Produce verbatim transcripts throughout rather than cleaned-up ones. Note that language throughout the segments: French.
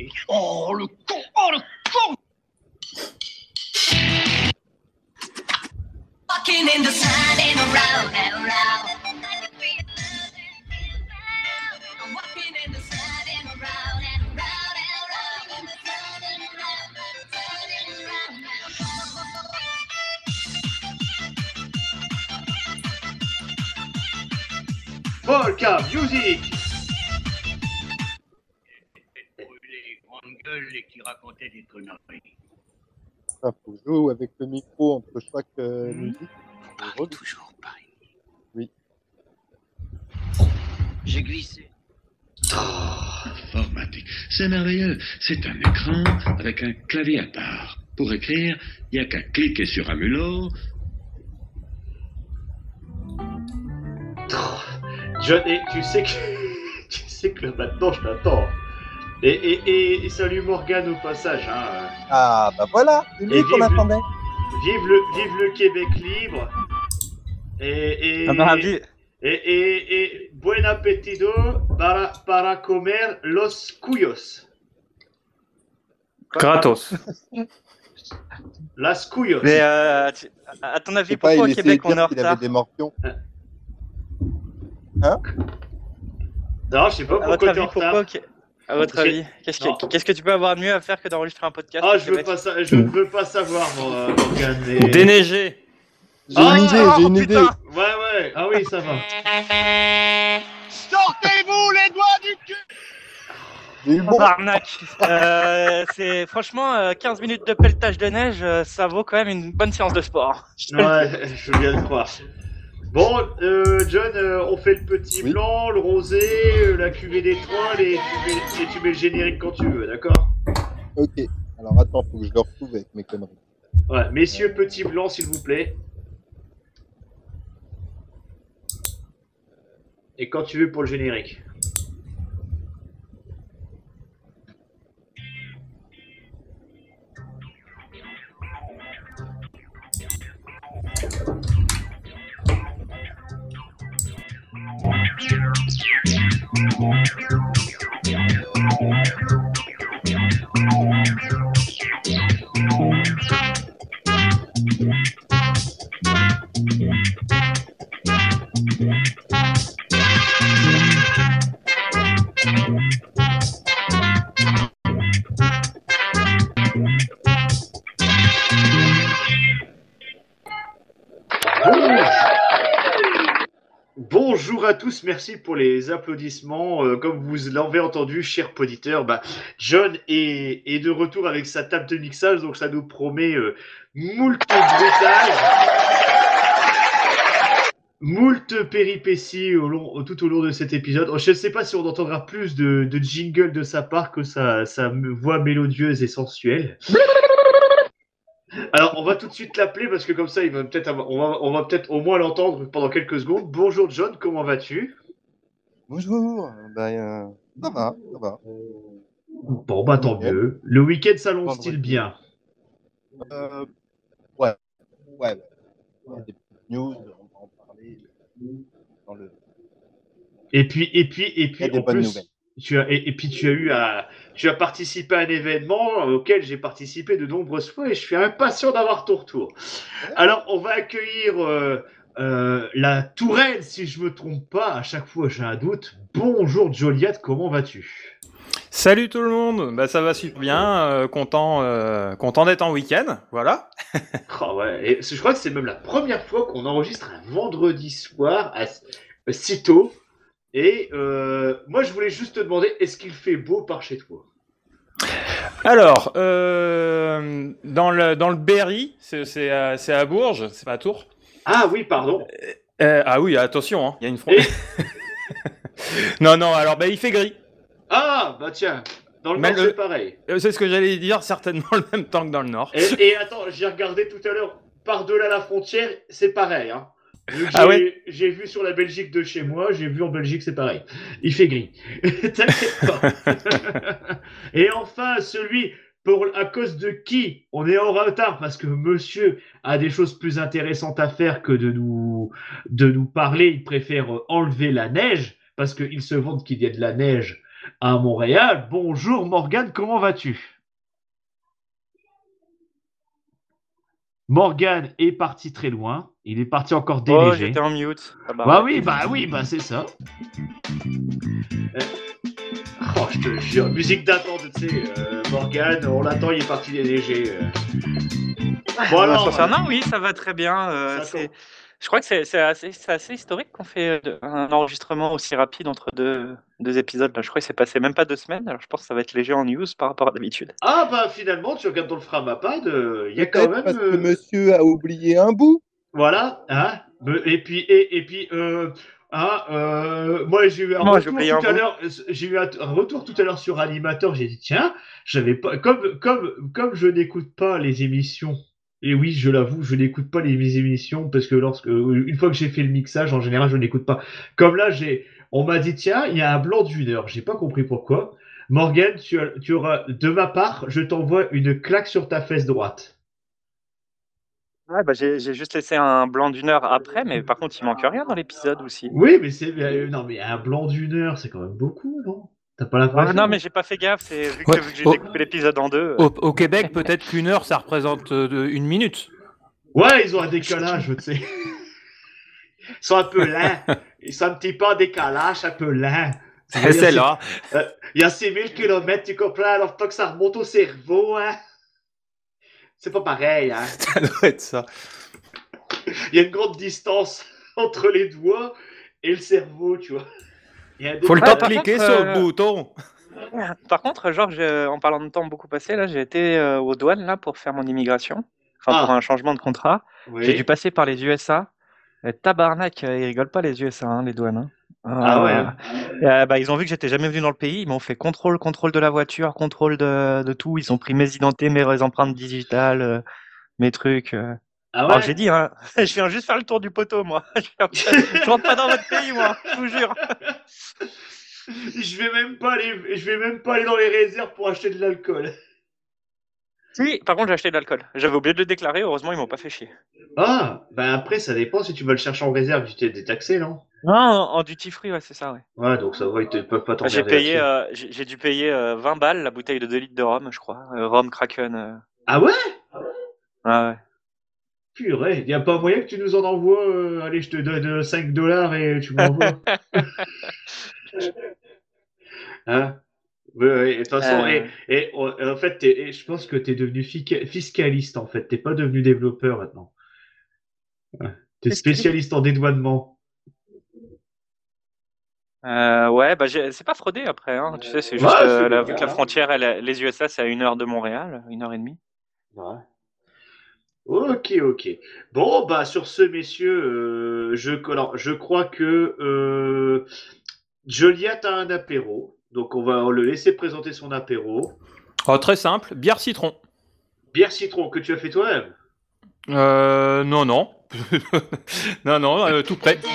Allez. Oh, le con. Oh, le con. Walking in the sun and around and around. I'm walking in the sun and around and around and around. In the sun and around and around and around. Polka music. Les grandes gueules et qui racontaient des conneries. Il faut jouer avec le micro entre chaque euh, Mmh. musique. Pareil, toujours pareil. Oui. J'ai glissé. Oh, informatique. C'est merveilleux. C'est un écran avec un clavier à part. Pour écrire, il n'y a qu'à cliquer sur un mulot. Oh. John, et tu sais que tu sais que maintenant je t'attends. Et, et, et, et salut Morgane au passage. Hein. Ah bah voilà, c'est lui Et qu'on vive- attendait. Vive le, vive le Québec libre. Et, et, Ah bah, vi- et, et, et buen appetito para, para comer los cuyos. Gratos. Las cuyos. Mais euh, tu- à ton Je avis, sais pas, pourquoi il au essayait Québec de on est dire en qu'il retard avait des morpions. Non, je sais pas À votre pourquoi t'es avis, en pourquoi retard. au Qué- À votre J'ai- avis, qu'est-ce Non. que, qu'est-ce que tu peux avoir de mieux à faire que d'enregistrer un podcast Ah, au je veux Québec? pas ça, je ne veux pas savoir, moi, Morgane. Mais... Déneiger. J'ai Ah, une idée, oh, j'ai une putain. idée. Ouais, ouais. Ah oui, ça va. Sortez-vous les doigts du cul! J'ai eu bon. Arnaque. Euh, c'est franchement euh, quinze minutes de pelletage de neige, euh, ça vaut quand même une bonne séance de sport. Je te le dis. Ouais, je veux bien le croire. Bon, euh, John, euh, on fait le petit Oui. blanc, le rosé, euh, la cuvée d'étoiles et, tu mets- et tu mets le générique quand tu veux, d'accord? Ok. Alors attends, faut que je le retrouve avec mes conneries. Ouais, messieurs, petit blanc, s'il vous plaît. Et quand tu veux pour le générique. Bonjour à tous, merci pour les applaudissements. Euh, comme vous l'avez entendu, chers auditeurs, bah, John est, est de retour avec sa table de mixage, donc ça nous promet euh, moult bruitages, moult péripéties au long, tout au long de cet épisode. Je ne sais pas si on entendra plus de, de jingle de sa part que sa, sa voix mélodieuse et sensuelle. Alors, on va tout de suite l'appeler parce que comme ça, il va peut-être avoir- on va, on va peut-être au moins l'entendre pendant quelques secondes. Bonjour John, comment vas-tu? Bonjour. Ben, euh, ça va, ça va. Bon, bah tant Nickel. mieux. Le week-end s'annonce-t-il Vendredi. bien? Euh, ouais, ouais. Il y a des petites news, on va en parler dans le. Et puis, et puis, et Il y puis, a des en bonnes plus, nouvelles. tu as, et, et puis tu as eu à, tu as participé à un événement auquel j'ai participé de nombreuses fois et je suis impatient d'avoir ton retour. Alors, on va accueillir euh, euh, la Touraine, si je me trompe pas. À chaque fois, j'ai un doute. Bonjour Joliette, comment vas-tu? Salut tout le monde, bah ça va super bien, euh, content, euh, content d'être en week-end, voilà. Oh ouais, et je crois que c'est même la première fois qu'on enregistre un vendredi soir à, à si tôt. Et euh, moi, je voulais juste te demander, est-ce qu'il fait beau par chez toi? Alors, euh, dans le dans le Berry, c'est c'est à, c'est à Bourges, c'est pas à Tours. Ah oui, pardon. Euh, ah oui, attention, hein, il y a une Et- frontière. non, non, alors bah il fait gris. Ah, bah tiens, dans le Mais Nord, le- c'est pareil. Euh, C'est ce que j'allais dire, certainement le même temps que dans le Nord. Et, et attends, j'ai regardé tout à l'heure, par-delà la frontière, c'est pareil. Hein. Vu que Ah j'ai, ouais j'ai vu sur la Belgique de chez moi, j'ai vu en Belgique, c'est pareil. Il fait gris. T'inquiète pas. Et enfin, celui pour, à cause de qui on est en retard, parce que monsieur a des choses plus intéressantes à faire que de nous, de nous parler. Il préfère enlever la neige, parce qu'il se vante qu'il y a de la neige à Montréal. Bonjour Morgane, comment vas-tu? Morgane est parti très loin. Il est parti encore Oh, déneigé. j'étais en mute. Ah bah, Bah ouais. oui, bah oui, bah c'est ça. Euh, Oh, je te jure, musique d'attente, tu sais, euh, Morgane, on l'attend, il est parti déneiger. euh. Bon Euh, alors, concernant, oui, ça va très bien. euh, ça c'est, com- je crois que c'est c'est assez, c'est assez historique qu'on fait euh, un enregistrement aussi rapide entre deux, deux épisodes. Là. Je crois que c'est passé même pas deux semaines. Alors je pense que ça va être léger en news par rapport à d'habitude. Ah bah finalement, tu regardes dans le Framapad, euh, il y a quand Peut-être même... parce que euh, monsieur a oublié un bout. Voilà, hein. Me- Et puis, et, et puis, euh, hein, euh, moi j'ai eu un Moi, j'ai retour oublié tout un à bout. l'heure. J'ai eu un, un retour tout à l'heure sur Animator. J'ai dit tiens, j'avais pas comme comme comme je n'écoute pas les émissions. Et oui, je l'avoue, je n'écoute pas les émissions parce que lorsque une fois que j'ai fait le mixage, en général, je n'écoute pas. Comme là, j'ai, on m'a dit tiens, il y a un blanc d'une heure. J'ai pas compris pourquoi. Morgan, tu, as- tu auras de ma part, je t'envoie une claque sur ta fesse droite. Ouais, bah, j'ai j'ai juste laissé un blanc d'une heure après, mais par contre, il manque rien dans l'épisode aussi. Oui, mais c'est euh, non, mais un blanc d'une heure, c'est quand même beaucoup, non? T'as pas Ah, non, l'impression? mais j'ai pas fait gaffe. C'est vu Ouais, que, vu que j'ai au, découpé l'épisode en deux. au- au Québec, peut-être qu'une heure, ça représente euh, de- une minute. Ouais, ils ont un décalage, tu sais. Ils sont un peu lents. Ils sont un petit peu en décalage, un peu lents. Tu vois, C'est il y a six- celle-là. euh, il y a six mille kilomètres, tu comprends? Alors, tant que ça remonte au cerveau, hein. C'est pas pareil, hein. Ça doit être ça. Il y a une grande distance entre les doigts et le cerveau, tu vois. Il y a un Faut le Ouais, temps décalage. de par cliquer contre, sur le euh, bouton. Par contre, genre, je- en parlant de temps beaucoup passé, là, j'ai été euh, aux douanes là pour faire mon immigration, enfin pour Ah, un changement de contrat. J'ai dû oui. passer par les U S A. Euh, tabarnak, euh, ils rigolent pas les U S A, hein, les douanes. Hein. Ah ouais, Euh, hein. euh, bah, ils ont vu que j'étais jamais venu dans le pays. Ils m'ont fait contrôle, contrôle de la voiture, contrôle de, de tout. Ils ont pris mes identités, mes empreintes digitales, euh, mes trucs. euh. Ah Alors que j'ai ouais? dit, hein, je viens juste faire le tour du poteau, moi. Je viens- je rentre pas dans votre pays, moi. Je vous jure. Je vais même pas aller, je vais même pas aller dans les réserves pour acheter de l'alcool. Si, par contre, j'ai acheté de l'alcool. J'avais oublié de le déclarer. Heureusement, ils m'ont pas fait chier. Ah, ben après, ça dépend si tu vas le chercher en réserve, tu t'es détaxé, non? Non, en en duty free, ouais, c'est ça, ouais. Ouais, donc ça va, ils te, peuvent pas Bah, j'ai t'emmerder payé, là-dessus. euh, j'ai j'ai dû payer euh, vingt balles la bouteille de deux litres de rhum, je crois. Euh, rhum Kraken. euh. Ah ouais? Ah ouais. Purée, y a pas moyen que tu nous en envoies, euh, allez, je te donne euh, cinq dollars et tu me l'envoies. Hein? Ouais, ouais, et de toute façon, et, Euh, et, en en fait, t'es- et je pense que t'es devenu fica- fiscaliste, en fait. T'es pas devenu développeur maintenant. Ouais. T'es Qu'est-ce qu'il dit spécialiste en dédouanement. euh, ouais, bah j'ai- c'est pas fraudé après, hein. Tu sais, c'est juste Ouais, c'est euh, la- vu que légal, la hein. frontière, elle, est- les U S A, c'est à une heure de Montréal, une heure et demie. Ouais. Ok, ok. Bon, bah sur ce, messieurs, euh, je, alors, je crois que euh, Joliette a un apéro, donc on va le laisser présenter son apéro. Oh, très simple, bière citron. Bière citron que tu as fait toi-même. Euh, non, non. non, non, euh, tout prêt.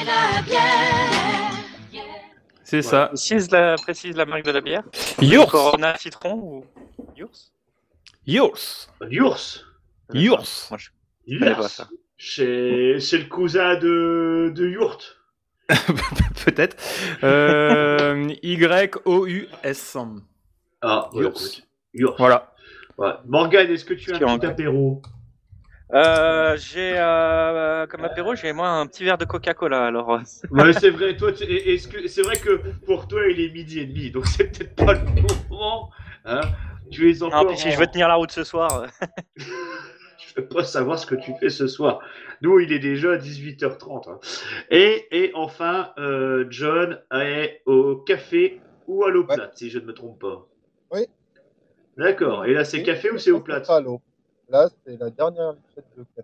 C'est ça. Précise la, précise la marque de la bière. Yours. Corona citron ou Yours Yours. Yours. Yours. Moi, je connais pas Yours. ça. C'est c'est le cousin de, de Yurt. Peut-être. Euh, Y O U S. Ah, ouais, Yours. écoute. Yours. Voilà. Ouais. Morgane, est-ce que tu as Qui un en- petit apéro? Euh, j'ai euh, comme apéro, j'ai moi un petit verre de Coca-Cola. Alors, euh, Ouais, c'est vrai. Toi, tu- est-ce que c'est vrai que pour toi, il est midi et demi, donc c'est peut-être pas le moment. Hein, tu es non, encore. puis si en- je veux tenir la route ce soir, euh, Je veux pas savoir ce que tu fais ce soir. Nous, il est déjà dix-huit heures trente. Hein. Et, et enfin, euh, John est au café ou à l'eau Ouais. plate, si je ne me trompe pas. Oui. D'accord. Et là, c'est Oui, café ou c'est eau ça plate? sera à l'eau. Là, c'est la dernière lichette de café.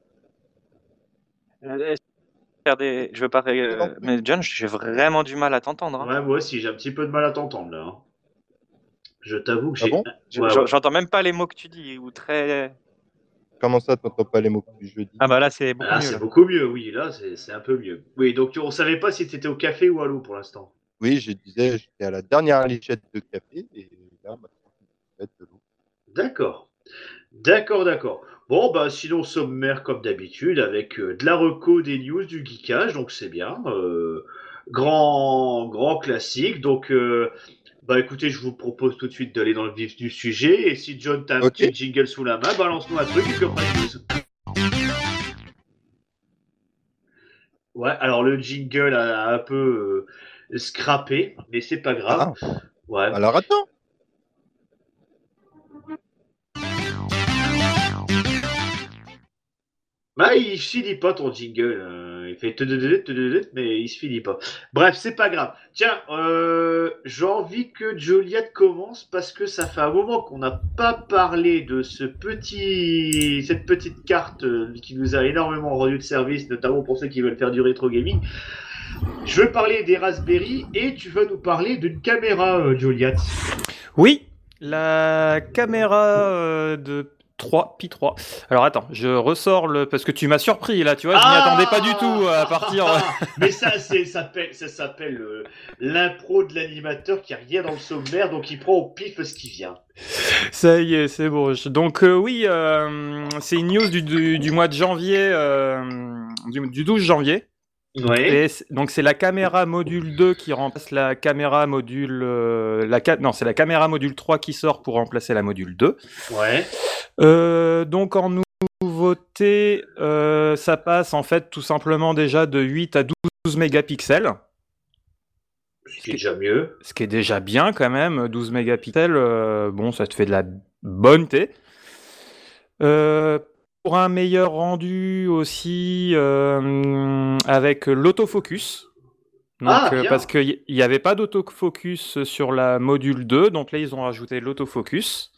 euh, faire des, je veux pas. euh, mais John, j'ai vraiment du mal à t'entendre. Hein. Ouais, moi aussi, j'ai un petit peu de mal à t'entendre là. Hein. Je t'avoue que Ah j'ai. bon Je- Ouais, j'en- ouais. J'entends même pas les mots que tu dis ou très. Comment ça, t'entends pas les mots que je dis? Ah bah là, c'est beaucoup Ah, mieux. c'est Là. beaucoup mieux, oui. Là, c'est c'est un peu mieux. Oui, donc tu- on savait pas si tu étais au café ou à l'eau pour l'instant. Oui, je disais, j'étais à la dernière lichette de café et là, maintenant, je vais mettre de l'eau. D'accord. D'accord, d'accord. Bon, bah, sinon, sommaire comme d'habitude, avec euh, de la reco, des news, du geekage, donc c'est bien. Euh, grand, grand classique. Donc, euh, Bah écoutez, je vous propose tout de suite d'aller dans le vif du sujet. Et si John t'a un Ok. petit jingle sous la main, balance-nous un truc et puis on fera une news. Ouais, alors le jingle a un peu euh, scrappé, mais c'est pas grave. Ah, Ouais. alors attends. Bah, il se finit pas ton jingle. euh, il fait tudududut, tududut, mais il se finit pas. Bref, c'est pas grave. Tiens, euh, j'ai envie que Joliat commence parce que ça fait un moment qu'on n'a pas parlé de ce petit, cette petite carte euh, qui nous a énormément rendu de service, notamment pour ceux qui veulent faire du rétro gaming. Je veux parler des Raspberry et tu vas nous parler d'une caméra, euh, Joliat. Oui, la caméra euh, de trois, Pi trois. Alors attends, je ressors le... Parce que tu m'as surpris là, tu vois, je m'y Ah attendais pas du tout à partir... Mais ça, c'est, ça s'appelle, ça s'appelle euh, l'impro de l'animateur qui a rien dans le sommaire, donc il prend au pif ce qui vient. Ça y est, c'est bon. Je- Donc euh, oui, euh, c'est une news du, du, du mois de janvier, euh, du, du douze janvier. Ouais. Et c'est- donc c'est la caméra module deux qui remplace la caméra module... euh, la, ca- non, c'est la caméra module trois qui sort pour remplacer la module deux. Ouais. Euh, donc en nouveauté, euh, ça passe en fait tout simplement déjà de huit à douze mégapixels, Ce qui est déjà mieux. ce qui est déjà bien quand même. douze mégapixels, euh, bon, ça te fait de la bonne thé. Euh, pour un meilleur rendu aussi, euh, avec l'autofocus. Donc, Ah, euh, bien. parce qu'il n'y avait pas d'autofocus sur la module deux, donc là ils ont rajouté l'autofocus.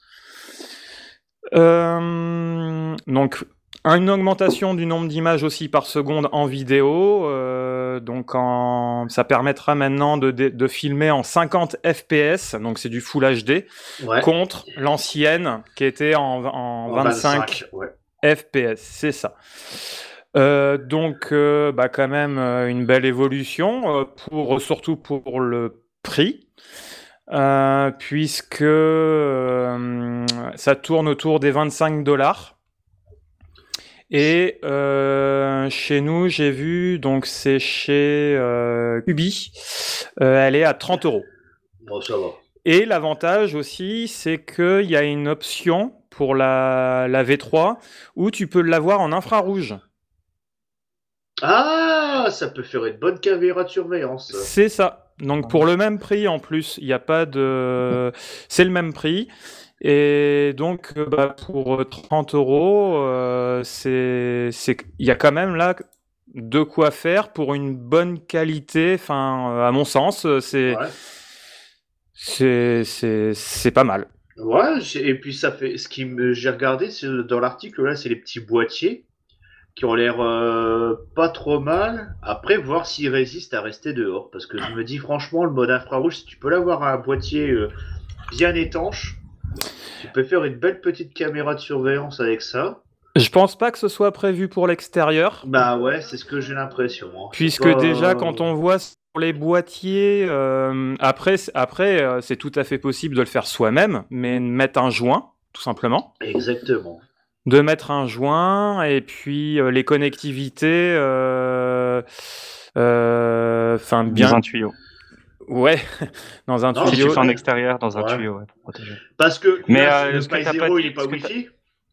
Euh, donc, une augmentation du nombre d'images aussi par seconde en vidéo. euh, donc, en, ça permettra maintenant de, de, de filmer en cinquante F P S, donc c'est du Full H D, Ouais. contre l'ancienne qui était en, en, En vingt-cinq ouais. F P S, c'est ça. Euh, donc, euh, bah, quand même euh, une belle évolution, euh, pour, surtout pour le prix. Euh, puisque euh, ça tourne autour des vingt-cinq dollars. Et euh, chez nous, j'ai vu, donc c'est chez euh, Kubi, euh, elle est à trente euros. Bon, ça va. Et l'avantage aussi, c'est qu'il y a une option pour la, la V trois où tu peux l'avoir en infrarouge. Ah, ça peut faire une bonne caméra de surveillance. C'est ça. Donc pour le même prix en plus, il n'y a pas de... C'est le même prix. Et donc euh, bah, pour trente euros, euh, c'est... c'est... il y a quand même là de quoi faire pour une bonne qualité. Enfin, à mon sens, c'est... Ouais. C'est... C'est... c'est pas mal. Ouais, j'ai- et puis ça fait. Ce qui me... j'ai regardé c'est- dans l'article là, c'est les petits boîtiers qui ont l'air euh, pas trop mal. Après, voir s'ils résistent à rester dehors. Parce que je me dis franchement, le mode infrarouge, si tu peux l'avoir à un boîtier euh, bien étanche, tu peux faire une belle petite caméra de surveillance avec ça. Je pense pas que ce soit prévu pour l'extérieur. Bah ouais, c'est ce que j'ai l'impression. Hein. Puisque C'est pas- déjà, quand on voit sur les boîtiers, euh, après, c- après euh, c'est tout à fait possible de le faire soi-même, mais de mettre un joint, tout simplement. Exactement. De mettre un joint, et puis euh, les connectivités, euh, euh, enfin bien... Dans un tuyau. Ouais, dans un Non, Si tuyau. tu fais en extérieur, dans un Ouais. tuyau, ouais, pour protéger. Parce que Mais, là, euh, le est-ce que Pi t'as zéro, pas il dit- est pas est-ce que t'as- Wi-Fi.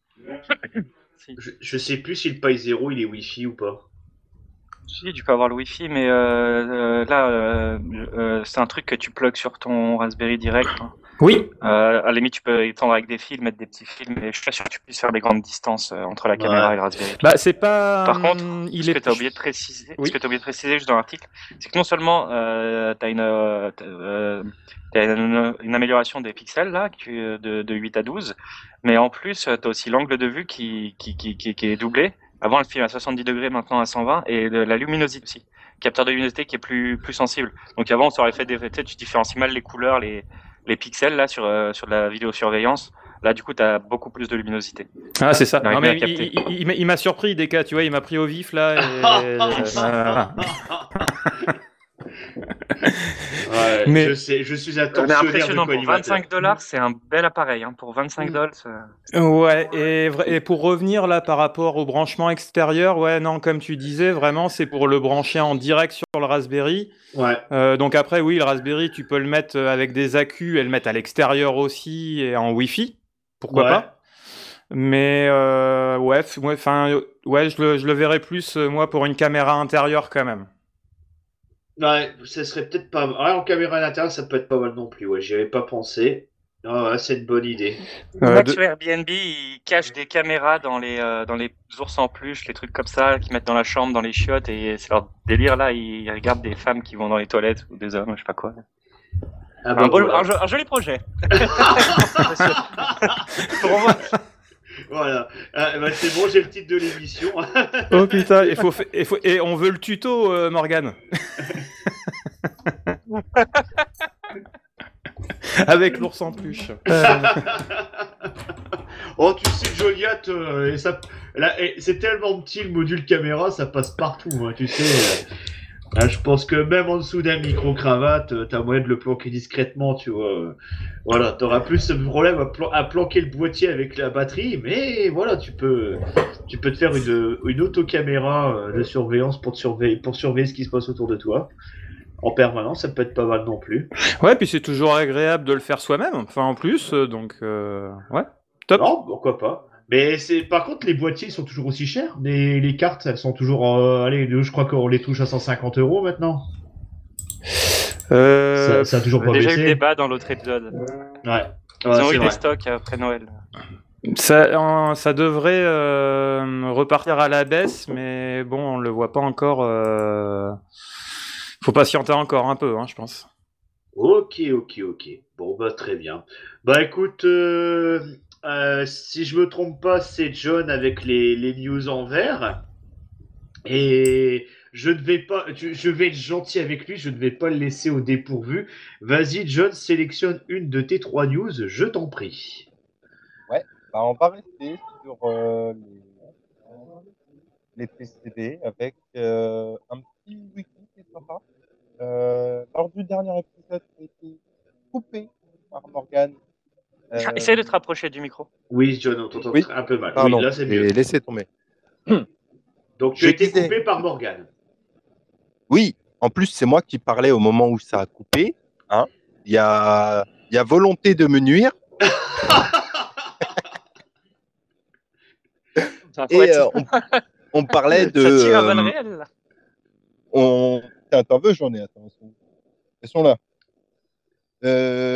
Si. Je, je sais plus si le Pi zéro il est Wi-Fi ou pas. Si, tu peux avoir le Wi-Fi, mais euh, euh, là, euh, euh, c'est un truc que tu plugs sur ton Raspberry direct. hein. Oui, Euh, à la limite, tu peux étendre avec des fils, mettre des petits fils, mais je suis pas sûr que tu puisses faire des grandes distances euh, entre la caméra Ouais. et le Raspberry. bah c'est pas... Par contre, hum, il ce est... que tu as oublié de préciser, Oui. ce que t'as oublié de préciser juste dans l'article, c'est que non seulement euh, tu as une, euh, t'as, euh, t'as une, une amélioration des pixels là, qui, euh, de, de huit à douze, mais en plus, tu as aussi l'angle de vue qui, qui, qui, qui, qui est doublé. Avant, elle filme à soixante-dix degrés, maintenant à cent vingt, et de la luminosité aussi. Capteur de luminosité qui est plus, plus sensible. Donc avant, on s'aurait fait des, tu sais, tu différencies mal les couleurs, les, les pixels là sur, euh, sur de la vidéosurveillance. Là, du coup, tu as beaucoup plus de luminosité. Ah, c'est ça. J'arrive Non, bien mais à il, capter. il- il m'a- il m'a surpris, Deka, tu vois, il m'a pris au vif là. Et... voilà. Ouais, Mais- je sais, je suis un Mais tortionnaire de impressionnant, pour collimateur. vingt-cinq dollars, c'est un bel appareil. Hein. Pour vingt-cinq dollars, ça- Ouais, et, vra- et pour revenir là par rapport au branchement extérieur, ouais, non, comme tu disais, vraiment, c'est pour le brancher en direct sur le Raspberry. Ouais. Euh, donc après, oui, le Raspberry, tu peux le mettre euh, avec des accus et le mettre à l'extérieur aussi et en Wi-Fi, pourquoi Ouais. pas. Mais euh, ouais, f- ouais, enfin, euh, ouais, je le, je le verrais plus euh, moi pour une caméra intérieure quand même. Ouais, ça serait peut-être pas mal. Ouais, en caméra à l'intérieur, ça peut être pas mal non plus. Ouais, j'y avais pas pensé. Ah ouais, c'est une bonne idée. Les Euh, mecs de- sur Airbnb, ils cachent des caméras dans les, euh, dans les ours en peluche, les trucs comme ça, qu'ils mettent dans la chambre, dans les chiottes, et c'est leur délire là. Ils regardent des femmes qui vont dans les toilettes ou des hommes, je sais pas quoi. Ah bah un, beau- voilà. un jo- un joli projet. Pour moi, Voilà. Ah, bah, c'est bon, j'ai le titre de l'émission. Oh putain, il faut, fa- il faut... et on veut le tuto, euh, Morgane. Avec l'ours en peluche. Oh, tu sais, Joliette, euh, et ça, là, et c'est tellement petit le module caméra, ça passe partout, hein, tu sais. euh. Là, je pense que même en dessous d'un micro-cravate, euh, t'as moyen de le planquer discrètement, tu vois. euh. Voilà, t'auras plus ce problème à, plan- à planquer le boîtier avec la batterie, mais voilà, tu peux, tu peux te faire une, une autocaméra euh, de surveillance pour te surveiller, pour surveiller ce qui se passe autour de toi. En permanence, ça peut être pas mal non plus. Ouais, puis c'est toujours agréable de le faire soi-même. Enfin, en plus, euh, donc euh, ouais, top. Non, pourquoi pas. Mais c'est, par contre, les boîtiers ils sont toujours aussi chers. Les, les cartes, elles sont toujours, euh, allez, je crois qu'on les touche à cent cinquante euros maintenant. Euh, Ça, ça a toujours on pas a déjà eu baissé. le débat dans l'autre épisode. Ouais. Ils Ouais, ont c'est eu vrai. des stocks après Noël. Ça, en- ça devrait euh, repartir à la baisse, mais bon, on le voit pas encore. Euh... Faut patienter encore un peu, hein, je pense. Ok, ok, ok. Bon, bah, très bien. Bah, écoute, euh, euh, si je me trompe pas, c'est John avec les, les news en vert. Et je ne vais pas, tu- je vais être gentil avec lui, je ne vais pas le laisser au dépourvu. Vas-y, John, sélectionne une de tes trois news, je t'en prie. Ouais, bah on va rester sur euh, les, les P C B avec euh, un petit wiki qui est sympa. Euh, lors du dernier épisode qui a été coupé par Morgane. Euh, Essaye de te rapprocher du micro. Oui, John, on t'entend Oui, très- un peu mal. pardon, Oui, là, c'est mieux. j'ai laissé tomber. Donc, tu Je as été disais- coupé par Morgane. Oui, en plus, c'est moi qui parlais au moment où ça a coupé. Hein. Il y a, il y a volonté de me nuire. Ça faut Et être- euh, on, on parlait de. Ça tire à balles euh, réelles, là. on... Tiens, t'en veux, j'en ai. Attends, elles sont, elles sont là. Euh,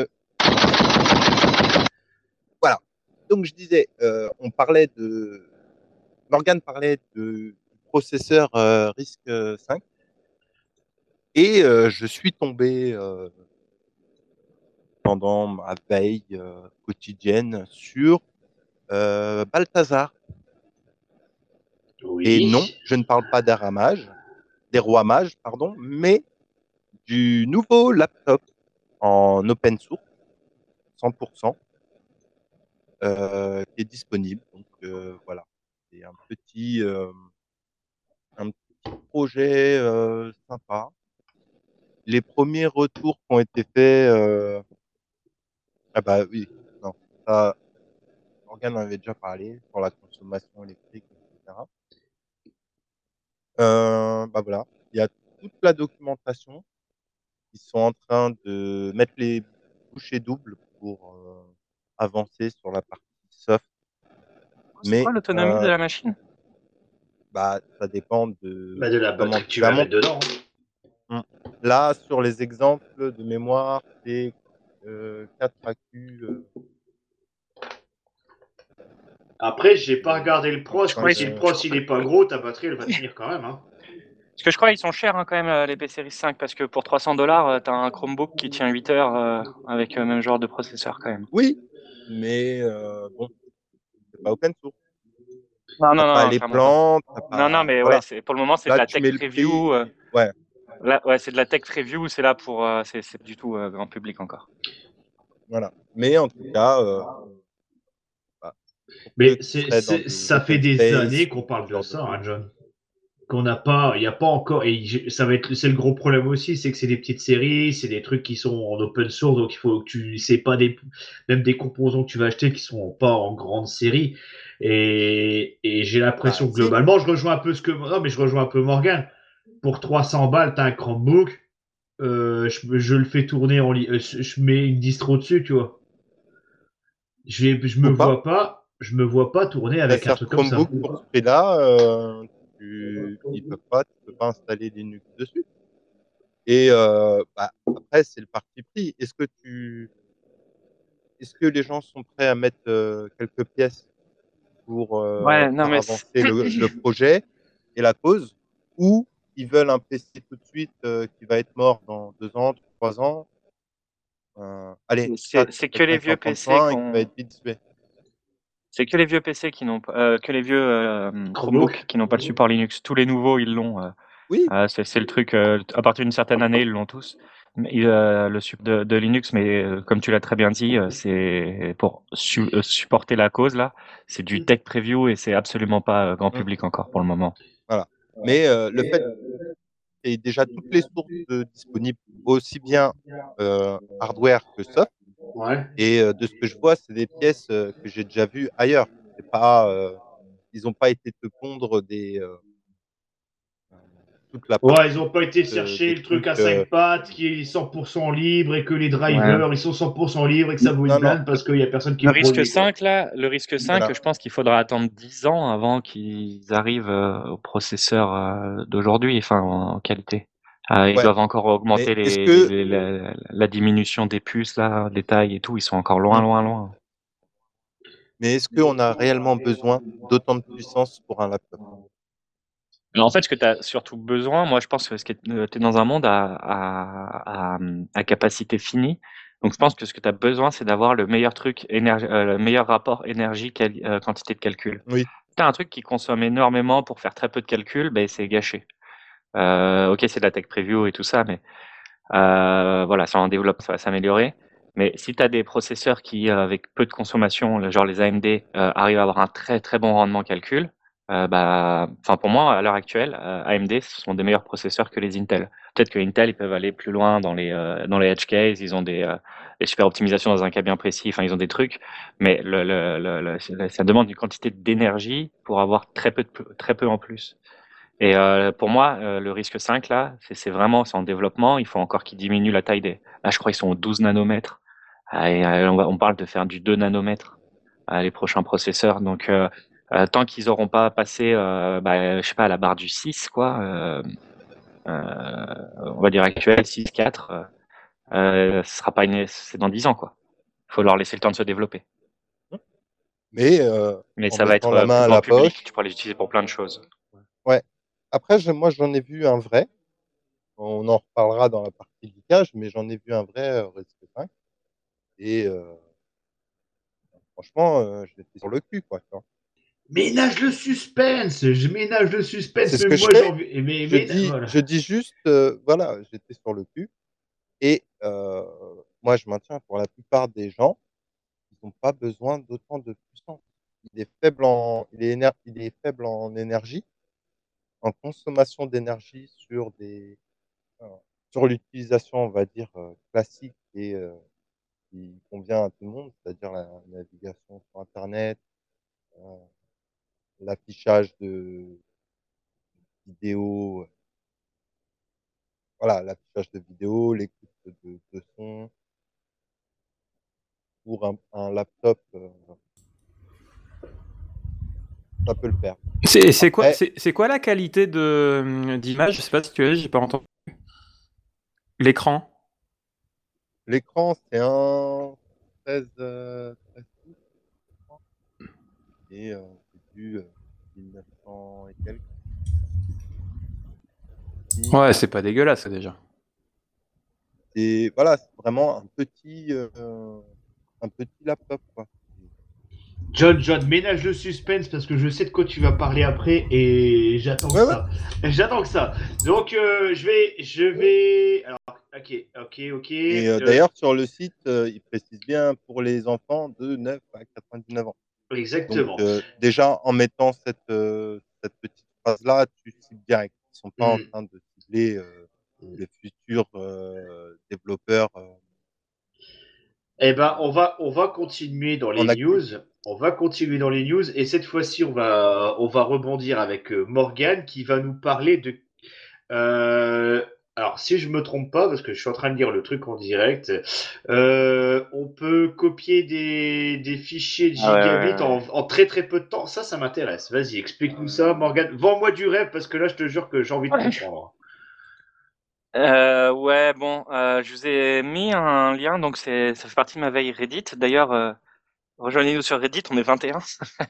Voilà. Donc, je disais, euh, on parlait de. Morgane parlait de du processeur euh, RISC cinq. Et euh, je suis tombé euh, pendant ma veille euh, quotidienne sur euh, Balthazar. Oui. Et non, je ne parle pas des rois mages, des rois mages, pardon, mais du nouveau laptop en open source, cent pour cent, euh, qui est disponible. Donc euh, voilà, c'est un petit, euh, un petit projet euh, sympa. Les premiers retours qui ont été faits, euh... ah bah oui, non, ça, Morgane en avait déjà parlé sur la consommation électrique, et cetera. Euh, bah voilà, il y a toute la documentation. Ils sont en train de mettre les bouchées doubles pour euh, avancer sur la partie soft. C'est Mais quoi l'autonomie euh, de la machine? bah, ça dépend de, Bah, de la comment batterie que tu la vas montes. mettre dedans. Là, sur les exemples de mémoire, c'est euh, quatre A Q. Euh, Après, j'ai pas regardé le pros, Je mais crois si que- le pros il est pas gros, ta batterie elle va tenir quand même. Hein. Parce que je crois qu'ils sont chers hein, quand même, euh, les P Series cinq, parce que pour trois cents dollars, euh, t'as un Chromebook qui tient huit heures euh, avec le même genre de processeur quand même. Oui, mais euh, bon, c'est pas open source. Non, T'as non, pas non, les clairement plans, t'as pas. pas. Non, non, mais voilà. ouais, c'est, pour le moment, c'est Là, de la tu tech mets le preview. prix. euh, Ouais. Là, ouais, c'est de la tech preview, c'est là pour. euh, c'est, c'est du tout euh, grand public encore. Voilà. Mais en tout cas, euh, bah, pour ceux Mais qui c'est, seraient dans c'est- des ça fait open des space années ou qu'on parle ce de genre ça, trucs. hein, John. qu'on n'a pas, il n'y a pas encore, et j'ai- ça va être, c'est le gros problème aussi, c'est que c'est des petites séries, c'est des trucs qui sont en open source, donc il faut que tu, c'est pas des, même des composants que tu vas acheter qui sont pas en grande série. Et, et j'ai Bah, l'impression que si. globalement, je rejoins un peu ce que, non, mais je rejoins un peu Morgan. Pour trois cents balles, t'as un Chromebook, euh, je, je le fais tourner en, li- euh, je mets une distro dessus, tu vois. Je vais, je me Ou pas. vois pas, je me vois pas tourner La avec un Surf truc comme ça. Chromebook pour ce prix-là, euh, tu, ils peuvent pas, tu peux pas installer Linux dessus. Et euh, bah, après, c'est le parti pris. Est-ce que tu, est-ce que les gens sont prêts à mettre euh, quelques pièces pour euh, Ouais, non, faire mais c'est- avancer le, le projet et la cause, ou ils veulent un P C tout de suite euh, qui va être mort dans deux ans, trois ans, euh, allez, c'est quatre c'est pour que les quelqu'un qui vieux en prend P C soin et qui va qu'on être vite tué. C'est que les vieux P C qui n'ont pas, euh, que les vieux euh, Chromebook. Chromebook qui n'ont pas le support Linux. Tous les nouveaux, ils l'ont. euh. Oui, Euh, c'est c'est le truc. euh, à partir d'une certaine année, ils l'ont tous. Mais, euh, le sup de, de Linux, mais euh, comme tu l'as très bien dit, euh, c'est pour su- euh, supporter la cause là. C'est du tech preview et c'est absolument pas euh, grand mm, public encore pour le moment. voilà. Mais euh, le fait qu'il y ait déjà toutes les sources euh, disponibles, aussi bien euh, hardware que soft, Ouais. et euh, de ce que je vois, c'est des pièces euh, que j'ai déjà vues ailleurs. C'est pas, euh, ils n'ont pas été te pondre des euh, toute la Ouais, ils partie ont pas été de, chercher de le truc à trucs. euh, cinq pattes qui est cent pour cent libre et que les Ouais. drivers ils sont cent pour cent libres et que ça vaut une Non, non, blinde parce qu'il y a personne qui Le le risque produit, quoi. cinq là, le risque cinq, voilà. je pense qu'il faudra attendre dix ans avant qu'ils arrivent euh, au processeur euh, d'aujourd'hui, enfin en, en qualité. Euh, ils Ouais. doivent encore Mais augmenter est-ce les, les- que, les- la, la diminution des puces là, des tailles et tout. Ils sont encore loin, mm, loin, loin. mais est-ce qu'on a réellement besoin d'autant de puissance pour un laptop? Mais en fait, ce que tu as surtout besoin, moi, je pense que tu es dans un monde à, à, à, à capacité finie. Donc, je pense que ce que tu as besoin, c'est d'avoir le meilleur truc, énergie, euh, le meilleur rapport énergie-quantité de calcul. Oui. Tu as un truc qui consomme énormément pour faire très peu de calcul, ben, c'est gâché. Euh, ok, c'est de la tech preview et tout ça, mais euh, voilà, ça en développe, ça va s'améliorer. Mais si tu as des processeurs qui, euh, avec peu de consommation, le- genre les A M D, euh, arrivent à avoir un très très bon rendement calcul, euh, bah, enfin pour moi, à l'heure actuelle, euh, A M D, ce sont des meilleurs processeurs que les Intel. Peut-être que Intel, ils peuvent aller plus loin dans les euh, dans les edge cases, ils ont des, euh, des super optimisations dans un cas bien précis, enfin ils ont des trucs, mais le, le, le, le- ça demande une quantité d'énergie pour avoir très peu de, très peu en plus. Et euh, pour moi, euh, le risque cinq, là, c'est c'est vraiment, c'est en développement. Il faut encore qu'ils diminuent la taille des. Là, je crois qu'ils sont aux douze nanomètres. Ah, et, euh, on, va- on parle de faire du deux nanomètres, euh, les prochains processeurs. Donc, euh, euh, tant qu'ils n'auront pas passé, euh, bah, je sais pas, la barre du six, quoi, euh, euh, on va dire actuel, six quatre, euh, euh, ce sera pas une... c'est dans dix ans, quoi. Il faut leur laisser le temps de se développer. Mais euh, Mais en ça va mettant être la euh, main plus à grand la public. poche. Tu pourras les utiliser pour plein de choses. Ouais. Après, je- moi, j'en ai vu un vrai. On en reparlera dans la partie leakage, mais j'en ai vu un vrai euh, risque cinq. Et euh, franchement, euh, j'étais sur le cul, quoi. Tu vois. Ménage le suspense, je ménage le suspense, C'est ce mais que je moi j'ai fais. envie. Mais, Je mais dis, voilà. je dis juste, euh, voilà, j'étais sur le cul. Et euh, moi, je maintiens pour la plupart des gens, ils n'ont pas besoin d'autant de puissance. Il est faible en, il est éner- il est faible en énergie, en consommation d'énergie sur des, euh, sur l'utilisation, on va dire, euh, classique et euh, qui convient à tout le monde, c'est-à-dire la navigation sur Internet, euh, l'affichage de vidéos, euh, voilà, l'affichage de vidéos, l'écoute de, de son pour un, un laptop, euh, ça peut le faire. C'est c'est quoi, Après, c'est c'est quoi la qualité de d'image? Je sais pas si tu as, j'ai pas entendu. L'écran. l'écran, c'est un treize, euh, treize pouces, je crois, et euh, c'est du euh, mille neuf cents et quelques. Et Ouais, c'est pas dégueulasse ça, déjà. c'est voilà, c'est vraiment un petit, euh, un petit laptop, quoi. John, John, ménage le suspense parce que je sais de quoi tu vas parler après et j'attends que Ouais, ouais. ça. J'attends que ça. Donc euh, je vais, je vais. Alors, ok, ok, ok. Et euh, Euh, d'ailleurs, sur le site, euh, il précise bien pour les enfants de neuf à quatre-vingt-dix-neuf ans. Donc, exactement. euh, déjà, en mettant cette, euh, cette petite phrase-là, tu cibles direct. Ils sont pas en Mm. train de cibler euh, les futurs euh, développeurs euh, Eh ben, on va, on va continuer dans les en actu. news. On va continuer dans les news et cette fois-ci, on va, on va rebondir avec euh, Morgane qui va nous parler de. euh, alors, si je me trompe pas, parce que je suis en train de lire le truc en direct, euh, on peut copier des, des fichiers de Ah ouais, gigabits ouais, en, ouais. en très très peu de temps. Ça, ça m'intéresse. Vas-y, explique-nous ça, Morgane. Vends-moi du rêve parce que là, je te jure que j'ai envie de Ouais. comprendre. Euh, ouais, bon, euh, je vous ai mis un lien, donc c'est, ça fait partie de ma veille Reddit. D'ailleurs, euh, rejoignez-nous sur Reddit, on est vingt et un.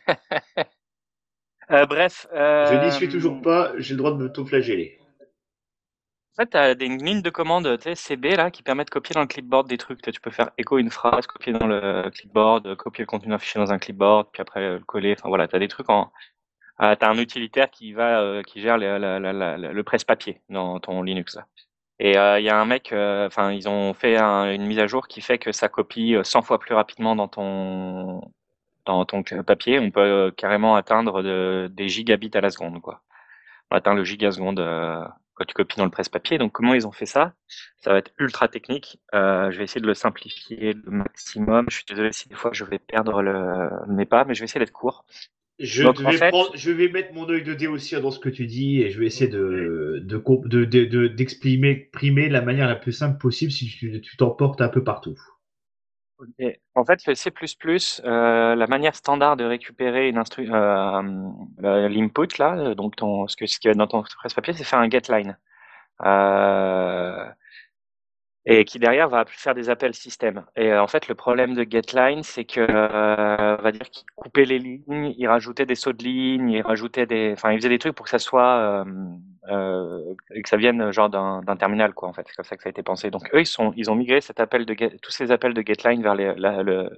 Euh, bref, Je n'y euh, suis toujours pas. J'ai le droit de m'auto-flageller. en fait, t'as des lignes de commande, tu sais, C B là, qui permettent de copier dans le clipboard des trucs. Tu sais, tu peux faire écho une phrase, copier dans le clipboard, copier le contenu d'un fichier dans un clipboard, puis après euh, le coller. Enfin voilà, t'as des trucs en. Euh, t'as un utilitaire qui va, euh, qui gère le, la- la- la- la- le presse-papier dans ton Linux là. Et il euh, y a un mec, enfin, ils ont fait un- une mise à jour qui fait que ça copie euh, cent fois plus rapidement dans ton dans ton cl- papier. On peut euh, carrément atteindre de- des gigabits à la seconde, quoi. On atteint le gigaseconde euh, quand tu copies dans le presse-papier. Donc, comment ils ont fait ça? Ça va être ultra technique. Euh, je vais essayer de le simplifier le maximum. Je suis désolé si des fois je vais perdre le, mes pas, mais je vais essayer d'être court. Je Donc, en vais fait, prendre, je vais mettre mon œil de dé aussi dans ce que tu dis et je vais essayer de, de, comp- de, de, de- d'exprimer, primer de la manière la plus simple possible si tu, tu t'emportes un peu partout. et en fait, le C++, euh, la manière standard de récupérer une instru euh, euh, l'input là, euh, donc ton, ce que ce qui va dans ton presse-papier, c'est faire un getLine. Euh, et qui derrière va faire des appels système. Et euh, en fait, le problème de getLine, c'est que euh, on va dire qu'il coupait les lignes, il rajoutait des sauts de ligne, il rajoutait des, enfin, il faisait des trucs pour que ça soit, euh, euh, que ça vienne genre d'un d'un terminal, quoi. En fait, c'est comme ça que ça a été pensé. Donc eux, ils sont, ils ont migré cet appel de get, tous ces appels de getLine vers les, la, le,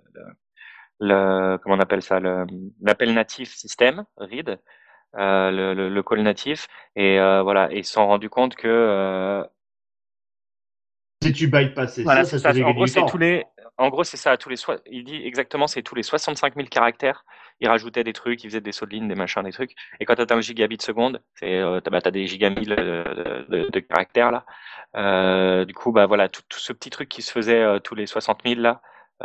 le, comment on appelle ça, le, l'appel natif système, read, euh, le, le, le call natif. Et euh, voilà, et ils se sont rendus compte que euh, Si tu bypassais voilà, ça, c'est ça te ça. faisait En gagner gros, du c'est tous temps. les, en gros, c'est ça, tous les soi- il dit exactement, c'est tous les soixante-cinq mille caractères. Il rajoutait des trucs, il faisait des sauts de ligne, des machins, des trucs. Et quand t'atteins le gigabit seconde, c'est, euh, t'as, bah, t'as des gigamilles de, de, de caractères, là. Euh, du coup, bah, voilà, tout, tout ce petit truc qui se faisait euh, tous les soixante mille, là,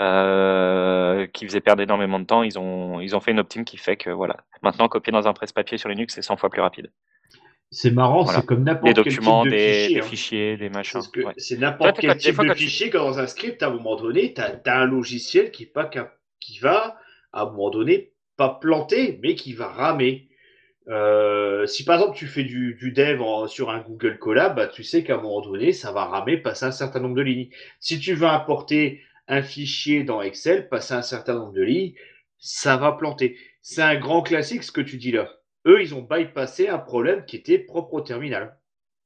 euh, qui faisait perdre énormément de temps, ils ont, ils ont fait une optime qui fait que, voilà. Maintenant, copier dans un presse-papier sur Linux, c'est cent fois plus rapide. C'est marrant, c'est Voilà. comme Des n'importe quel type documents, de des, fichier, des hein. fichiers, des C'est machins. ce que, Ouais. c'est Tu vois, n'importe t'es- quel quand- des type fois, de quand tu, fichier, quand dans un script, à un moment donné, tu as un logiciel qui, pas, cap- qui va, à un moment donné, pas planter, mais qui va ramer. Euh, si par exemple tu fais du, du dev en- sur un Google Colab, bah, tu sais qu'à un moment donné, ça va ramer, passer un certain nombre de lignes. Si tu veux importer un fichier dans Excel, passer un certain nombre de lignes, ça va planter. C'est un grand classique ce que tu dis là. Eux, ils ont bypassé un problème qui était propre au terminal,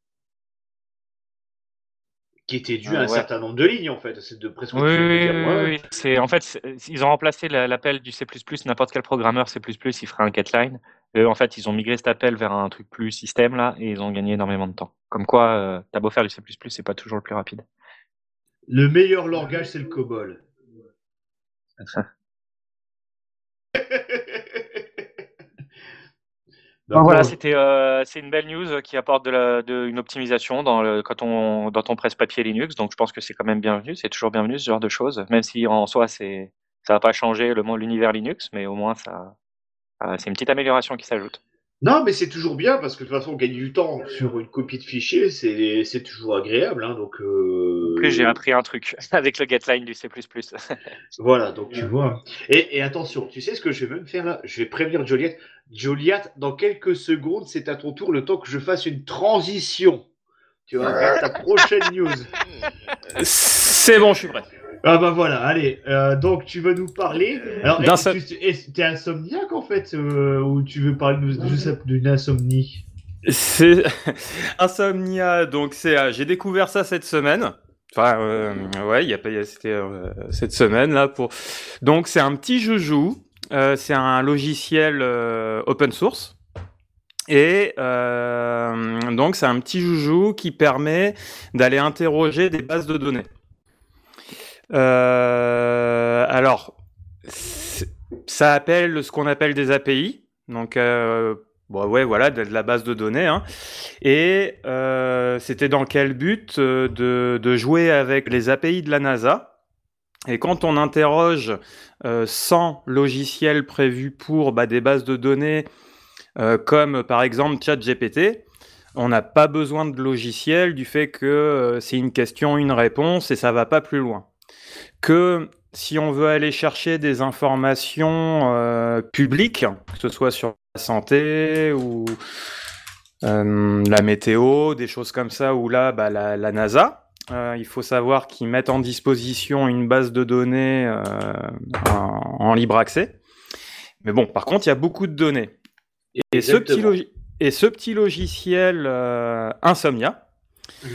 qui était dû à euh, un ouais. certain nombre de lignes en fait. C'est de presque ce Oui, que tu viens de me oui, dire. oui, Ouais. oui, oui. C'est, en fait, c'est- ils ont remplacé la- l'appel du C++. N'importe quel programmeur C++, il ferait un getLine. Eux, en fait, ils ont migré cet appel vers un truc plus système, là, et ils ont gagné énormément de temps. Comme quoi, euh, t'as beau faire du C++, c'est pas toujours le plus rapide. Le meilleur langage, c'est le COBOL. Bon, Donc voilà, bon, c'était, euh, c'est une belle news qui apporte de, la, de une optimisation dans le, quand on, dans ton presse-papier Linux. Donc, je pense que c'est quand même bienvenu. C'est toujours bienvenu, ce genre de choses. Même si, en soi, c'est, ça va pas changer le, mo- l'univers Linux, mais au moins, ça, euh, c'est une petite amélioration qui s'ajoute. non, mais c'est toujours bien parce que de toute façon, gagner du temps sur une copie de fichier, c'est c'est toujours agréable. Hein, donc En plus, j'ai euh, appris un truc avec le getLine du C++. voilà, donc tu vois. Et, et attention, tu sais ce que je vais même faire là? Je vais prévenir Joliette. Joliette, dans quelques secondes, c'est à ton tour le temps que je fasse une transition. Tu vas vers ta prochaine news. C'est bon, je suis prêt. Ah bah voilà, allez. euh, donc tu veux nous parler. Alors, D'un est- seul- tu- est- t'es insomniaque en fait, euh, ou tu veux parler de- juste d'une insomnie? C'est Insomnia, donc c'est, euh, j'ai découvert ça cette semaine. Enfin, euh, ouais, il y a pas, il y a- c'était euh, cette semaine là pour. Donc c'est un petit joujou. Euh, c'est un logiciel euh, open source. Et euh, donc c'est un petit joujou qui permet d'aller interroger des bases de données. Euh, alors, c'est- ça appelle ce qu'on appelle des A P I. Donc, euh, Bon, ouais, voilà, de, de la base de données. Hein. Et euh, c'était dans quel but euh, de, de jouer avec les A P I de la NASA. Et quand on interroge euh, cent logiciels prévus pour bah, des bases de données euh, comme par exemple ChatGPT, on n'a pas besoin de logiciel du fait que euh, c'est une question, une réponse et ça va pas plus loin. Que si on veut aller chercher des informations euh, publiques, que ce soit sur la santé ou euh, la météo, des choses comme ça, où là, bah, la, la NASA, euh, il faut savoir qu'ils mettent en disposition une base de données euh, en, en libre accès. Mais bon, par contre, il y a beaucoup de données. Et, ce petit, logi- et ce petit logiciel euh, Insomnia, Mmh.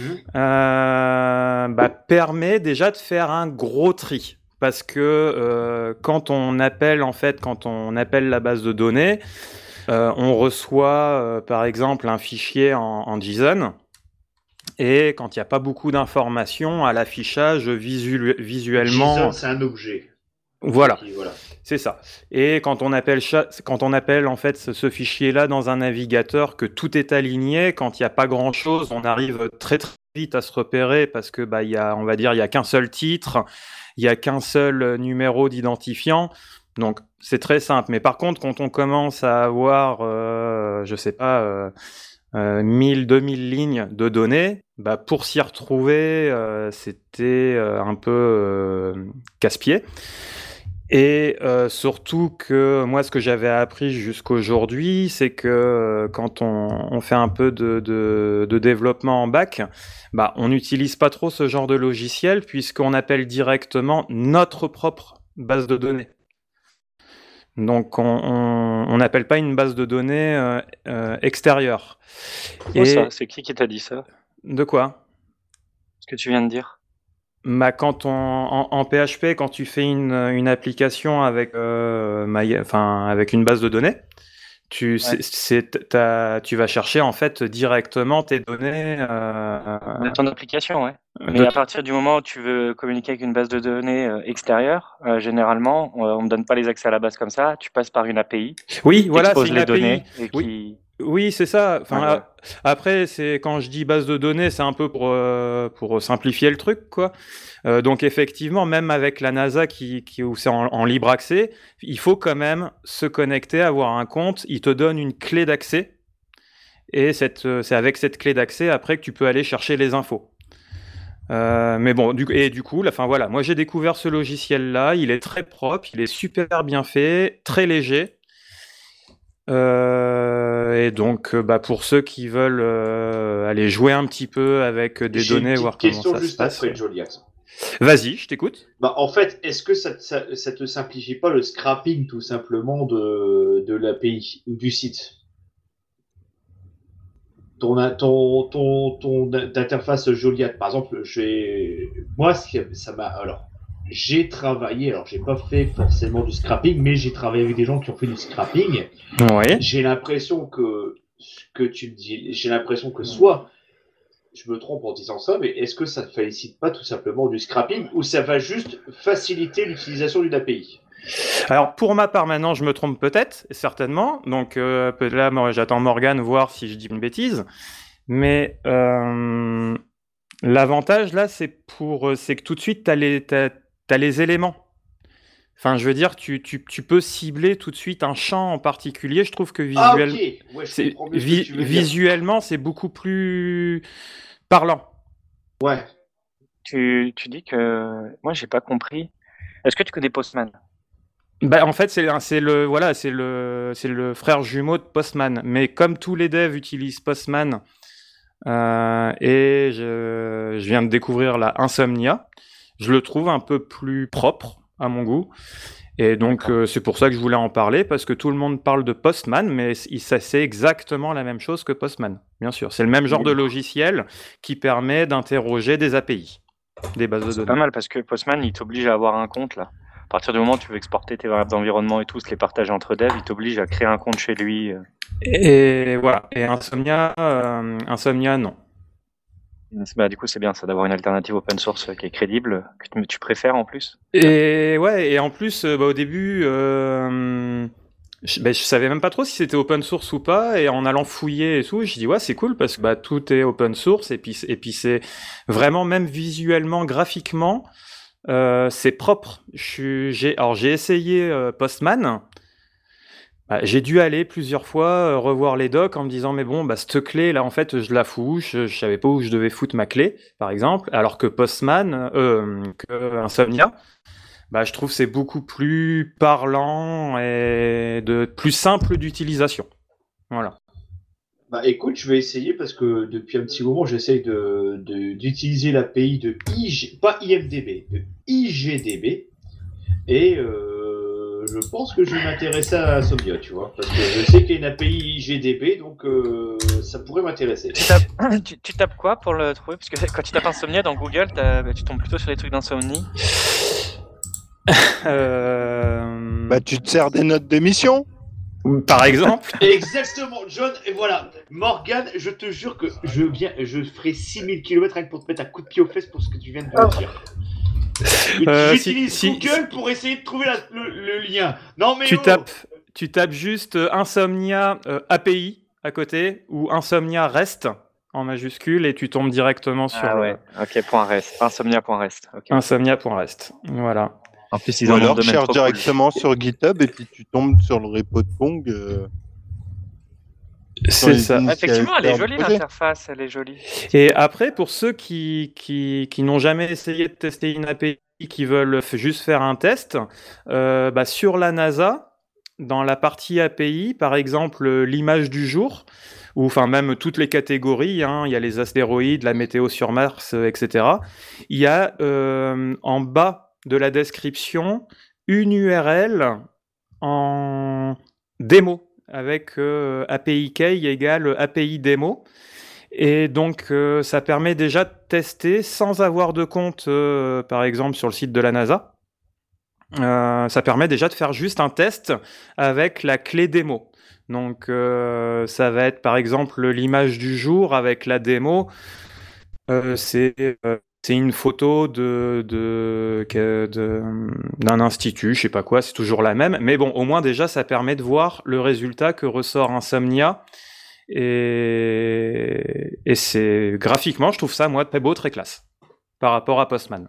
Euh, bah, permet déjà de faire un gros tri parce que euh, quand on appelle en fait quand on appelle la base de données, euh, on reçoit euh, par exemple un fichier en, en JSON et quand il n'y a pas beaucoup d'informations à l'affichage visu- visuellement. JSON, c'est un objet. Voilà. Okay, voilà. C'est ça. Et quand on appelle, cha- quand on appelle en fait ce, ce fichier-là dans un navigateur, que tout est aligné, quand il n'y a pas grand-chose, on arrive très très vite à se repérer parce que bah il y a, on va dire, il y a qu'un seul titre, il y a qu'un seul numéro d'identifiant. Donc c'est très simple. Mais par contre, quand on commence à avoir, euh, je sais pas, euh, euh, mille, deux mille lignes de données, bah pour s'y retrouver, euh, c'était euh, un peu euh, casse-pied. Et euh, surtout que moi, ce que j'avais appris jusqu'aujourd'hui, c'est que euh, quand on, on fait un peu de, de, de développement en bac, bah, on n'utilise pas trop ce genre de logiciel puisqu'on appelle directement notre propre base de données. Donc, on n'appelle pas une base de données euh, euh, extérieure. Et ça, c'est qui qui t'a dit ça? De quoi? Ce que tu viens de dire. Bah, quand on, en, en P H P, quand tu fais une, une application avec, euh, my, enfin, avec une base de données, tu, ouais. c'est, c'est, tu vas chercher en fait directement tes données. Euh, de ton application, ouais. Mais de... à partir du moment où tu veux communiquer avec une base de données euh, extérieure, euh, généralement, on ne donne pas les accès à la base comme ça. Tu passes par une A P I. Oui, voilà, c'est une les A P I. Données et oui. qui... Oui, c'est ça. Enfin, ouais, ouais. Après, c'est quand je dis base de données, c'est un peu pour euh, pour simplifier le truc, quoi. Euh, donc effectivement, même avec la NASA qui, qui où c'est en, en libre accès, il faut quand même se connecter, avoir un compte. Il te donne une clé d'accès et cette, c'est avec cette clé d'accès après que tu peux aller chercher les infos. Euh, mais bon, du, et du coup, enfin voilà, moi j'ai découvert ce logiciel-là. Il est très propre, il est super bien fait, très léger. Euh, et donc, bah, pour ceux qui veulent euh, aller jouer un petit peu avec des J'ai données, une voir question comment ça juste se passe. après, Joliat. Vas-y, je t'écoute. Bah, en fait, est-ce que ça, ça, ça te simplifie pas le scrapping tout simplement de, de l'A P I ou du site? Ton, ton, ton, ton, ton interface Joliat, par exemple, j'ai, moi, ça m'a, alors, j'ai travaillé, alors j'ai pas fait forcément du scrapping, mais j'ai travaillé avec des gens qui ont fait du scrapping. Ouais. J'ai l'impression que, que tu me dis, j'ai l'impression que soit, je me trompe en disant ça, mais est-ce que ça ne félicite pas tout simplement du scrapping ou ça va juste faciliter l'utilisation d'une A P I? Alors pour ma part maintenant, je me trompe peut-être, certainement. Donc euh, là, moi, j'attends Morgane voir si je dis une bêtise. Mais euh, l'avantage là, c'est pour, c'est que tout de suite, t'as les, t'as, t'as les éléments. Enfin, je veux dire, tu, tu, tu peux cibler tout de suite un champ en particulier. Je trouve que visuel... ah, okay. ouais, c'est, vi- visuellement, c'est beaucoup plus parlant. Ouais. Tu, tu dis que moi, j'ai pas compris. Est-ce que tu connais Postman? Bah, en fait, c'est, c'est, le, voilà, c'est, le, c'est le frère jumeau de Postman. Mais comme tous les devs utilisent Postman, euh, et je, je viens de découvrir la Insomnia, je le trouve un peu plus propre à mon goût. Et donc, euh, c'est pour ça que je voulais en parler, parce que tout le monde parle de Postman, mais ça, c'est exactement la même chose que Postman, bien sûr. C'est le même genre de logiciel qui permet d'interroger des A P I, des bases de données. C'est pas mal, parce que Postman, il t'oblige à avoir un compte, là. À partir du moment où tu veux exporter tes variables d'environnement et tout, se les partager entre devs, il t'oblige à créer un compte chez lui. Et voilà. Et Insomnia, euh, Insomnia, non. Bah, du coup, c'est bien ça d'avoir une alternative open source qui est crédible, que tu préfères en plus. Et ouais, et en plus, bah, au début, euh, Je, ben, je savais même pas trop si c'était open source ou pas, et en allant fouiller et tout, je dis ouais c'est cool parce que bah tout est open source et puis et puis c'est vraiment même visuellement, graphiquement, euh, c'est propre. Je suis, j'ai alors j'ai essayé euh, Postman. Bah, j'ai dû aller plusieurs fois euh, revoir les docs en me disant mais bon bah cette clé là en fait je la fous, je, je savais pas où je devais foutre ma clé par exemple, alors que Postman, euh, que Insomnia. Bah, je trouve que c'est beaucoup plus parlant et de plus simple d'utilisation. Voilà. Bah écoute, je vais essayer parce que depuis un petit moment, j'essaye de, de- d'utiliser l'A P I de I G, pas I M D B, de I G D B. Et euh, je pense que je vais m'intéresser à Insomnia, tu vois. Parce que je sais qu'il y a une A P I I G D B, donc euh, ça pourrait m'intéresser. Tu tapes, tu, tu tapes quoi pour le trouver? Parce que quand tu tapes Insomnia dans Google, t'as- bah, tu tombes plutôt sur les trucs d'insomnie. Euh, Bah, tu te sers des notes d'émission. Par exemple. Exactement, John, et voilà. Morgane, je te jure que je viens, je ferai six mille kilomètres rien que pour te mettre un coup de pied aux fesses pour ce que tu viens de me dire. Euh, J'utilise si- si- Google pour essayer de trouver la- le, le lien. Non mais Tu oh. tapes, tu tapes juste euh, Insomnia euh, A P I à côté ou Insomnia REST en majuscule et tu tombes directement sur Ah le ouais, ok, point rest. Insomnia.rest. Ok. insomnia.rest. Voilà. En plus, ils Ou ont un nom alors de domaine cherche trop cool. directement sur GitHub et puis tu tombes sur le repo de Pong. euh, sur C'est les ça. initiales Effectivement, elle est du jolie projet. l'interface, elle est jolie. Et après, pour ceux qui, qui, qui n'ont jamais essayé de tester une A P I, qui veulent f- juste faire un test, euh, bah, sur la NASA, dans la partie A P I, par exemple, euh, l'image du jour, ou enfin même toutes les catégories, hein, il y a les astéroïdes, la météo sur Mars, euh, et cetera. Il y a euh, en bas de la description une U R L en démo avec euh, A P I key égale A P I démo. Et donc, euh, ça permet déjà de tester sans avoir de compte, euh, par exemple, sur le site de la NASA. Euh, ça permet déjà de faire juste un test avec la clé démo. Donc, euh, ça va être, par exemple, l'image du jour avec la démo. Euh, c'est euh, c'est une photo de, de, que- de- d'un institut, je sais pas quoi, c'est toujours la même. Mais bon, au moins, déjà, ça permet de voir le résultat que ressort Insomnia. Et, et c'est graphiquement, je trouve ça moi très beau, très classe par rapport à Postman.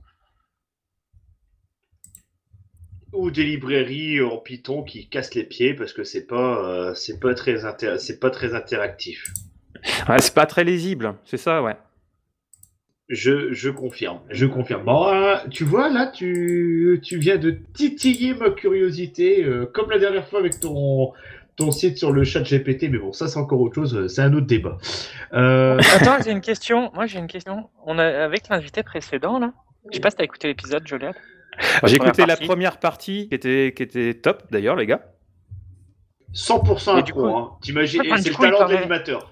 Ou des librairies en Python qui cassent les pieds parce que c'est pas, euh, c'est pas très intér- c'est pas très interactif. Ouais, c'est pas très lisible, c'est ça, ouais. Je, je confirme, je confirme. Bon, euh, tu vois, là, tu, tu viens de titiller ma curiosité, euh, comme la dernière fois avec ton, ton site sur le chat G P T, mais bon, ça c'est encore autre chose, c'est un autre débat. Euh, Attends, j'ai une question. Moi, j'ai une question. On a, avec l'invité précédent, là, je sais pas si t'as écouté l'épisode, Joliette. Alors, j'ai première écouté la partie. première partie qui était, qui était top d'ailleurs, les gars. cent pour cent Et impro, du coup- hein. T'imagines, Ah, et c'est du le coup, il talent de parlait- l'animateur.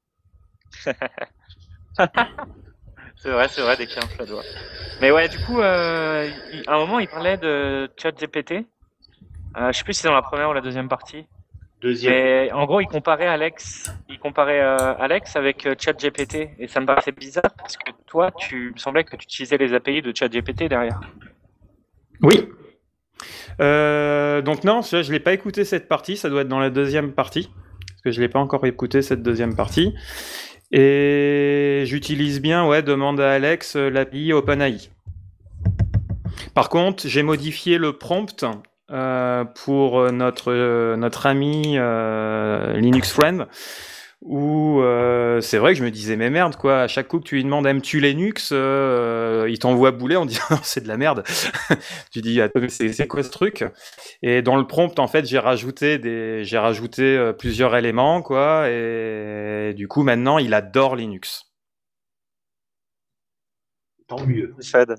C'est vrai, c'est vrai, dès qu'il y a un flat doigt. Mais ouais, du coup, euh, il- à un moment, il parlait de ChatGPT. Euh, je sais plus si c'est dans la première ou la deuxième partie. Deuxième. Mais en gros, il comparait Alex, il comparait euh, Alex avec euh, ChatGPT, et ça me paraissait bizarre parce que toi, tu il me semblait que tu utilisais les A P I de ChatGPT derrière. Oui. Euh, donc non, je ne l'ai pas écouté cette partie, ça doit être dans la deuxième partie, parce que je l'ai pas encore écouté cette deuxième partie. Et j'utilise bien, ouais, demande à Alex euh, l'A P I OpenAI. Par contre, j'ai modifié le prompt euh, pour notre, euh, notre ami euh, Linux Friend, où euh, c'est vrai que je me disais, mais merde, quoi, à chaque coup que tu lui demandes aimes-tu Linux, euh, il t'envoie bouler en disant c'est de la merde. Tu dis, attends, c'est, c'est quoi ce truc? Et dans le prompt, en fait, j'ai rajouté, des, j'ai rajouté euh, plusieurs éléments, quoi, et du coup, maintenant, il adore Linux. Tant mieux. Fed.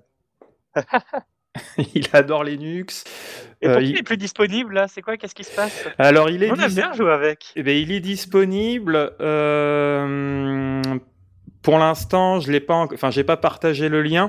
Il adore Linux. Et Euh, pourquoi il- il est plus disponible là? C'est quoi? Qu'est-ce qui se passe? Alors, il est, On aime dis- bien jouer avec. eh ben, il est disponible. euh, Pour l'instant, je l'ai pas, en- enfin, j'ai pas partagé le lien.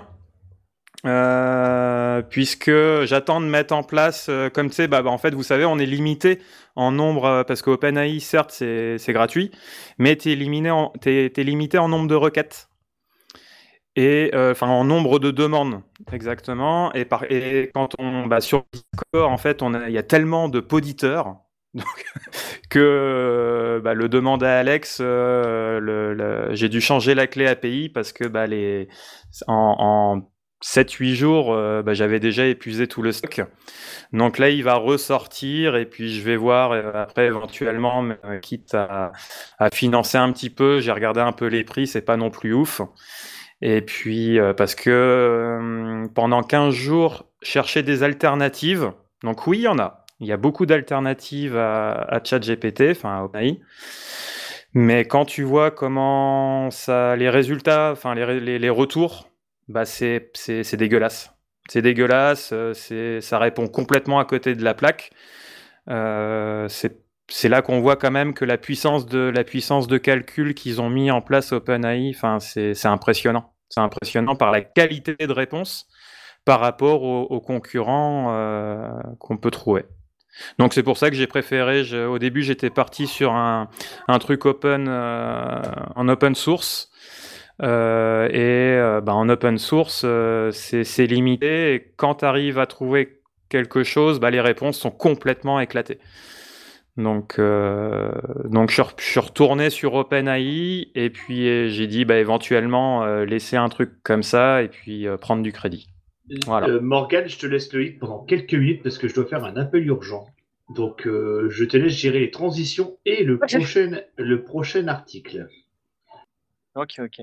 Euh, puisque j'attends de mettre en place, euh, comme tu sais, bah, bah, en fait, vous savez, on est limité en nombre, euh, parce que OpenAI, certes, c'est, c'est gratuit, mais tu es limité, t'es, t'es limité en nombre de requêtes. Et euh, enfin en nombre de demandes, exactement. Et, par, et quand on, bah, sur Discord, en fait, on a, il y a tellement de poditeurs, Donc, que euh, bah, le demande à Alex, euh, le, le- j'ai dû changer la clé A P I parce que bah, les, en, en sept huit jours, euh, bah, j'avais déjà épuisé tout le stock. Donc là, il va ressortir et puis je vais voir euh, après éventuellement, mais, euh, quitte à, à financer un petit peu, j'ai regardé un peu les prix, c'est pas non plus ouf. Et puis euh, parce que euh, pendant quinze jours, chercher des alternatives. Donc oui, il y en a. Il y a beaucoup d'alternatives à, à ChatGPT, enfin à OpenAI. Mais quand tu vois comment ça, les résultats, enfin les, les, les retours, bah c'est, c'est, c'est dégueulasse. C'est dégueulasse, euh, c'est, ça répond complètement à côté de la plaque. Euh, c'est, c'est là qu'on voit quand même que la puissance de, la puissance de calcul qu'ils ont mis en place OpenAI, enfin c'est, c'est impressionnant. C'est impressionnant par la qualité de réponse par rapport aux, aux concurrents euh, qu'on peut trouver. Donc c'est pour ça que j'ai préféré. Je, au début, j'étais parti sur un, un truc open euh, en open source. Euh, et euh, bah, en open source, euh, c'est, c'est limité. Et quand tu arrives à trouver quelque chose, bah, les réponses sont complètement éclatées. Donc, euh, donc je, je suis retourné sur OpenAI et puis euh, j'ai dit bah, éventuellement euh, laisser un truc comme ça et puis euh, prendre du crédit. Voilà. Euh, Morgane, je te laisse le hit pendant quelques minutes parce que je dois faire un appel urgent. Donc, euh, je te laisse gérer les transitions et le Ok. prochain, le prochain article. Ok, ok.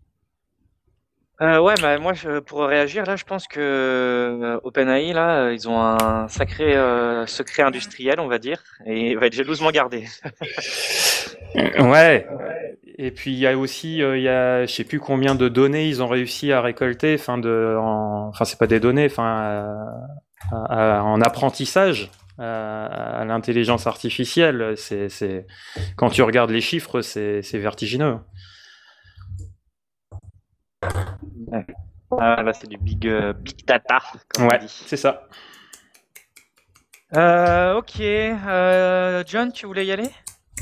Euh, ouais, bah, moi, je, pour réagir, là, je pense que euh, OpenAI, là, euh, ils ont un sacré euh, secret industriel, on va dire, et il va être jalousement gardé. Ouais. Et puis il y a aussi, euh, il y a, je sais plus combien de données ils ont réussi à récolter, enfin de, en, enfin c'est pas des données, enfin à- à- en apprentissage à, à l'intelligence artificielle. C'est, c'est, quand tu regardes les chiffres, c'est, c'est vertigineux. Ouais. Ah, là, c'est du big, euh, big data, comme on Ouais, dit. c'est ça. Euh, ok. Euh, John, tu voulais y aller?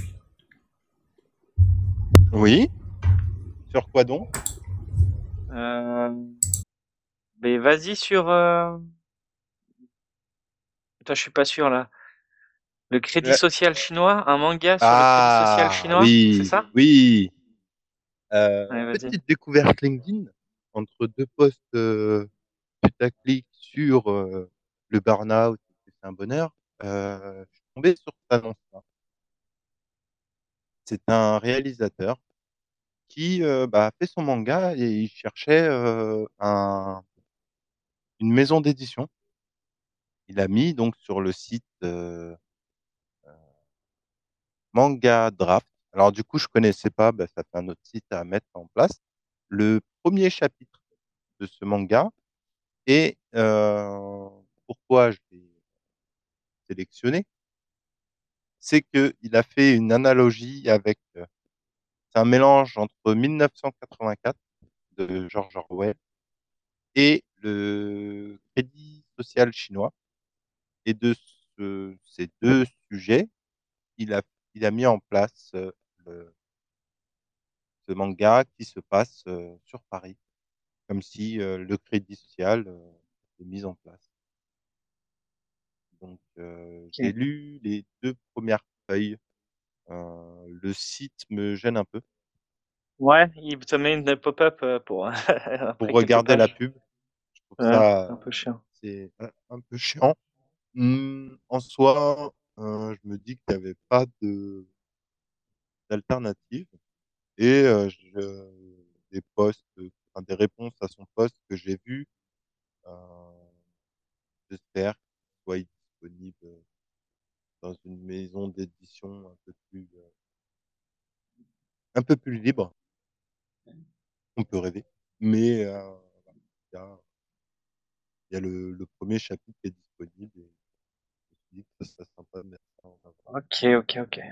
Oui. Sur quoi donc? Euh, mais vas-y sur. Euh... Putain, je suis pas sûr là. Le Crédit Le- Social chinois, un manga sur le Crédit Social Ah chinois, c'est oui, ça? oui. Euh, Allez, vas-y. petite découverte LinkedIn entre deux posts euh, putaclic sur euh, le burn-out, c'est un bonheur. Euh, je suis tombé sur cette annonce-là. C'est un réalisateur qui euh, bah, a fait son manga et il cherchait euh, un, une maison d'édition. Il a mis donc sur le site euh, Manga Draft. Alors du coup, je connaissais pas, bah, ça fait un autre site à mettre en place. Le premier chapitre de ce manga et euh, pourquoi je l'ai sélectionné, c'est que il a fait une analogie avec, euh, c'est un mélange entre mille neuf cent quatre-vingt-quatre de George Orwell et le Crédit social chinois. Et de ce- ces deux sujets, il a, il a mis en place euh, le- ce manga qui se passe euh, sur Paris, comme si euh, le crédit social euh, était mis en place. Donc, euh, j'ai Ok. lu les deux premières feuilles. Euh, le site me gêne un peu Ouais, il te met une pop-up euh, pour pour après quelques regarder la pages. pub. Je trouve Ouais, c'est ça un peu chiant. c'est un, un peu chiant. Hum, en soi, euh, je me dis qu'il n'y avait pas de d'alternative et euh, je, des posts, enfin, des réponses à son post que j'ai vu, euh, j'espère qu'il soit disponible dans une maison d'édition un peu plus euh, un peu plus libre. On peut rêver, mais euh, voilà, il y a, il y a le, le premier chapitre qui est disponible et je me suis dit que ça serait sympa de mettre ça en avant. Ok, ok, ok.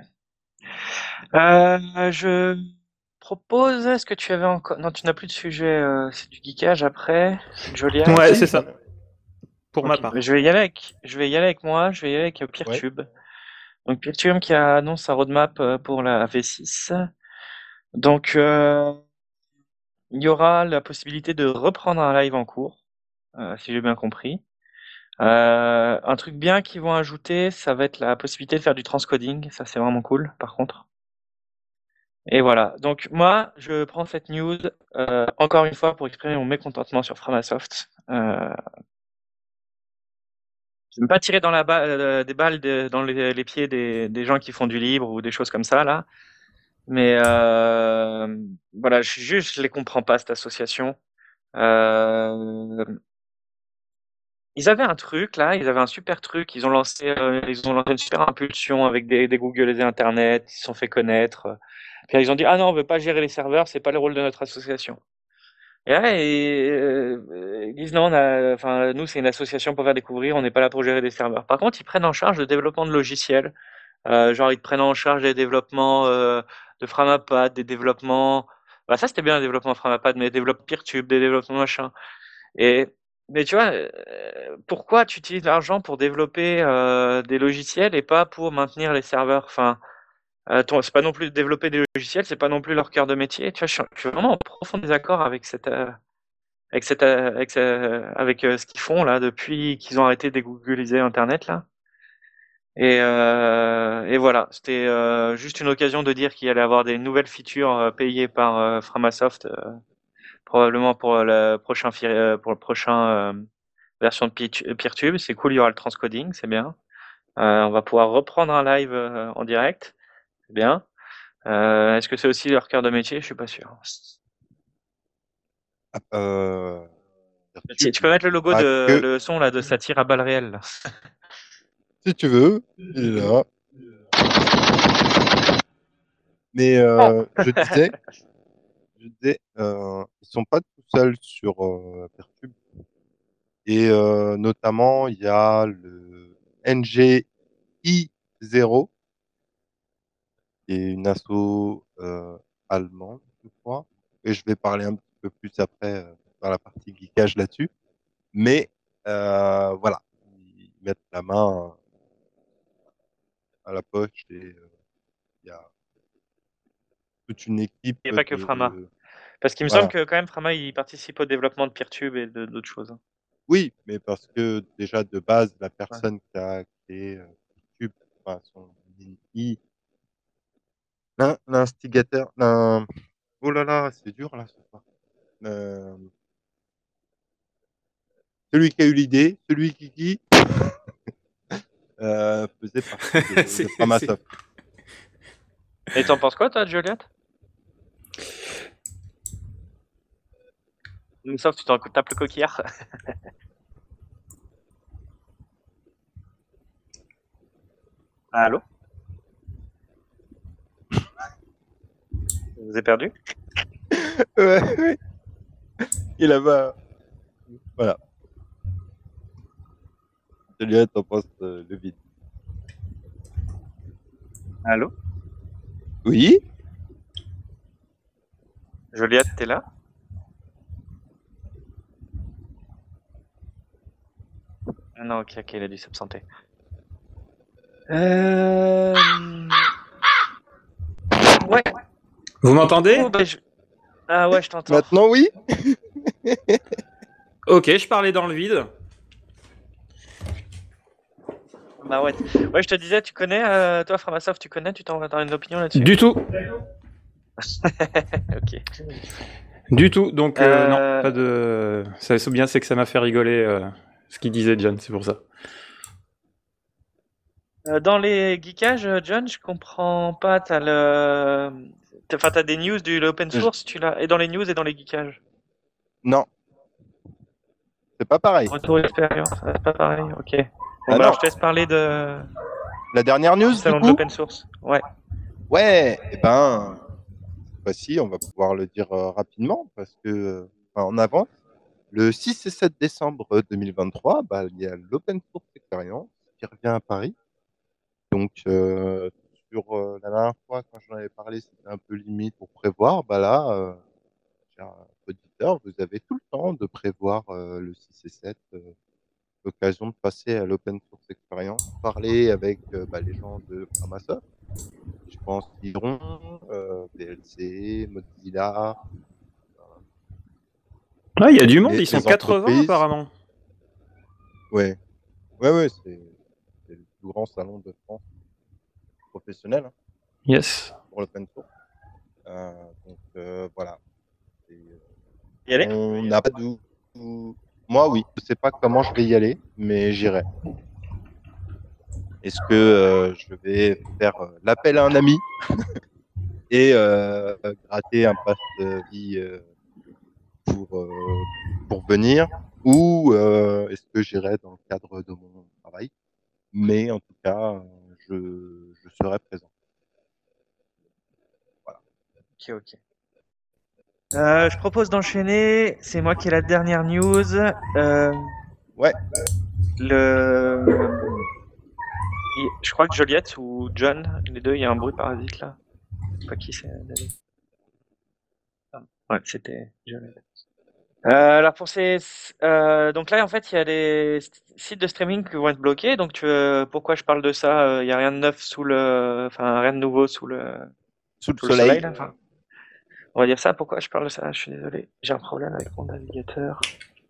Euh, je propose, est-ce que tu avais encore... Non, tu n'as plus de sujet, euh, c'est du geekage après, c'est de Ah Ouais, Joliage. c'est si, j'en ça. ai. Pour ma Ok, mais part. je vais y aller avec, je vais y aller avec moi, je vais y aller avec euh, Ouais. Peertube. Donc Peertube qui annonce sa roadmap euh, pour la V six. Donc euh, il y aura la possibilité de reprendre un live en cours, euh, si j'ai bien compris. Euh, un truc bien qu'ils vont ajouter, ça va être la possibilité de faire du transcoding. Ça, c'est vraiment cool, par contre. Et voilà. Donc moi, je prends cette news euh, encore une fois pour exprimer mon mécontentement sur Framasoft. Euh, je ne veux pas tirer dans la balle, euh, des balles de- dans les, les pieds des, des gens qui font du libre ou des choses comme ça là. Mais euh, voilà, je, juste je les comprends pas cette association. Euh, ils avaient un truc là, ils avaient un super truc. Ils ont lancé, euh, ils ont lancé une super impulsion avec des, des Google et des Internet. Ils se sont fait connaître. Puis ils ont dit ah non, on veut pas gérer les serveurs, c'est pas le rôle de notre association. Et là, et, euh, ils disent non, on a, enfin, nous, c'est une association pour faire découvrir, on n'est pas là pour gérer des serveurs. Par contre, ils prennent en charge le développement de logiciels. Euh, genre, ils te prennent en charge des développements euh, de Framapad, des développements. Bah, ça, c'était bien le développement Framapad, mais des développements Peertube, des développements machin. Et, mais tu vois, euh, pourquoi tu utilises l'argent pour développer euh, des logiciels et pas pour maintenir les serveurs? Enfin, euh, ton- c'est pas non plus développer des logiciels, c'est pas non plus leur cœur de métier. Tu vois, je suis, je suis vraiment en profond désaccord avec cette. euh, avec cette, euh, avec, ce- avec euh, ce qu'ils font là depuis qu'ils ont arrêté de googliser Internet là. Et, euh, et voilà, c'était euh, juste une occasion de dire qu'il allait avoir des nouvelles features euh, payées par euh, Framasoft, euh, probablement pour le prochain fi- euh, pour le prochain euh, version de Pi- Peertube. C'est cool, il y aura le transcoding, c'est bien. Euh, on va pouvoir reprendre un live euh, en direct, c'est bien. Euh, est-ce que c'est aussi leur cœur de métier? Je suis pas sûr. Ah, euh, Tu, Peertube, tu peux mettre le logo pas de que, le son là de satire à balles réelles. Là. si tu veux, il est là. Mais euh, je disais, je disais, euh, ils sont pas tout seuls sur euh, Peertube. Et euh, notamment, il y a le N G I zéro, qui est une asso euh, allemande, je crois. Et je vais parler un petit peu plus après euh, dans la partie geekage là-dessus. Mais euh, voilà, ils mettent la main à la poche et euh, il y a toute une équipe Il n'y a pas que Frama. de... Parce qu'il me semble Voilà. que quand même Frama il participe au développement de Peertube et de- d'autres choses. hein. Oui, mais parce que déjà de base, la Ouais. personne qui a créé euh, YouTube, enfin, son I, l'in- l'instigateur, l'in- oh là là, c'est dur là ce soir. Euh, celui qui a eu l'idée, celui qui, qui euh, faisait partie de, C'est- de c'est- Framasoft. Et t'en penses quoi toi, Juliette? Sauf que tu t'en tapes le coquillard. Allô? Je vous ai perdu? Ouais, ouais. Et là-bas, voilà. Juliette, t'en penses euh, le vide. Allô? Oui, Juliette, t'es là? Ah non, ok, ok, il a dû s'absenter. Euh... Ouais. Vous m'entendez? Oh, bah, je- Ah ouais, je t'entends. maintenant oui. Ok, je parlais dans le vide. Bah ouais. Ouais, je te disais, tu connais, euh, toi, Framasoft, tu connais, tu t'en as une opinion là-dessus? Du tout. Ok. Du tout. Donc, euh, Euh, non, pas de. Ça, c'est bien, c'est que ça m'a fait rigoler euh, ce qu'il disait, John, c'est pour ça. Euh, Dans les geekages, euh, John, je comprends pas. T'as le, t'as- enfin, t'as des news du l'open Je- source, tu l'as, et dans les news et dans les geekages. Non, c'est pas pareil. Retour d'expérience, ah, c'est pas pareil. Ok. Bon, Ah bah, non. alors, je te laisse parler de La dernière news, du du salon de coup. l'open source. Ouais. Ouais, et ben, cette fois-ci, on va pouvoir le dire euh, rapidement parce que, euh, enfin, en avance. Le six et sept décembre deux mille vingt-trois, bah, il y a l'Open Source Experience qui revient à Paris. Donc, euh, sur euh, la dernière fois, quand j'en avais parlé, c'était un peu limite pour prévoir. Bah là, euh, chers auditeurs, vous avez tout le temps de prévoir euh, le six et sept, euh, l'occasion de passer à l'Open Source Experience, parler avec euh, bah, les gens de Framasoft. Je pense Hydron, euh, V L C, Mozilla. Ah, il y a du monde, Les- ils sont les quatre-vingts entreprises. apparemment. Ouais. Ouais, ouais, c'est c'est le plus grand salon de France professionnel hein, Yes. pour l'open source. Euh, donc euh, voilà. Et, euh, Y aller? on n'a pas de. Moi, oui. Je sais pas comment je vais y aller, mais j'irai. Est-ce que euh, je vais faire euh, l'appel à un ami et euh, gratter un pass de vie euh, pour euh, pour venir, ou euh, est-ce que j'irai dans le cadre de mon travail? Mais en tout cas, euh, je, je serai présent. Voilà. Ok, ok. Euh, je propose d'enchaîner. C'est moi qui ai la dernière news. Euh, Ouais. le... il- Je crois que Joliette ou John, les deux, il y a un bruit parasite là. Je sais pas qui c'est. Ah, ouais, c'était Joliette. Euh, alors pour ces, euh, donc là en fait il y a des st- sites de streaming qui vont être bloqués. Donc tu, euh, pourquoi je parle de ça? euh, Il y a rien de neuf sous le, enfin rien de nouveau sous le, Sous le sous le soleil soleil. là. Enfin, on va dire ça. Pourquoi je parle de ça? Je suis désolé, j'ai un problème avec mon navigateur.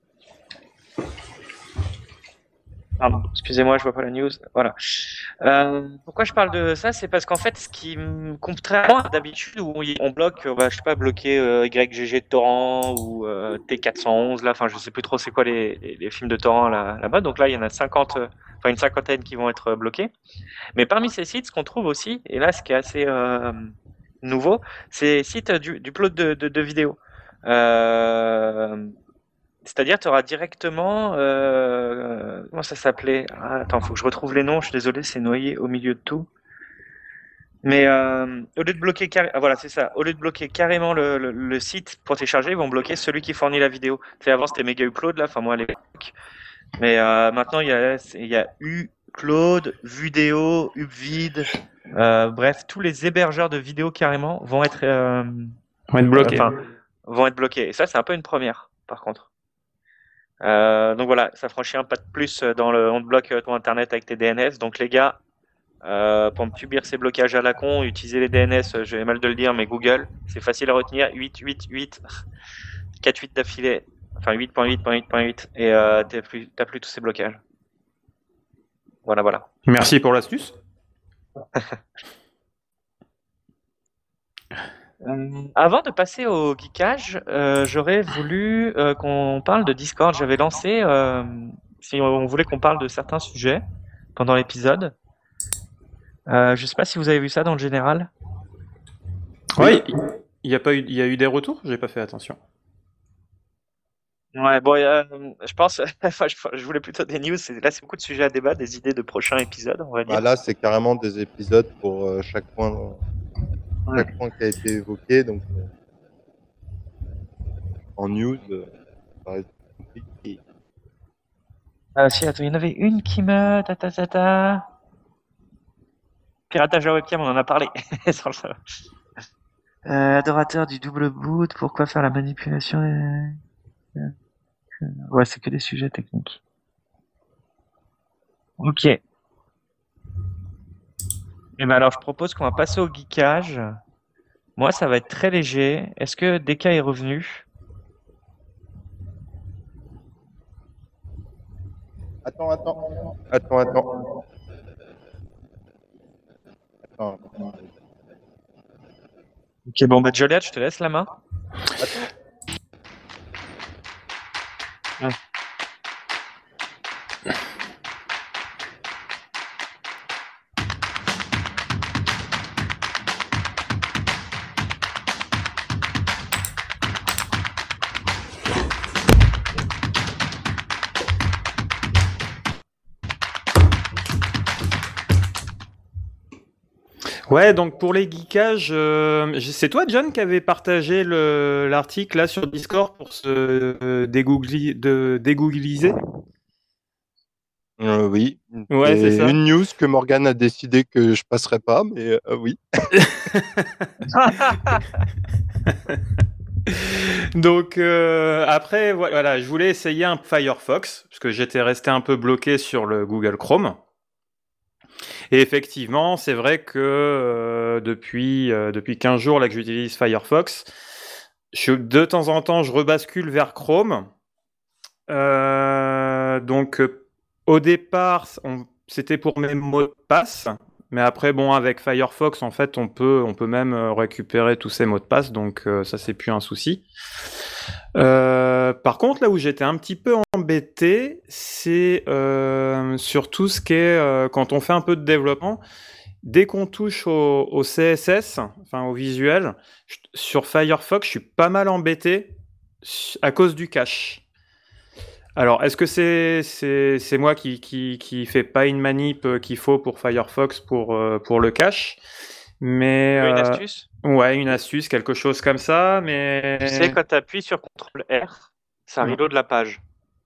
Pardon, excusez-moi, je vois pas la news. Voilà. Euh, pourquoi je parle de ça? C'est parce qu'en fait, ce qui, me- contrairement à d'habitude où on, y- on bloque, euh, bah, je sais pas, bloquer euh, Y G G de torrent ou euh, T quatre cent onze là, enfin, je sais plus trop c'est quoi les, les, les films de torrent là, là-bas. Donc là, il y en a cinquante, euh, enfin une cinquantaine qui vont être euh, bloqués. Mais parmi ces sites, ce qu'on trouve aussi, et là, ce qui est assez euh, nouveau, c'est sites du, du plot de, de, de vidéos. Euh, c'est-à-dire, tu auras directement. Euh, comment ça s'appelait? Ah, attends, faut que je retrouve les noms. Je suis désolé, c'est noyé au milieu de tout. Mais euh, au lieu de bloquer carré- ah, voilà, c'est ça. Au lieu de bloquer carrément le, le, le site pour télécharger, ils vont bloquer celui qui fournit la vidéo. Tu sais, avant c'était Mega Upload là, enfin moi à l'époque. Mais euh, maintenant il y a il y a Ucloud, Vidéo, Upvid, euh, bref, tous les hébergeurs de vidéos carrément vont être euh, On va être bloqué. enfin vont être bloqués. Et ça c'est un peu une première, par contre. Euh, donc voilà, ça franchit un pas de plus dans le on te bloque ton internet avec tes D N S. Donc les gars, euh, pour me subir ces blocages à la con, utilisez les D N S, j'ai mal de le dire, mais Google, c'est facile à retenir, huit huit huit, quatre huit d'affilée, enfin huit point huit point huit point huit, et euh, t'as plus, t'as plus tous ces blocages. Voilà, voilà. Merci pour l'astuce. Euh, avant de passer au geekage, euh, j'aurais voulu euh, qu'on parle de Discord. J'avais lancé, euh, si on voulait qu'on parle de certains sujets pendant l'épisode. Euh, je sais pas si vous avez vu ça dans le général. Oui, il y a pas eu, il y a eu des retours. J'ai pas fait attention. Ouais, bon, euh, je pense, enfin, je, je voulais plutôt des news. c'est- Là, c'est beaucoup de sujets à débat, des idées de prochains épisodes, on va dire. Bah, là, c'est carrément des épisodes pour euh, chaque point, Ouais. chaque point qui a été évoqué. Donc, euh, en news, euh, ça reste compliqué. Ah, si, attends, il y en avait une qui me. Ta, ta, ta, ta. Piratage à webcam, on en a parlé. Sur le- Euh, adorateur du double boot, pourquoi faire la manipulation des- Ouais, c'est que des sujets techniques. Ok. Et ben alors, je propose qu'on va passer au geekage. Moi, ça va être très léger. Est-ce que D K est revenu? Attends, attends, attends, attends. Attends, attends. Ok, bon, bah, Joliette, je te laisse la main. Ah. Ouais, donc pour les geekages, euh, c'est toi, John, qui avait partagé le- l'article là sur Discord pour se euh, dégoogli- de dégoogliser. Euh, oui. Ouais, c'est ça. Une news que Morgane a décidé que je passerai pas, mais euh, oui. Donc euh, après, voilà, je voulais essayer un Firefox parce que j'étais resté un peu bloqué sur le Google Chrome. Et effectivement, c'est vrai que euh, depuis, euh, depuis quinze jours là, que j'utilise Firefox, je, de temps en temps, je rebascule vers Chrome. Euh, donc, au départ, on- c'était pour mes mots de passe. Mais après, bon, avec Firefox, en fait, on peut, on peut même euh, récupérer tous ces mots de passe, donc euh, ça, c'est plus un souci. Euh, par contre, là où j'étais un petit peu embêté, c'est euh, sur tout ce qui est euh, quand on fait un peu de développement, dès qu'on touche au, au C S S, enfin au visuel, je- sur Firefox, je suis pas mal embêté s- à cause du cache. Alors, est-ce que c'est c'est c'est moi qui qui qui fait pas une manip euh, qu'il faut pour Firefox pour euh, pour le cache, mais Tu veux une euh, astuce? ouais, une astuce, quelque chose comme ça, Tu sais, mais quand tu appuies sur contrôle R, ça Ouais. reload la page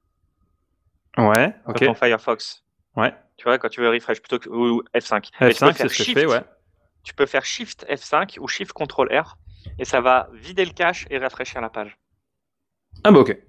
ouais, dans ok, ton Firefox. ouais. Tu vois, quand tu veux refresh plutôt que ou F cinq. Mais tu peux F cinq, c'est faire ce que je Shift, fais, ouais. tu peux faire Shift F cinq ou Shift contrôle R et ça va vider le cache et rafraîchir la page. Ah bah ok.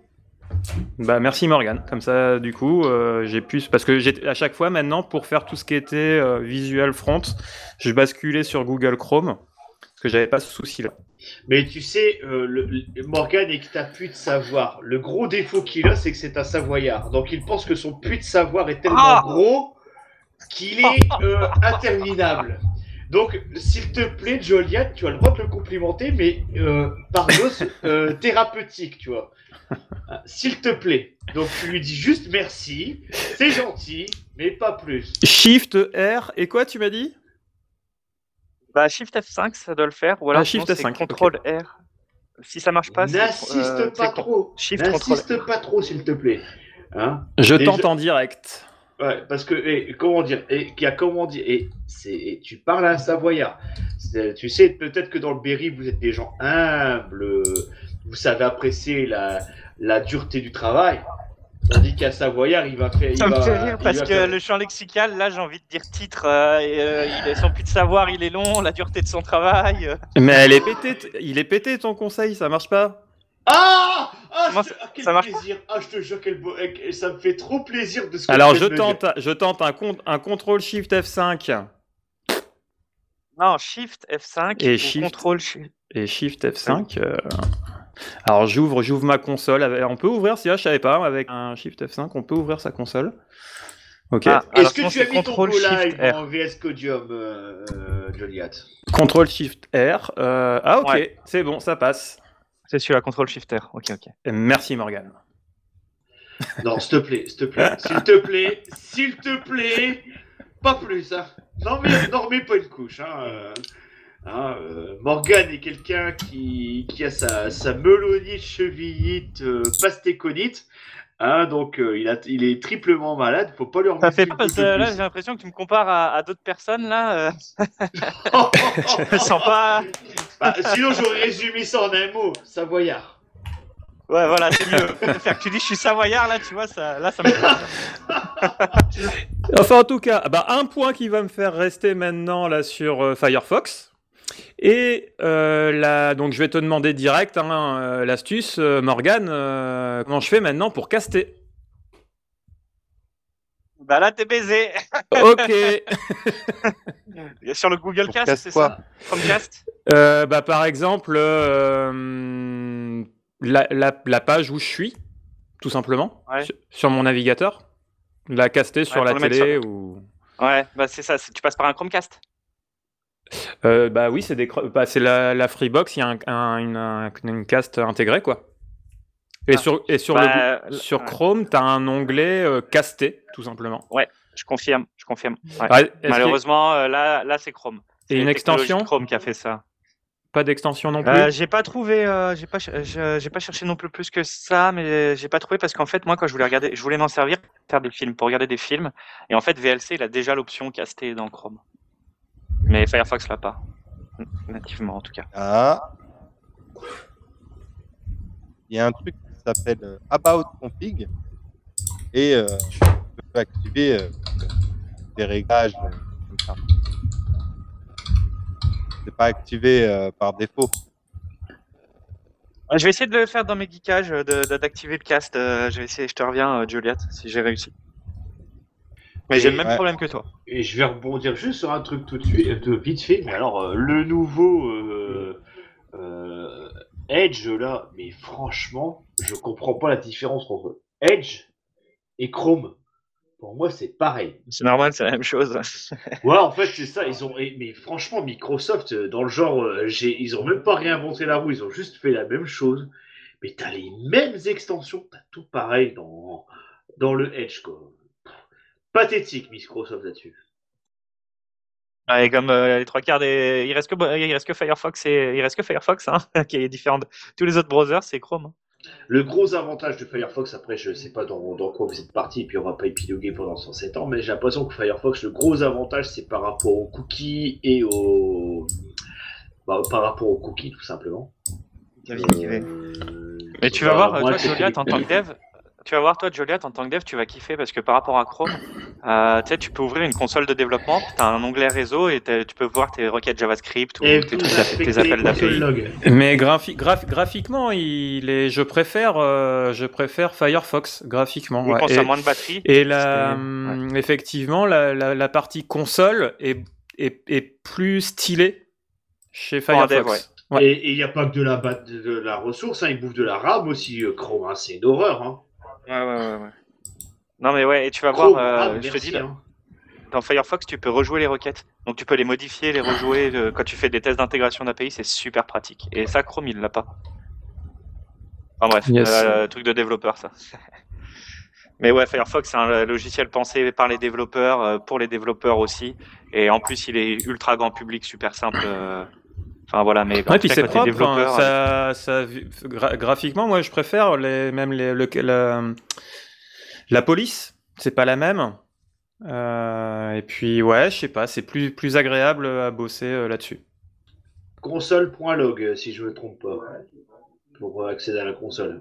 Bah merci Morgane. Comme ça, du coup, euh, j'ai pu parce que j'ai à chaque fois maintenant pour faire tout ce qui était euh, visual front, je basculais sur Google Chrome parce que j'avais pas ce souci-là. Mais tu sais, euh, le, le- Morgan est que t'as plus de savoir. Le gros défaut qu'il a, c'est que c'est un savoyard. Donc il pense que son puits de savoir est tellement Ah gros qu'il est euh, interminable. Donc, s'il te plaît, Joliat, tu as le droit de le complimenter, mais euh, par dose euh, thérapeutique, tu vois. Euh, S'il te plaît. Donc, tu lui dis juste merci, c'est gentil, mais pas plus. Shift R et quoi tu m'as dit? Bah Shift F cinq, ça doit le faire, ou alors Ah, sinon Shift c'est F cinq, contrôle R. Si ça marche pas, c'est N'insiste euh, pas c'est con- trop. Shift contrôle R. N'insiste pas trop, s'il te plaît. Hein Je Déjà- tente en direct. Ouais, parce que, et, comment dire, et, y a comment dire, et, c'est, et tu parles à un Savoyard. C'est- Tu sais, peut-être que dans le Berry, vous êtes des gens humbles, euh, vous savez apprécier la, la dureté du travail. Tandis qu'un Savoyard, il va faire. Il Ça me va, fait rire il parce va que faire- le champ lexical, là j'ai envie de dire titre, euh, et, euh, il est son plus de savoir, il est long, la dureté de son travail. euh. Mais elle est pétée, t- il est pété ton conseil, ça marche pas. Ah, ah, Comment je te- ah, quel ça marche plaisir. Ah, je te jure, quel beau... eh, ça me fait trop plaisir de ce que Alors tu je viens de me dire. tente, je tente un, con- un contrôle Shift F cinq Non, Shift F cinq Et ou Shift. contrôle Shift. et Shift F cinq. euh, Alors j'ouvre, j'ouvre ma console. avec- On peut ouvrir, si là, je savais pas, avec un Shift F cinq, on peut ouvrir sa console. Ok. Ah, Est-ce alors que sinon, tu as c'est mis ton contrôle Go Shift Live R. en V S Codium, euh, euh, Joliat? Contrôle Shift R. euh, Ah ok, Ouais. c'est bon, ça passe. C'est celui-là, contrôle Shift R. Ok, ok. Et merci Morgane. Non, s'il te plaît, s'il te plaît, s'il te plaît, s'il te plaît, pas plus, hein. Non mais, non, remets pas une couche, hein. euh, hein, euh, Morgane est quelqu'un qui, qui a sa, sa melonite, chevillite, euh, pastéconite, hein, donc euh, il, a, il est triplement malade, faut pas lui Ça remettre fait une pas parce couche que de là plus. j'ai l'impression que tu me compares à, à d'autres personnes là. euh, Je me sens pas. Bah, sinon j'aurais résumé ça en un mot, Savoyard. Ouais, voilà, c'est mieux. Faire que tu dis je suis savoyard là, tu vois, ça, là ça me. Enfin en tout cas, bah, un point qui va me faire rester maintenant là sur euh, Firefox. Et euh, là, donc je vais te demander direct hein, euh, l'astuce, euh, Morgane, euh, comment je fais maintenant pour caster. Bah là t'es baisé. Ok. Sur le Google Pour Cast, casse c'est quoi ça Chromecast. Euh, bah, par exemple, euh, la, la- la page où je suis, tout simplement, Ouais. sur, sur mon navigateur. La caster sur pour la le mettre télé sur- ou. Ouais, bah c'est ça. c'est- Tu passes par un Chromecast. Euh, bah oui, c'est des, cro- bah, c'est la, la Freebox, il y a un, un- une, un- une cast intégrée, quoi. Et Ah. sur, et sur, Bah, le, sur ouais. Chrome, tu as un onglet euh, casté, tout simplement. Je confirme, je confirme. Ouais. Ouais, est-ce qu'il y a- Malheureusement, euh, là, là c'est Chrome. Et C'est une la technologie extension de Chrome qui a fait ça. Pas d'extension non plus. Euh, j'ai pas trouvé, euh, j'ai pas, ch- je- j'ai pas cherché non plus plus que ça, mais j'ai pas trouvé parce qu'en fait, moi, quand je voulais regarder, je voulais m'en servir pour faire des films, pour regarder des films, et en fait, V L C, il a déjà l'option castée dans Chrome, mais Firefox l'a pas, nativement en tout cas. Ah. Il y a un truc qui s'appelle euh, About Config et euh, tu peux activer euh, des réglages euh, comme ça. C'est pas activé euh, par défaut. Euh, Je vais essayer de le faire dans mes geekages, euh, de- de- d'activer le cast. euh, Je vais essayer, je te reviens, euh, Juliette, si j'ai réussi. Mais j'ai le même Ouais. problème que toi. Et je vais rebondir juste sur un truc tout de suite, de vite fait. Mais alors, euh, le nouveau euh, euh, Edge, là, mais franchement, je comprends pas la différence entre Edge et Chrome. Pour moi, c'est pareil. C'est normal, c'est la même chose. Ouais, en fait, c'est ça. Ils ont, mais franchement, Microsoft, euh, dans le genre, euh, j'ai, ils ont même pas réinventé la roue. Ils ont juste fait la même chose. Mais t'as les mêmes extensions, t'as tout pareil dans, dans le Edge, quoi. Pathétique, Microsoft là-dessus. Ouais, et comme euh, les trois quarts des, il reste que il reste que Firefox et il reste que Firefox hein, qui est différent de tous les autres browsers, c'est Chrome. Hein. Le gros avantage de Firefox, après, je sais pas dans, dans quoi vous êtes parti, et puis on va pas épiloguer pendant cent sept ans, mais j'ai l'impression que Firefox, le gros avantage, c'est par rapport aux cookies et aux, bah, par rapport aux cookies, tout simplement. Euh, Mais tu vas voir, moi, toi, c'est Joliat, que en tant que dev, tu vas voir, toi, Joliat, en tant que dev, tu vas kiffer parce que par rapport à Chrome, euh, tu sais, tu peux ouvrir une console de développement, tu as un onglet réseau et t'as- tu peux voir tes requêtes JavaScript ou Et tes, vous trucs, tes inspectez appels les d'A P console I. log. Mais graphi- graph- graphiquement, il est, je préfère, euh, je préfère Firefox graphiquement. Il Ouais. consomme Et, moins de batterie. et la, c'est- ouais. hum, effectivement, la, la, la partie console est, est, est plus stylée chez Pour un dev, Firefox. ouais. Ouais. Et il n'y a pas que de la, bat- de, de la ressource, hein, il bouffe de la RAM aussi, euh, Chrome, hein, c'est une horreur. Hein. Ouais, ouais, ouais, ouais. Non, mais ouais, et tu vas Chrome, voir, euh, RAM, je te merci. dis, là, Hein. dans Firefox, tu peux rejouer les requêtes. Donc tu peux les modifier, les rejouer. euh, quand tu fais des tests d'intégration d'A P I, c'est super pratique. Et ça, Chrome, il l'a pas. Enfin bref, Yes. euh, truc de développeur, ça. Mais ouais, Firefox, c'est un logiciel pensé par les développeurs, euh, pour les développeurs aussi. Et en plus, il est ultra grand public, super simple. euh, Enfin voilà, mais en Ouais, tout puis cas, c'est côté propre. Hein, développeur, ça, ça, gra- graphiquement, moi, je préfère les, même les, le, la, la police. C'est pas la même. Euh, et puis ouais, je sais pas, c'est plus plus agréable à bosser euh, là-dessus. Console.log, euh, si je me trompe pas, pour euh, accéder à la console.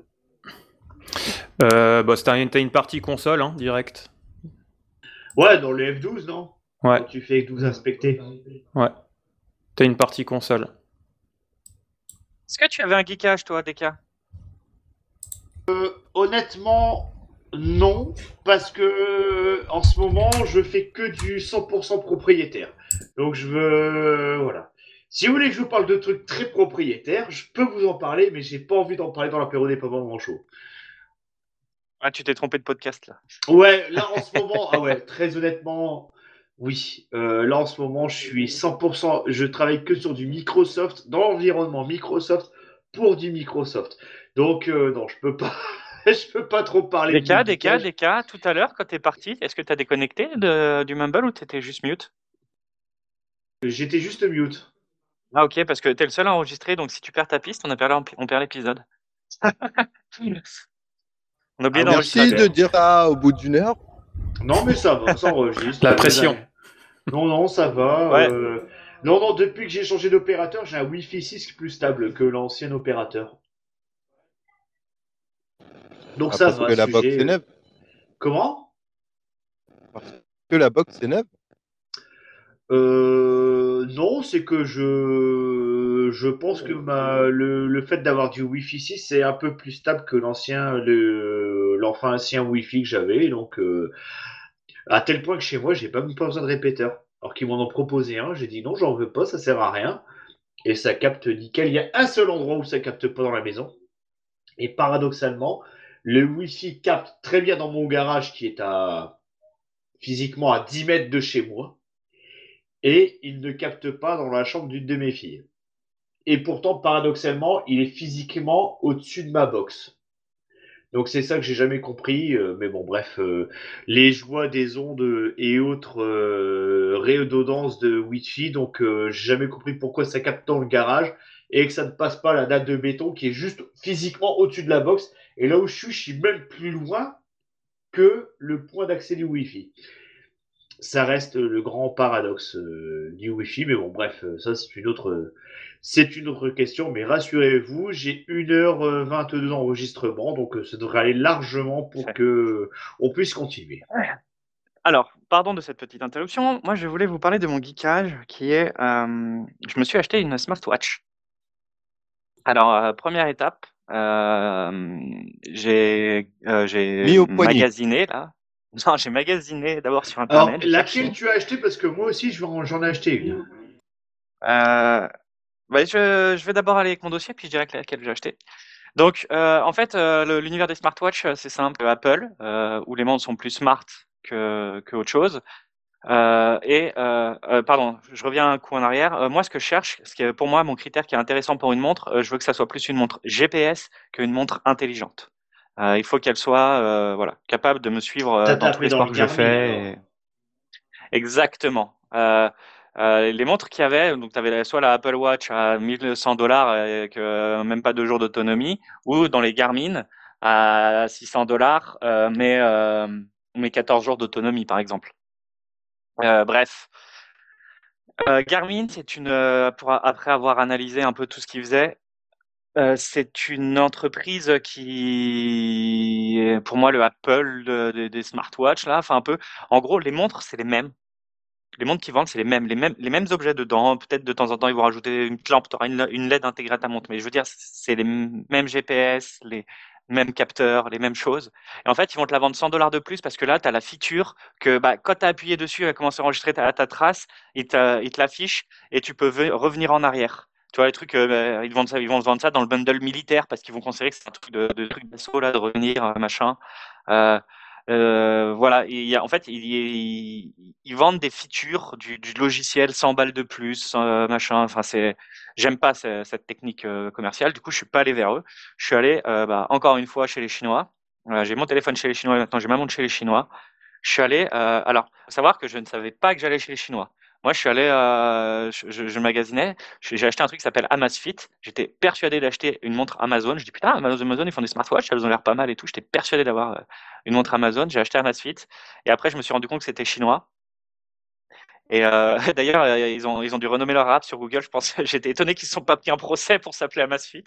Euh, bah, t'as une, t'as une partie console, hein, direct. Ouais, dans le F douze, non? Ouais, Quand tu fais F douze inspecté. ouais. T'as une partie console. est-ce que tu avais un geekage, toi, D K? Honnêtement, non, parce que en ce moment, je fais que du cent pour cent propriétaire. Donc je veux, voilà. Si vous voulez que je vous parle de trucs très propriétaires, je peux vous en parler, mais j'ai pas envie d'en parler dans l'apéro des pavants en chaud. Ah, tu t'es trompé de podcast, là. Ouais, là en ce moment, ah ouais, très honnêtement, oui. Euh, là en ce moment, je suis cent pour cent, je travaille que sur du Microsoft, dans l'environnement Microsoft, pour du Microsoft. Donc euh, non, je peux pas, je peux pas trop parler D K, de D K, geekage. D K, tout à l'heure, quand t'es parti, est-ce que t'as déconnecté de, du Mumble ou t'étais juste mute? J'étais juste mute. Ah, ok, parce que t'es le seul à enregistrer, donc si tu perds ta piste, on, a perdu, on perd l'épisode. On a oublié Ah, d'enregistrer. Merci ok. de dire ça au bout d'une heure. Non, mais ça va, ça enregistre. La Pas pression. besoin. Non, non, ça va. Ouais. euh, Non, non, depuis que j'ai changé d'opérateur, j'ai un Wi-Fi six plus stable que l'ancien opérateur. Donc Ah, ça parce va. que la box sujet- est neuve. Comment? Parce que la box est neuve. Euh, non, c'est que je, je pense que ma, le, le fait d'avoir du Wi-Fi six, c'est un peu plus stable que l'ancien, le, l'enfin ancien Wi-Fi que j'avais. Donc, euh, à tel point que chez moi, j'ai pas même pas besoin de répéteur. Alors qu'ils m'en ont proposé un, j'ai dit non, j'en veux pas, ça sert à rien. Et ça capte nickel. Il y a un seul endroit où ça capte pas dans la maison. Et paradoxalement, le Wi-Fi capte très bien dans mon garage qui est à, physiquement à dix mètres de chez moi. Et il ne capte pas dans la chambre d'une de mes filles. Et pourtant, paradoxalement, il est physiquement au-dessus de ma box. Donc c'est ça que j'ai jamais compris, euh, mais bon bref, euh, les joies des ondes et autres euh, réédodances de Wi-Fi, donc euh, j'ai jamais compris pourquoi ça capte dans le garage et que ça ne passe pas la dalle de béton qui est juste physiquement au-dessus de la box. Et là où je suis, je suis même plus loin que le point d'accès du Wi-Fi. Ça reste le grand paradoxe euh, du Wi-Fi, mais bon bref, euh, ça c'est une autre... C'est une autre question, mais rassurez-vous, j'ai une heure vingt-deux d'enregistrement, donc ça devrait aller largement pour que on puisse continuer. Alors, pardon de cette petite interruption. Moi, je voulais vous parler de mon geekage qui est, euh, je me suis acheté une smartwatch. Alors, euh, première étape, euh, j'ai euh, j'ai Mis au poignet. magasiné là. Non, j'ai magasiné d'abord sur Alors, internet. j'ai laquelle cherché. tu as acheté? Parce que moi aussi, je vais en- j'en ai acheté une. Euh, bah, je, je vais d'abord aller avec mon dossier, puis je dirai laquelle j'ai acheté. Donc, euh, en fait, euh, le- l'univers des smartwatches, euh, c'est simple. Apple, euh, où les montres sont plus smart que, que autre chose. Euh, et euh, euh, pardon, je reviens un coup en arrière. Euh, moi, ce que je cherche, ce qui est pour moi mon critère qui est intéressant pour une montre, euh, je veux que ça soit plus une montre G P S qu'une montre intelligente. Euh, il faut qu'elle soit euh, voilà capable de me suivre euh, T'as dans tous tapé les dans sports le que je Garmin fais. alors. et- Exactement. Euh, euh, les montres qu'il y avait, donc tu avais soit la Apple Watch à mille cent dollars avec euh, même pas deux jours d'autonomie, ou dans les Garmin à six cents dollars, euh, mais euh, mais quatorze jours d'autonomie par exemple. Euh, bref. Euh, Garmin, c'est une, euh, pour, après avoir analysé un peu tout ce qu'ils faisaient, euh, c'est une entreprise qui est pour moi le Apple de- de- des smartwatches là. Enfin un peu. En gros, les montres c'est les mêmes. Les montres qu'ils vendent c'est les mêmes, les mêmes, les mêmes objets dedans. Peut-être de temps en temps ils vont rajouter une lampe, t'auras une, une L E D intégrée à ta montre. Mais je veux dire, c'est les mêmes G P S, les mêmes capteurs, les mêmes choses. Et en fait, ils vont te la vendre cent dollars de plus parce que là, tu as la feature que bah, quand tu as appuyé dessus, elle commence à enregistrer ta, ta trace, il te, il te l'affiche et tu peux ve- revenir en arrière. Tu vois, les trucs, euh, ils, vendent ça, ils vont vendre ça dans le bundle militaire parce qu'ils vont considérer que c'est un truc de, de truc d'assaut, là, de revenir, euh, machin. Euh, euh, voilà, il y a, en fait, ils, ils, ils vendent des features du, du logiciel cent balles de plus, euh, machin. Enfin, c'est, j'aime pas ce- cette technique euh, commerciale. Du coup, je suis pas allé vers eux. Je suis allé, euh, bah, encore une fois, chez les Chinois. Voilà, j'ai mon téléphone chez les Chinois et maintenant j'ai ma montre chez les Chinois. Je suis allé, euh, alors, faut savoir que je ne savais pas que j'allais chez les Chinois. Moi, je suis allé, euh, je, je, je magasinais, j'ai j'ai acheté un truc qui s'appelle Amazfit. J'étais persuadé d'acheter une montre Amazon. Je dis putain, Amazon, Amazon, ils font des smartwatches, elles ont l'air pas mal et tout. J'étais persuadé d'avoir euh, une montre Amazon. J'ai acheté Amazfit et après, je me suis rendu compte que c'était chinois. Et euh, d'ailleurs, euh, ils ont, ils ont dû renommer leur app sur Google. Je pense, j'étais étonné qu'ils ne se sont pas pris un procès pour s'appeler Amazfit.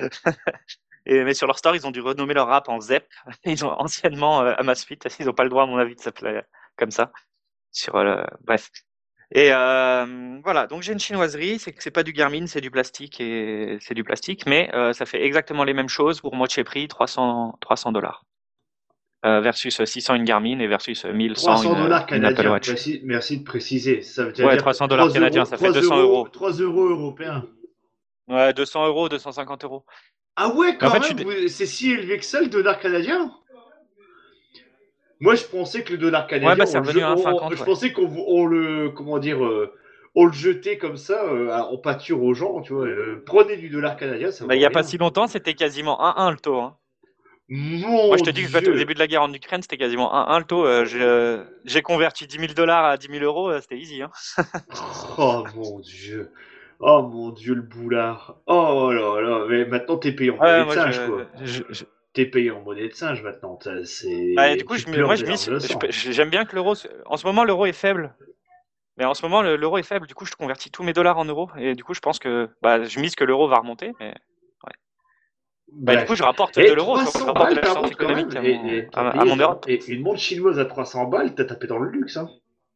Et, mais sur leur store, ils ont dû renommer leur app en Zep. Ils ont anciennement euh, Amazfit. Ils n'ont pas le droit, à mon avis, de s'appeler comme ça. Sur, euh, bref. Et euh, voilà, donc j'ai une chinoiserie, c'est que c'est pas du Garmin, c'est du plastique et c'est du plastique, mais euh, ça fait exactement les mêmes choses pour moitié prix, trois cents dollars. Euh, versus six cents une Garmin et versus mille cent trois cents une, dollars une Apple canadiens. Watch. Merci, merci de préciser. Ça veut Ouais, dire trois cents dollars trois canadiens, euros, ça fait trois deux cents euros, euros. trois euros européens. Ouais, deux cents euros, deux cent cinquante euros. Ah ouais, Mais en quand fait, je suis, même, dé- vous- c'est si élevé que ça le dollar canadien? Moi, je pensais que le dollar ouais, canadien, bah on c'est le, je, revenu à on- on- un cinquante, je ouais. pensais qu'on vous- on le, comment dire, euh, on le jetait comme ça euh, en pâture aux gens, tu vois. Euh, prenez du dollar canadien, ça Bah, il vaut y a pas rien. si longtemps, c'était quasiment un un le taux, hein. Moi, je Mon te dis que quand, au Dieu. début de la guerre en Ukraine, c'était quasiment un un le taux. Euh, j'ai, j'ai converti dix mille dollars à dix mille euros, euh, c'était easy, hein. Oh mon Dieu. Oh mon Dieu, le boulard. Oh là là, mais maintenant t'es payé en monnaie Ouais, de moi, singe, je, quoi. je, je- T'es payé en monnaie de singe maintenant. T'as- bah, du C'est... coup, Tu je, me- pleures moi, je des larmes mise, de je sang. peux- j'aime bien que l'euro, se- en ce moment, l'euro est faible. Mais en ce moment, le- l'euro est faible. Du coup, je convertis tous mes dollars en euros. Et du coup, je pense que, bah, je mise que l'euro va remonter. Mais, ouais. Bah, du coup, Bref. je rapporte de Et l'euro, tu vois. Je trois cents rapporte de balles la ta puissance montre quand même. économique à Et, mon, et t'as à, à payé mon ta... Europe. et une montre chinoise à trois cents balles, t'as tapé dans le luxe, hein.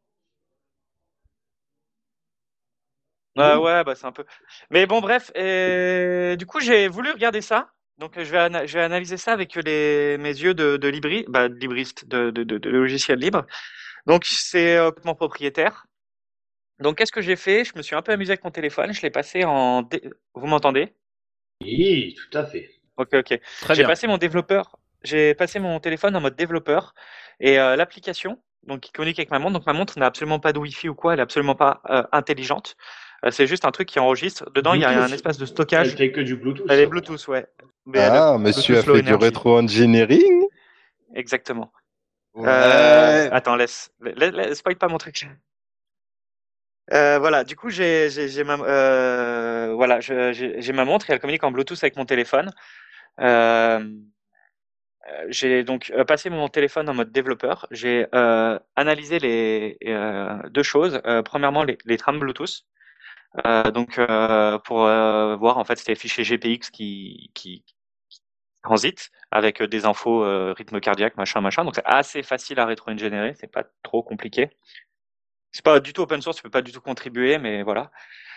Euh, Hmm. ouais, bah, c'est un peu. Mais bon, bref. Et du coup, j'ai voulu regarder ça. Donc, euh, je vais, ana- je vais analyser ça avec les, mes yeux de, de, libri, bah, de libriste, de, de, de, de logiciel libre. Donc, c'est euh, complètement propriétaire. Donc, qu'est-ce que j'ai fait? Je me suis un peu amusé avec mon téléphone. Je l'ai passé en. dé- Vous m'entendez? Oui, tout à fait. Ok, ok. Très J'ai bien. passé mon développeur. J'ai passé mon téléphone en mode développeur et euh, l'application, donc qui communique avec ma montre. Donc ma montre n'a absolument pas de Wi-Fi ou quoi. Elle est absolument pas euh, intelligente. Euh, c'est juste un truc qui enregistre. Dedans, il y a un Bluetooth. espace de Elle stockage. fait que du Bluetooth, Elle est sa montre. Bluetooth, ouais. Mais elle a Ah, monsieur a Bluetooth Low fait du Energy. rétro-engineering? Exactement. Euh, Ouais. attends, laisse, laisse, laisse, spoil pas mon truc. Euh, voilà, du coup, j'ai, j'ai, j'ai ma, euh, voilà, je- j'ai, j'ai ma montre et elle communique en Bluetooth avec mon téléphone. Euh, euh, j'ai donc euh, passé mon téléphone en mode développeur. J'ai euh, analysé les euh, deux choses. Euh, premièrement, les, les trames Bluetooth. Euh, donc euh, pour euh, voir en fait c'était les fichiers G P X qui, qui, qui transitent avec euh, des infos euh, rythme cardiaque, machin, machin. Donc c'est assez facile à rétro-ingénérer, c'est pas trop compliqué. C'est pas du tout open source, tu peux pas du tout contribuer, mais voilà.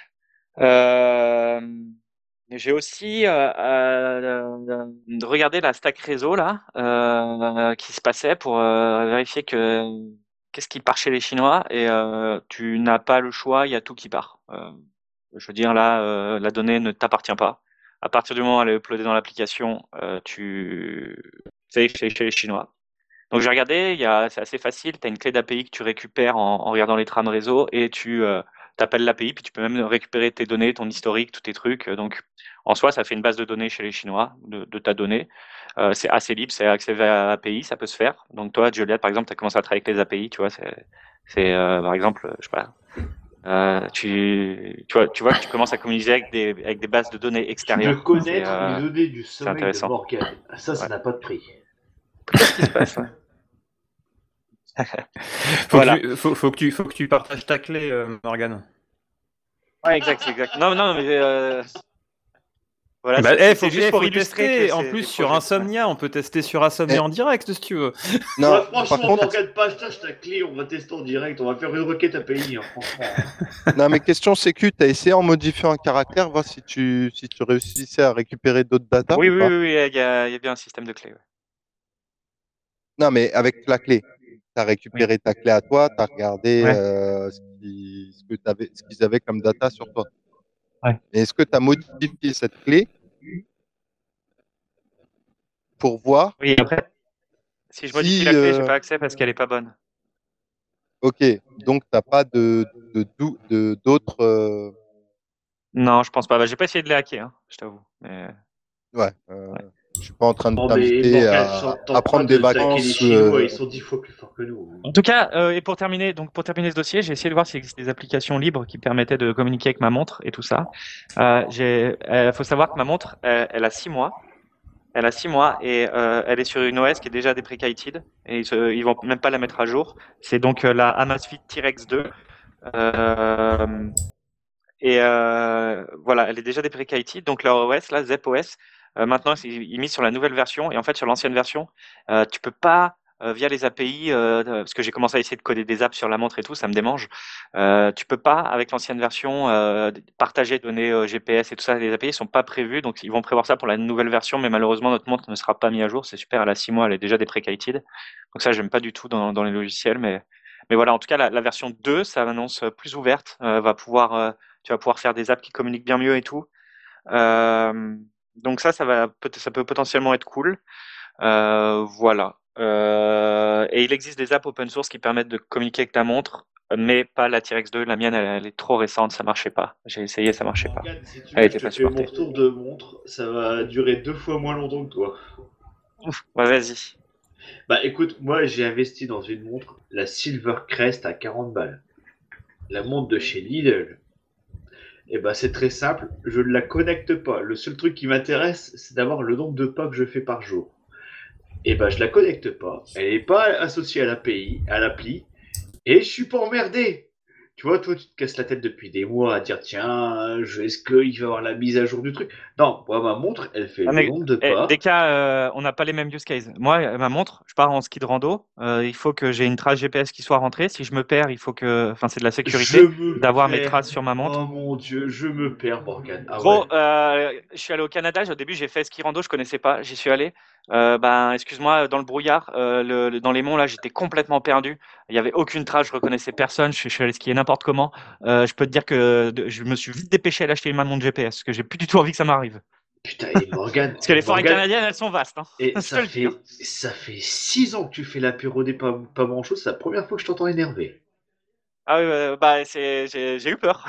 Euh, j'ai aussi euh, euh, regardé la stack réseau là euh, qui se passait pour euh, vérifier que qu'est-ce qui part chez les Chinois et euh, tu n'as pas le choix, il y a tout qui part. Euh, je veux dire là, euh, la donnée ne t'appartient pas. À partir du moment où elle est uploadée dans l'application, euh, tu c'est chez, chez les Chinois. Donc j'ai regardé, il y a, c'est assez facile, tu as une clé d'A P I que tu récupères en, en regardant les trames réseau et tu euh, appelles l'A P I, puis tu peux même récupérer tes données, ton historique, tous tes trucs. Donc en soi, ça fait une base de données chez les Chinois de, de ta donnée. Euh, c'est assez libre, c'est accès à A P I, ça peut se faire. Donc toi, Juliette, par exemple, tu as commencé à travailler avec les A P I, tu vois, c'est, c'est euh, par exemple, je sais pas, euh, tu, tu, vois, tu vois que tu commences à communiquer avec des, avec des bases de données De extérieures. connaître C'est, euh, les données du sommeil de intéressant. Morgan. Ça, ça Ouais. n'a pas de prix. Qu'est-ce qui se passe ouais. Faut, Voilà. que tu, faut, faut que tu, faut que tu partages ta clé, euh, Morgane. Ouais, exact, c'est exact. Non, non, mais euh, voilà, Bah, c'est, eh, c'est- faut, c'est juste eh, pour faut illustrer tester. que En c'est plus, des sur projets. Insomnia, on peut tester sur Insomnia Eh. en direct si tu veux. Non, Ouais, franchement, par contre, Morgan, partage ta clé, on va tester en direct, on va faire une requête A P I, hein, franchement. non, mais question sécu, tu as essayé en modifiant un caractère, voir si tu, si tu réussissais à récupérer d'autres data Oui, ou oui, pas? oui, oui, il y a, il y a bien un système de clé. Ouais. Non, mais avec la clé. Tu as récupéré ta clé à toi, tu as regardé Ouais. euh, ce qui- ce que t'avais- ce qu'ils avaient comme data sur toi. Ouais. Mais est-ce que tu as modifié cette clé pour voir Oui, après, si je modifie si... la clé, j'ai euh, pas accès parce qu'elle est pas bonne. Ok, donc tu n'as pas de, de, dou- de- d'autres... euh, Non, je pense pas. Bah, j'ai pas essayé de les hacker, hein, je t'avoue. Mais... Ouais, euh, Ouais. je suis pas en train de Oh, mais t'inviter Morgan, à, t'en à pas prendre des de taquer les vacances. Chinois, euh, ils sont dix fois plus forts que nous. En tout cas, euh, et pour terminer, donc pour terminer ce dossier, j'ai essayé de voir s'il existe des applications libres qui permettaient de communiquer avec ma montre et tout ça. Euh, j'ai, euh, faut savoir que ma montre, elle, elle a six mois. Elle a six mois et euh, elle est sur une O S qui est déjà deprecated et ils, se, ils vont même pas la mettre à jour. C'est donc euh, la Amazfit T-Rex deux. Euh, et euh, voilà, elle est déjà deprecated. Donc leur O S, là, Zep O S, euh, maintenant ils ils misent sur la nouvelle version et en fait sur l'ancienne version, euh, tu peux pas euh, via les A P I, euh, parce que j'ai commencé à essayer de coder des apps sur la montre et tout, ça me démange. Euh, tu peux pas avec l'ancienne version euh, partager données euh, G P S et tout ça. Les A P I sont pas prévus, donc ils vont prévoir ça pour la nouvelle version, mais malheureusement notre montre ne sera pas mise à jour. C'est super, elle a six mois, elle est déjà deprecated. Donc ça j'aime pas du tout dans, dans les logiciels, mais mais voilà, en tout cas la, la version deux, ça annonce plus ouverte, euh, va pouvoir euh, tu vas pouvoir faire des apps qui communiquent bien mieux et tout. Euh, donc ça, ça va, peut- ça peut potentiellement être cool. Euh, voilà. Euh, et il existe des apps open source qui permettent de communiquer avec ta montre, mais pas la T-Rex deux. La mienne, elle, elle est trop récente, ça marchait pas. J'ai essayé, ça marchait pas. Morgan, si tu Elle veux, était je te pas fais mon supportée. retour de montre, ça va durer deux fois moins longtemps que toi. Ouf, ouais, vas-y. Bah écoute, moi j'ai investi dans une montre, la Silvercrest à quarante balles. La montre de chez Lidl. Et bah c'est très simple, je ne la connecte pas. Le seul truc qui m'intéresse, c'est d'avoir le nombre de pas que je fais par jour. Et bah je la connecte pas. Elle n'est pas associée à l'A P I, à l'appli. Et je suis pas emmerdé. Tu vois, toi, tu te casses la tête depuis des mois à dire tiens, je- est-ce qu'il va y avoir la mise à jour du truc? Non, moi, ma montre, elle fait Ah, le mais, nombre de eh, pas. des cas, euh, on n'a pas les mêmes use cases. Moi, euh, ma montre, je pars en ski de rando. euh, il faut que j'ai une trace G P S qui soit rentrée. Si je me perds, il faut que, enfin, c'est de la Je sécurité me d'avoir mes perds. traces sur ma montre. Oh mon dieu, je me perds, Morgan. Ah Gros, ouais. euh, je suis allé au Canada. Au début, j'ai fait ski rando, je connaissais pas. J'y suis allé. Euh, ben, excuse-moi, dans le brouillard, euh, le, le- dans les monts là, j'étais complètement perdu. Il y avait aucune trace, je reconnaissais personne. Je, suis- je suis allé skier n'importe comment. Euh, je peux te dire que de- je me suis vite dépêché à l'acheter une montre G P S, parce que j'ai plus du tout envie que ça m'arrive. Putain, et Morgan, Parce que et les forêts Morgan, canadiennes, elles sont vastes. Hein. et je ça te le dis. Hein. fait, ça fait six ans que tu fais l'apéro des pas, pas grand chose. C'est la première fois que je t'entends énervé. Ah oui, euh, bah c'est, j'ai, j'ai eu peur.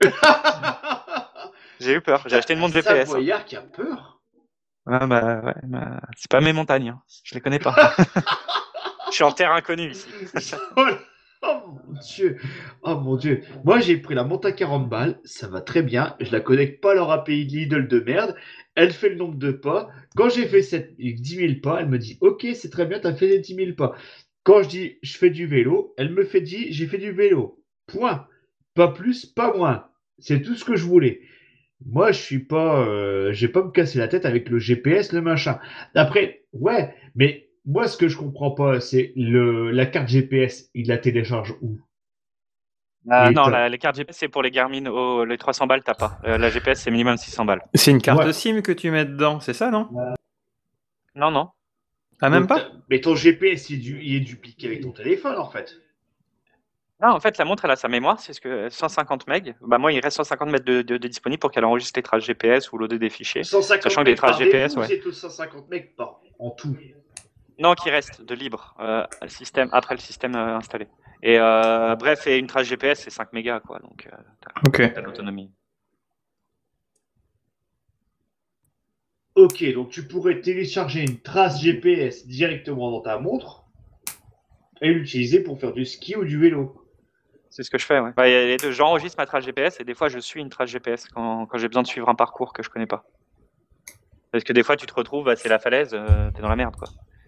J'ai eu peur. J'ai Putain, acheté une un montre G P S. Hein. Savoyard qui a peur. Ah bah ouais, bah, c'est pas mes montagnes. Hein. Je les connais pas. Je suis en terre inconnue ici. Oh, oh mon dieu, oh mon dieu. Moi j'ai pris la montre à quarante balles, ça va très bien. Je la connecte pas à leur A P I de Lidl de merde. Elle fait le nombre de pas. Quand j'ai fait cette, dix mille pas, elle me dit ok, c'est très bien, t'as fait les dix mille pas. Quand je dis je fais du vélo, elle me fait dire j'ai fait du vélo. Point. Pas plus, pas moins. C'est tout ce que je voulais. Moi, je suis pas, euh, j'ai pas me casser la tête avec le G P S, le machin. Après, ouais, mais moi, ce que je comprends pas, c'est le la carte G P S, il la télécharge où? Euh, Et non, t'as- la, les cartes G P S, c'est pour les Garmin. Oh, les trois cents balles, t'as pas. Euh, la G P S, c'est minimum six cents balles. C'est une carte Ouais. SIM que tu mets dedans, c'est ça, non? Non, non. Ah, même donc, pas? t'as- Mais ton G P S, il est, du- il est dupliqué avec ton téléphone, en fait. Non, en fait, la montre, elle a sa mémoire, c'est ce que cent cinquante mégas. Bah, moi, il reste cent cinquante mètres de, de, de disponible pour qu'elle enregistre les traces G P S ou loader des fichiers. cent cinquante Sachant que les mecs par traces G P S, défaut, ouais. c'est tous cent cinquante mecs par en tout. Non, qui reste de libre euh, le système, après le système euh, installé. Et euh, bref, et une trace G P S, c'est cinq mégas, quoi. Donc, euh, t'as, Ok. t'as l'autonomie. Ok, donc tu pourrais télécharger une trace G P S directement dans ta montre et l'utiliser pour faire du ski ou du vélo. C'est ce que je fais, ouais. Bah, y a les deux. J'enregistre ma trace G P S et des fois, je suis une trace G P S quand, quand j'ai besoin de suivre un parcours que je connais pas. Parce que des fois, tu te retrouves, bah, c'est la falaise, euh, t'es dans la merde, quoi.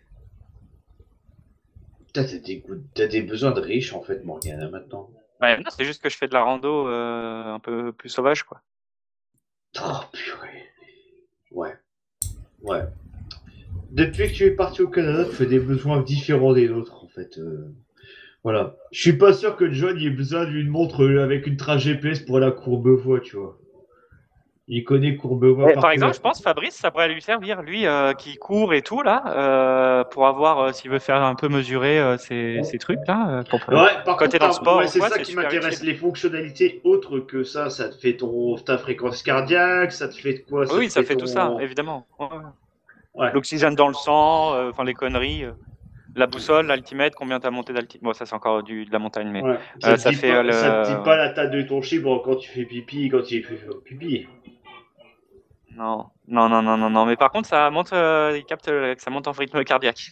T'as des, t'as des besoins de riches en fait, Morgane, maintenant. Ouais, non, c'est juste que je fais de la rando euh, un peu plus sauvage, quoi. Oh purée. Ouais. Ouais. Depuis que tu es parti au Canada, tu fais des besoins différents des nôtres, en fait. Euh, voilà. Je suis pas sûr que John ait besoin d'une montre avec une trace G P S pour aller à Courbevoie, tu vois. Il connaît Courbevoie Ouais, par par exemple, cœur. je pense Fabrice, ça pourrait lui servir, lui euh, qui court et tout là, euh, pour avoir, euh, s'il veut faire un peu mesurer euh, ces, ces trucs là, euh, pour Ouais, par quand contre, t'es dans le t'as- sport ouais, ou c'est quoi, ça c'est qui super m'intéresse. utile. Les fonctionnalités autres que ça, ça te fait ton, ta fréquence cardiaque, ça te fait quoi? Ça te Oui, ça fait fait tout ça, ton. évidemment. Ouais, ouais. Ouais. L'oxygène dans le sang, euh, enfin les conneries, euh, la boussole, l'altimètre, combien t'as monté d'altimètre. Bon, ça c'est encore du, de la montagne, mais Ouais. Ça euh, te ça dit fait euh, pas, ça te dit le. pas la taille de ton chibre quand tu fais pipi, quand tu fais pipi. Non, non, non, non, non, non. Mais par contre, ça monte, euh, il capte euh, que ça monte en rythme cardiaque.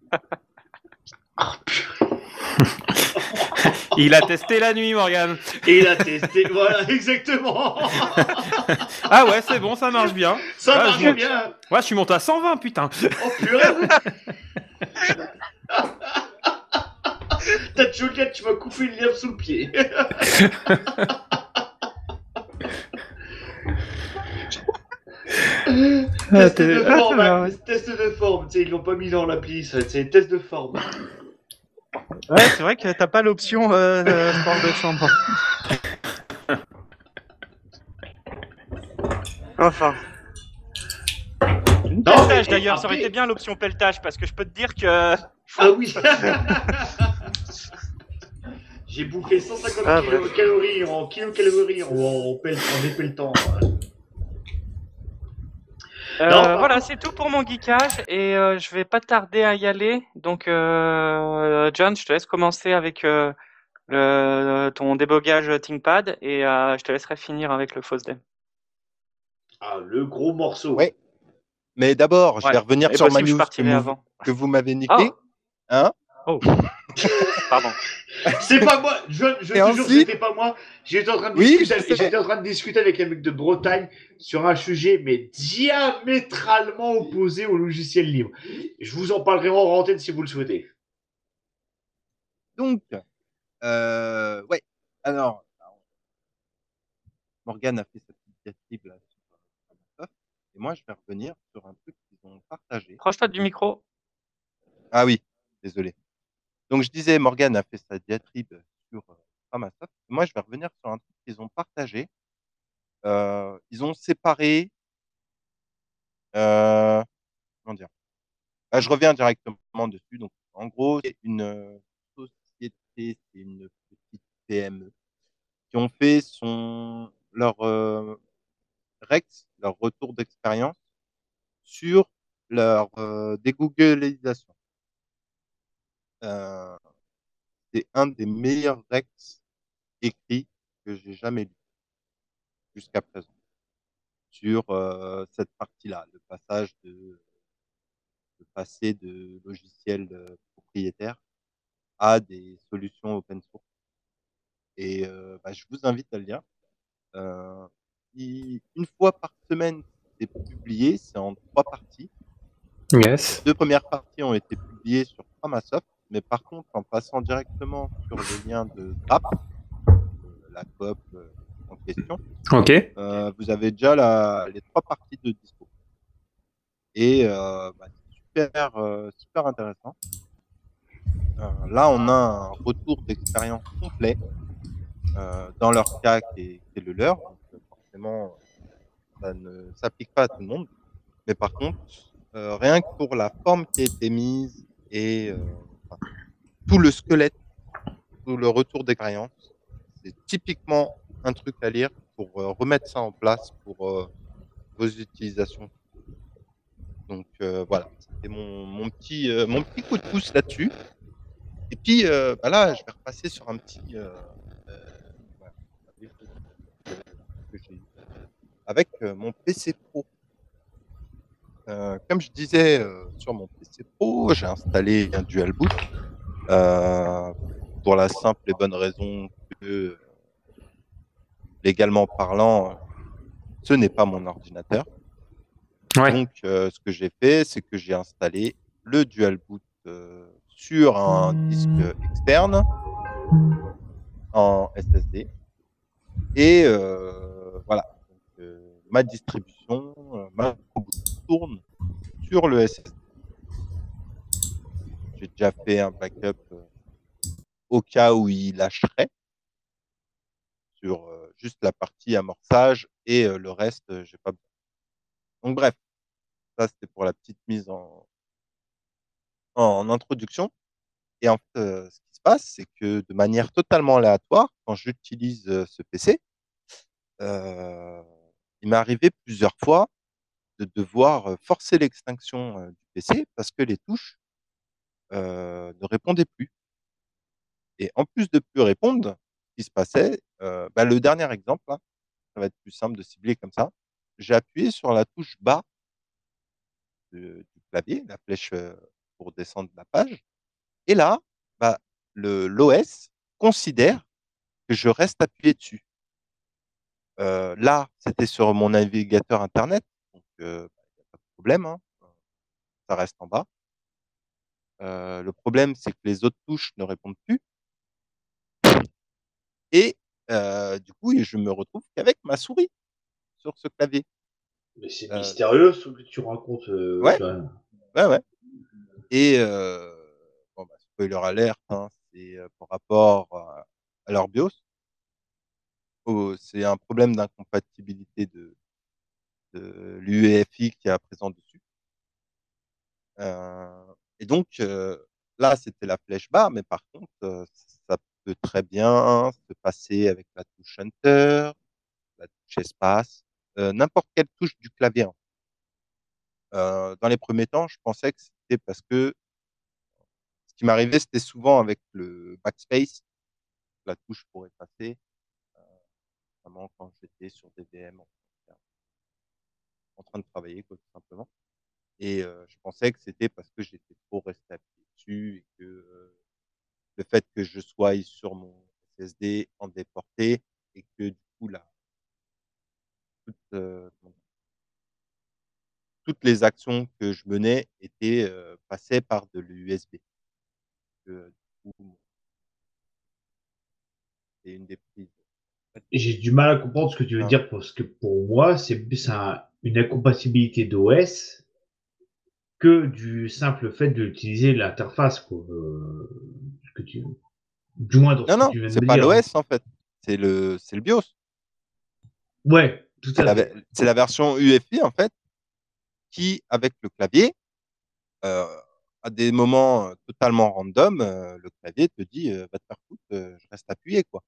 Il a testé la nuit, Morgane. Et il a testé, voilà, exactement. Ah ouais, c'est bon, ça marche bien. Ça Ah, marche je monte- bien. Ouais, je suis monté à cent vingt, putain. Oh purée. Ta choquette, tu m'as coupé une lèvre sous le pied. Ah, Test t'es- de ah, forme, ça hein. va, ouais. Test de forme. Tu sais, ils l'ont pas mis dans l'appli, ça. C'est test de forme. Ouais, c'est vrai que t'as pas l'option euh, euh, sport de chambre. Enfin. Non, Pelletage mais d'ailleurs, ça aurait après- été bien l'option pelletage parce que je peux te dire que. Ah oui. J'ai bouffé cent cinquante Ah, kilo- bref. calories en kilocalories en, en, pel- en dépelletant. Euh, Non, par voilà, contre- c'est tout pour mon geekage et euh, je vais pas tarder à y aller. Donc, euh, John, je te laisse commencer avec euh, le, ton débogage ThinkPad et euh, je te laisserai finir avec le FOSDEM. Ah, le gros morceau. Ouais. Mais d'abord, je Ouais. vais revenir Et sur ma possible, je news que, partirai mou- avant. que vous m'avez niqué. Oh, Hein oh. Pardon. C'est pas moi, je, je Et te jure, ensuite- c'était pas moi. J'étais en train de Oui, discuter, je avec- sais. j'étais en train de discuter avec un mec de Bretagne sur un sujet mais diamétralement opposé au logiciel libre. Je vous en parlerai en antenne si vous le souhaitez. Donc, euh, ouais. Alors, Morgane a fait sa petite diatribe là sur Microsoft. Et moi, je vais revenir sur un truc qu'ils ont partagé. Proche-toi du micro. Ah oui, désolé. Donc, je disais, Morgane a fait sa diatribe sur euh, Microsoft. Moi, je vais revenir sur un truc qu'ils ont partagé. Euh, ils ont séparé. Euh, comment dire Ah, je reviens directement dessus. Donc, en gros, c'est une euh, société, c'est une petite P M E qui ont fait son leur euh, Rex, leur retour d'expérience sur leur euh, dégooglisation. Euh, c'est un des meilleurs Rex écrits que j'ai jamais lu jusqu'à présent sur euh, cette partie-là, le passage de, de passer de logiciels euh, propriétaires à des solutions open source. Et euh, bah, je vous invite à le lire. Euh, il, une fois par semaine, c'est publié, c'est en trois parties. Yes. Les deux premières parties ont été publiées sur Framasoft, mais par contre, en passant directement sur le lien de Grap, euh, la coop euh, en question, Ok. euh, vous avez déjà la, les trois parties de dispo. Et euh, bah, c'est super, euh, super intéressant. Euh, là, on a un retour d'expérience complet euh, dans leur cas qui est, qui est le leur. Donc, forcément, ça ne s'applique pas à tout le monde. Mais par contre, euh, rien que pour la forme qui a été mise et euh, enfin, tout le squelette, tout le retour d'expérience, c'est typiquement un truc à lire pour euh, remettre ça en place pour euh, vos utilisations. Donc euh, voilà, c'était mon, mon, petit, euh, mon petit coup de pouce là-dessus. Et puis euh, bah là, je vais repasser sur un petit euh, euh, voilà, que j'ai eu avec euh, mon P C Pro. Euh, comme je disais, euh, sur mon P C Pro, j'ai installé un Dual Boot euh, pour la simple et bonne raison que, légalement parlant, ce n'est pas mon ordinateur. Ouais. Donc, euh, ce que j'ai fait, c'est que j'ai installé le Dual Boot euh, sur un disque externe en S S D. Et euh, voilà, donc, euh, ma distribution, euh, ma boot tourne sur le S S D. J'ai déjà fait un backup euh, au cas où il lâcherait sur euh, juste la partie amorçage et euh, le reste, euh, j'ai pas besoin. Donc bref, ça c'était pour la petite mise en, en introduction. Et en fait, euh, ce qui se passe, c'est que de manière totalement aléatoire, quand j'utilise euh, ce P C, euh, il m'est arrivé plusieurs fois de devoir euh, forcer l'extinction euh, du P C parce que les touches euh, ne répondaient plus. Et en plus de plus répondre, ce qui se passait, euh, bah, le dernier exemple, là, ça va être plus simple de cibler comme ça. J'ai appuyé sur la touche bas de- du clavier, la flèche euh, pour descendre la page. Et là, bah, le, l'O S considère que je reste appuyé dessus. Euh, là, c'était sur mon navigateur Internet, donc euh, bah, y a pas de problème, hein, ça reste en bas. Euh, le problème, c'est que les autres touches ne répondent plus. Et euh, du coup, je me retrouve qu'avec ma souris sur ce clavier. Mais c'est Euh, mystérieux ce que tu racontes, euh, ouais, Johan. ouais, ouais. Et euh, bon, bah, spoiler alert, hein, c'est euh, par rapport à, à leur BIOS. Oh, c'est un problème d'incompatibilité de, de l'U E F I qui est à présent dessus. Euh, et donc, euh, là, c'était la flèche bas, mais par contre, euh, ça peut très bien se passer avec la touche Enter, la touche espace, euh, n'importe quelle touche du clavier. Hein. Euh, dans les premiers temps, je pensais que c'était parce que ce qui m'arrivait, c'était souvent avec le backspace, la touche pour effacer, euh, notamment quand j'étais sur des V M en, en train de travailler, quoi, tout simplement. Et euh, je pensais que c'était parce que j'étais trop resté appuyé dessus et que euh, le fait que je sois sur mon S S D en déporté et que du coup, là, toute, euh, toutes les actions que je menais étaient euh, passaient par de l'U S B. Que, du coup, c'est une des prises. J'ai du mal à comprendre ce que tu veux Ah, dire parce que pour moi, c'est plus un- une incompatibilité d'O S que du simple fait d'utiliser l'interface, quoi. Euh, ce que tu, du moins dans ce non, que non, tu viens de c'est me pas dire. Hein. l'O S en fait, c'est le, c'est le BIOS. Ouais, tout C'est à la, fait. c'est la version U E F I en fait qui, avec le clavier, euh, à des moments euh, totalement random, euh, le clavier te dit euh, va te faire foutre, euh, je reste appuyé quoi.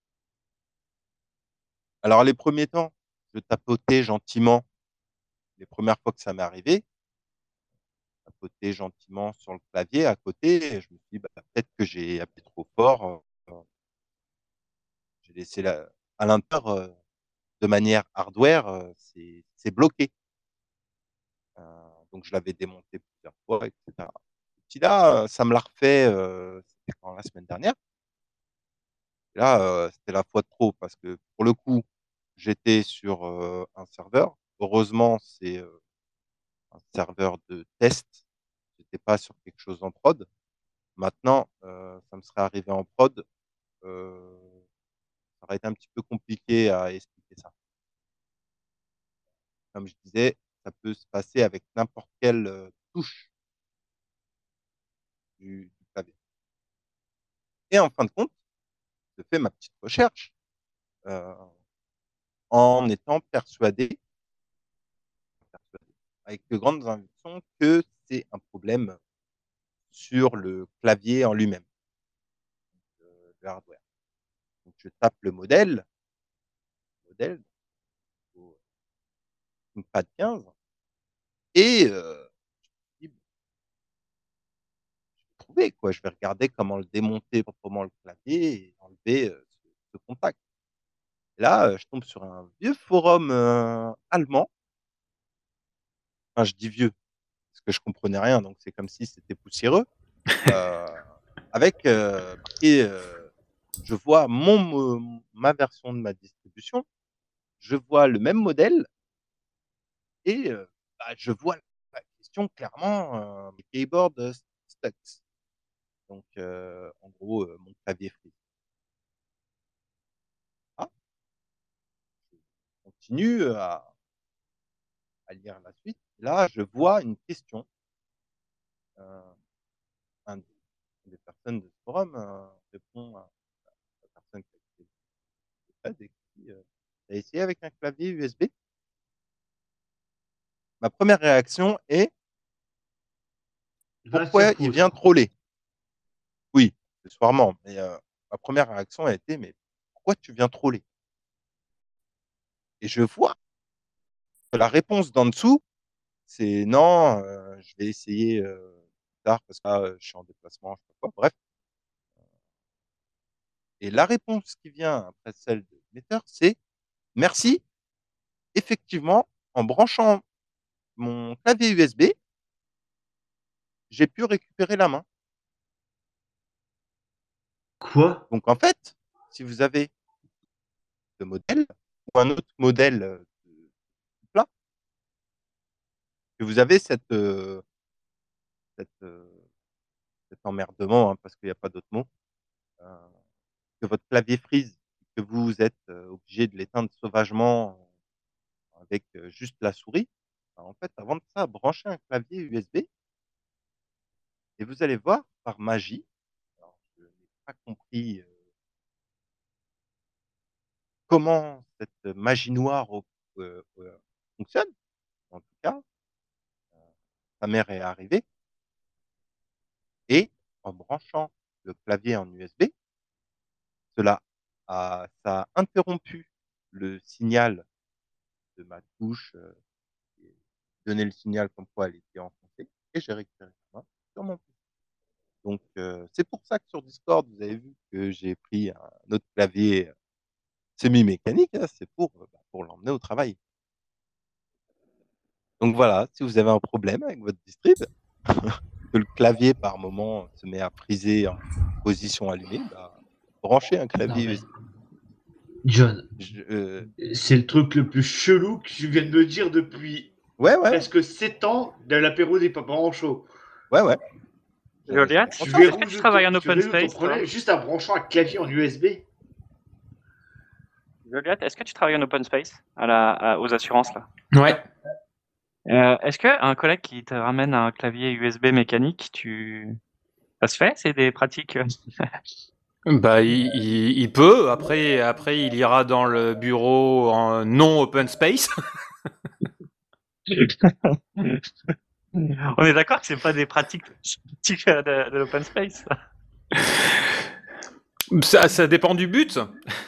Alors les premiers temps, je tapotais gentiment. Les premières fois que ça m'est arrivé, tapotais gentiment sur le clavier à côté. Et je me suis dit bah, peut-être que j'ai appuyé trop fort. Euh, j'ai laissé la, à l'intérieur euh, de manière hardware, euh, c'est, c'est bloqué. Euh, donc je l'avais démonté plusieurs fois, et cetera. Et puis là, euh, ça me l'a refait. Euh, c'était quand la semaine dernière. Et là, euh, c'était la fois de trop parce que pour le coup, j'étais sur euh, un serveur. Heureusement, c'est euh, un serveur de test. J'étais pas sur quelque chose en prod. Maintenant, euh, ça me serait arrivé en prod. Euh, ça aurait été un petit peu compliqué à expliquer ça. Comme je disais, ça peut se passer avec n'importe quelle euh, touche du, du clavier. Et en fin de compte, je fais ma petite recherche euh, en étant persuadé, persuadé, avec de grandes convictions, que c'est un problème sur le clavier en lui-même, euh, le hardware. Donc, je tape le modèle, modèle, une pad quinze, et euh, trouver, quoi. Je vais regarder comment le démonter proprement le clavier et enlever euh, ce, ce contact. Et là, euh, je tombe sur un vieux forum euh, allemand. Enfin, je dis vieux, parce que je comprenais rien, donc c'est comme si c'était poussiéreux. Euh, avec euh, marqué, euh, je vois mon, euh, ma version de ma distribution, je vois le même modèle et euh, bah, je vois la question clairement, euh, keyboard euh, stacks. Donc, euh, en gros, euh, mon clavier free. Ah, je continue à, à lire la suite. Là, je vois une question. Euh, un des personnes de ce forum euh, répond à la personne qui a écrit le thread et qui euh, a essayé avec un clavier U S B. Ma première réaction est pourquoi il vient troller? Oui, accessoirement, mais euh, ma première réaction a été mais pourquoi tu viens troller? Et je vois que la réponse d'en dessous, c'est non, euh, je vais essayer euh, plus tard parce que là, euh, je suis en déplacement, je sais pas quoi, bref. Et la réponse qui vient après celle de l'émetteur, c'est merci. Effectivement, en branchant mon clavier U S B, j'ai pu récupérer la main. Quoi? Donc en fait, si vous avez ce modèle ou un autre modèle euh, de plat, que vous avez cette, euh, cette, euh, cet emmerdement, hein, parce qu'il n'y a pas d'autre mot, euh, que votre clavier freeze, que vous êtes euh, obligé de l'éteindre sauvagement avec euh, juste la souris, ben, en fait, avant de ça, branchez un clavier U S B et vous allez voir par magie, alors, je n'ai pas compris euh, comment cette magie noire au- euh, euh, fonctionne, en tout cas, euh, sa mère est arrivée, et en branchant le clavier en U S B, cela a, ça a interrompu le signal de ma touche, euh, et donné le signal comme quoi elle était enfoncée, et j'ai récupéré la main sur mon P C. Donc, euh, c'est pour ça que sur Discord, vous avez vu que j'ai pris un autre clavier semi-mécanique, hein, c'est pour, euh, bah, pour l'emmener au travail. Donc voilà, si vous avez un problème avec votre distrib, que le clavier par moment se met à friser en position allumée, bah, branchez un clavier Non, mais- U S B. John, Je, euh, c'est le truc le plus chelou que tu viens de me dire depuis ouais, ouais, presque sept ans de l'apéro des papas en chaud. ouais, ouais. Goliath, Je- Tu je- est-ce verrouilles que tu travailles en ton, tu open résous ton space, problème toi juste en branchant un clavier en U S B. Goliath, est-ce que tu travailles en open space à la, à- aux assurances là? Ouais. Euh, est-ce que un collègue qui te ramène un clavier U S B mécanique, tu ça se fait? C'est des pratiques. euh, Bah, il, il- il peut. Après, après, il ira dans le bureau en non open space. On est d'accord que c'est pas des pratiques typiques de, de l'open space. Ça, ça dépend du but.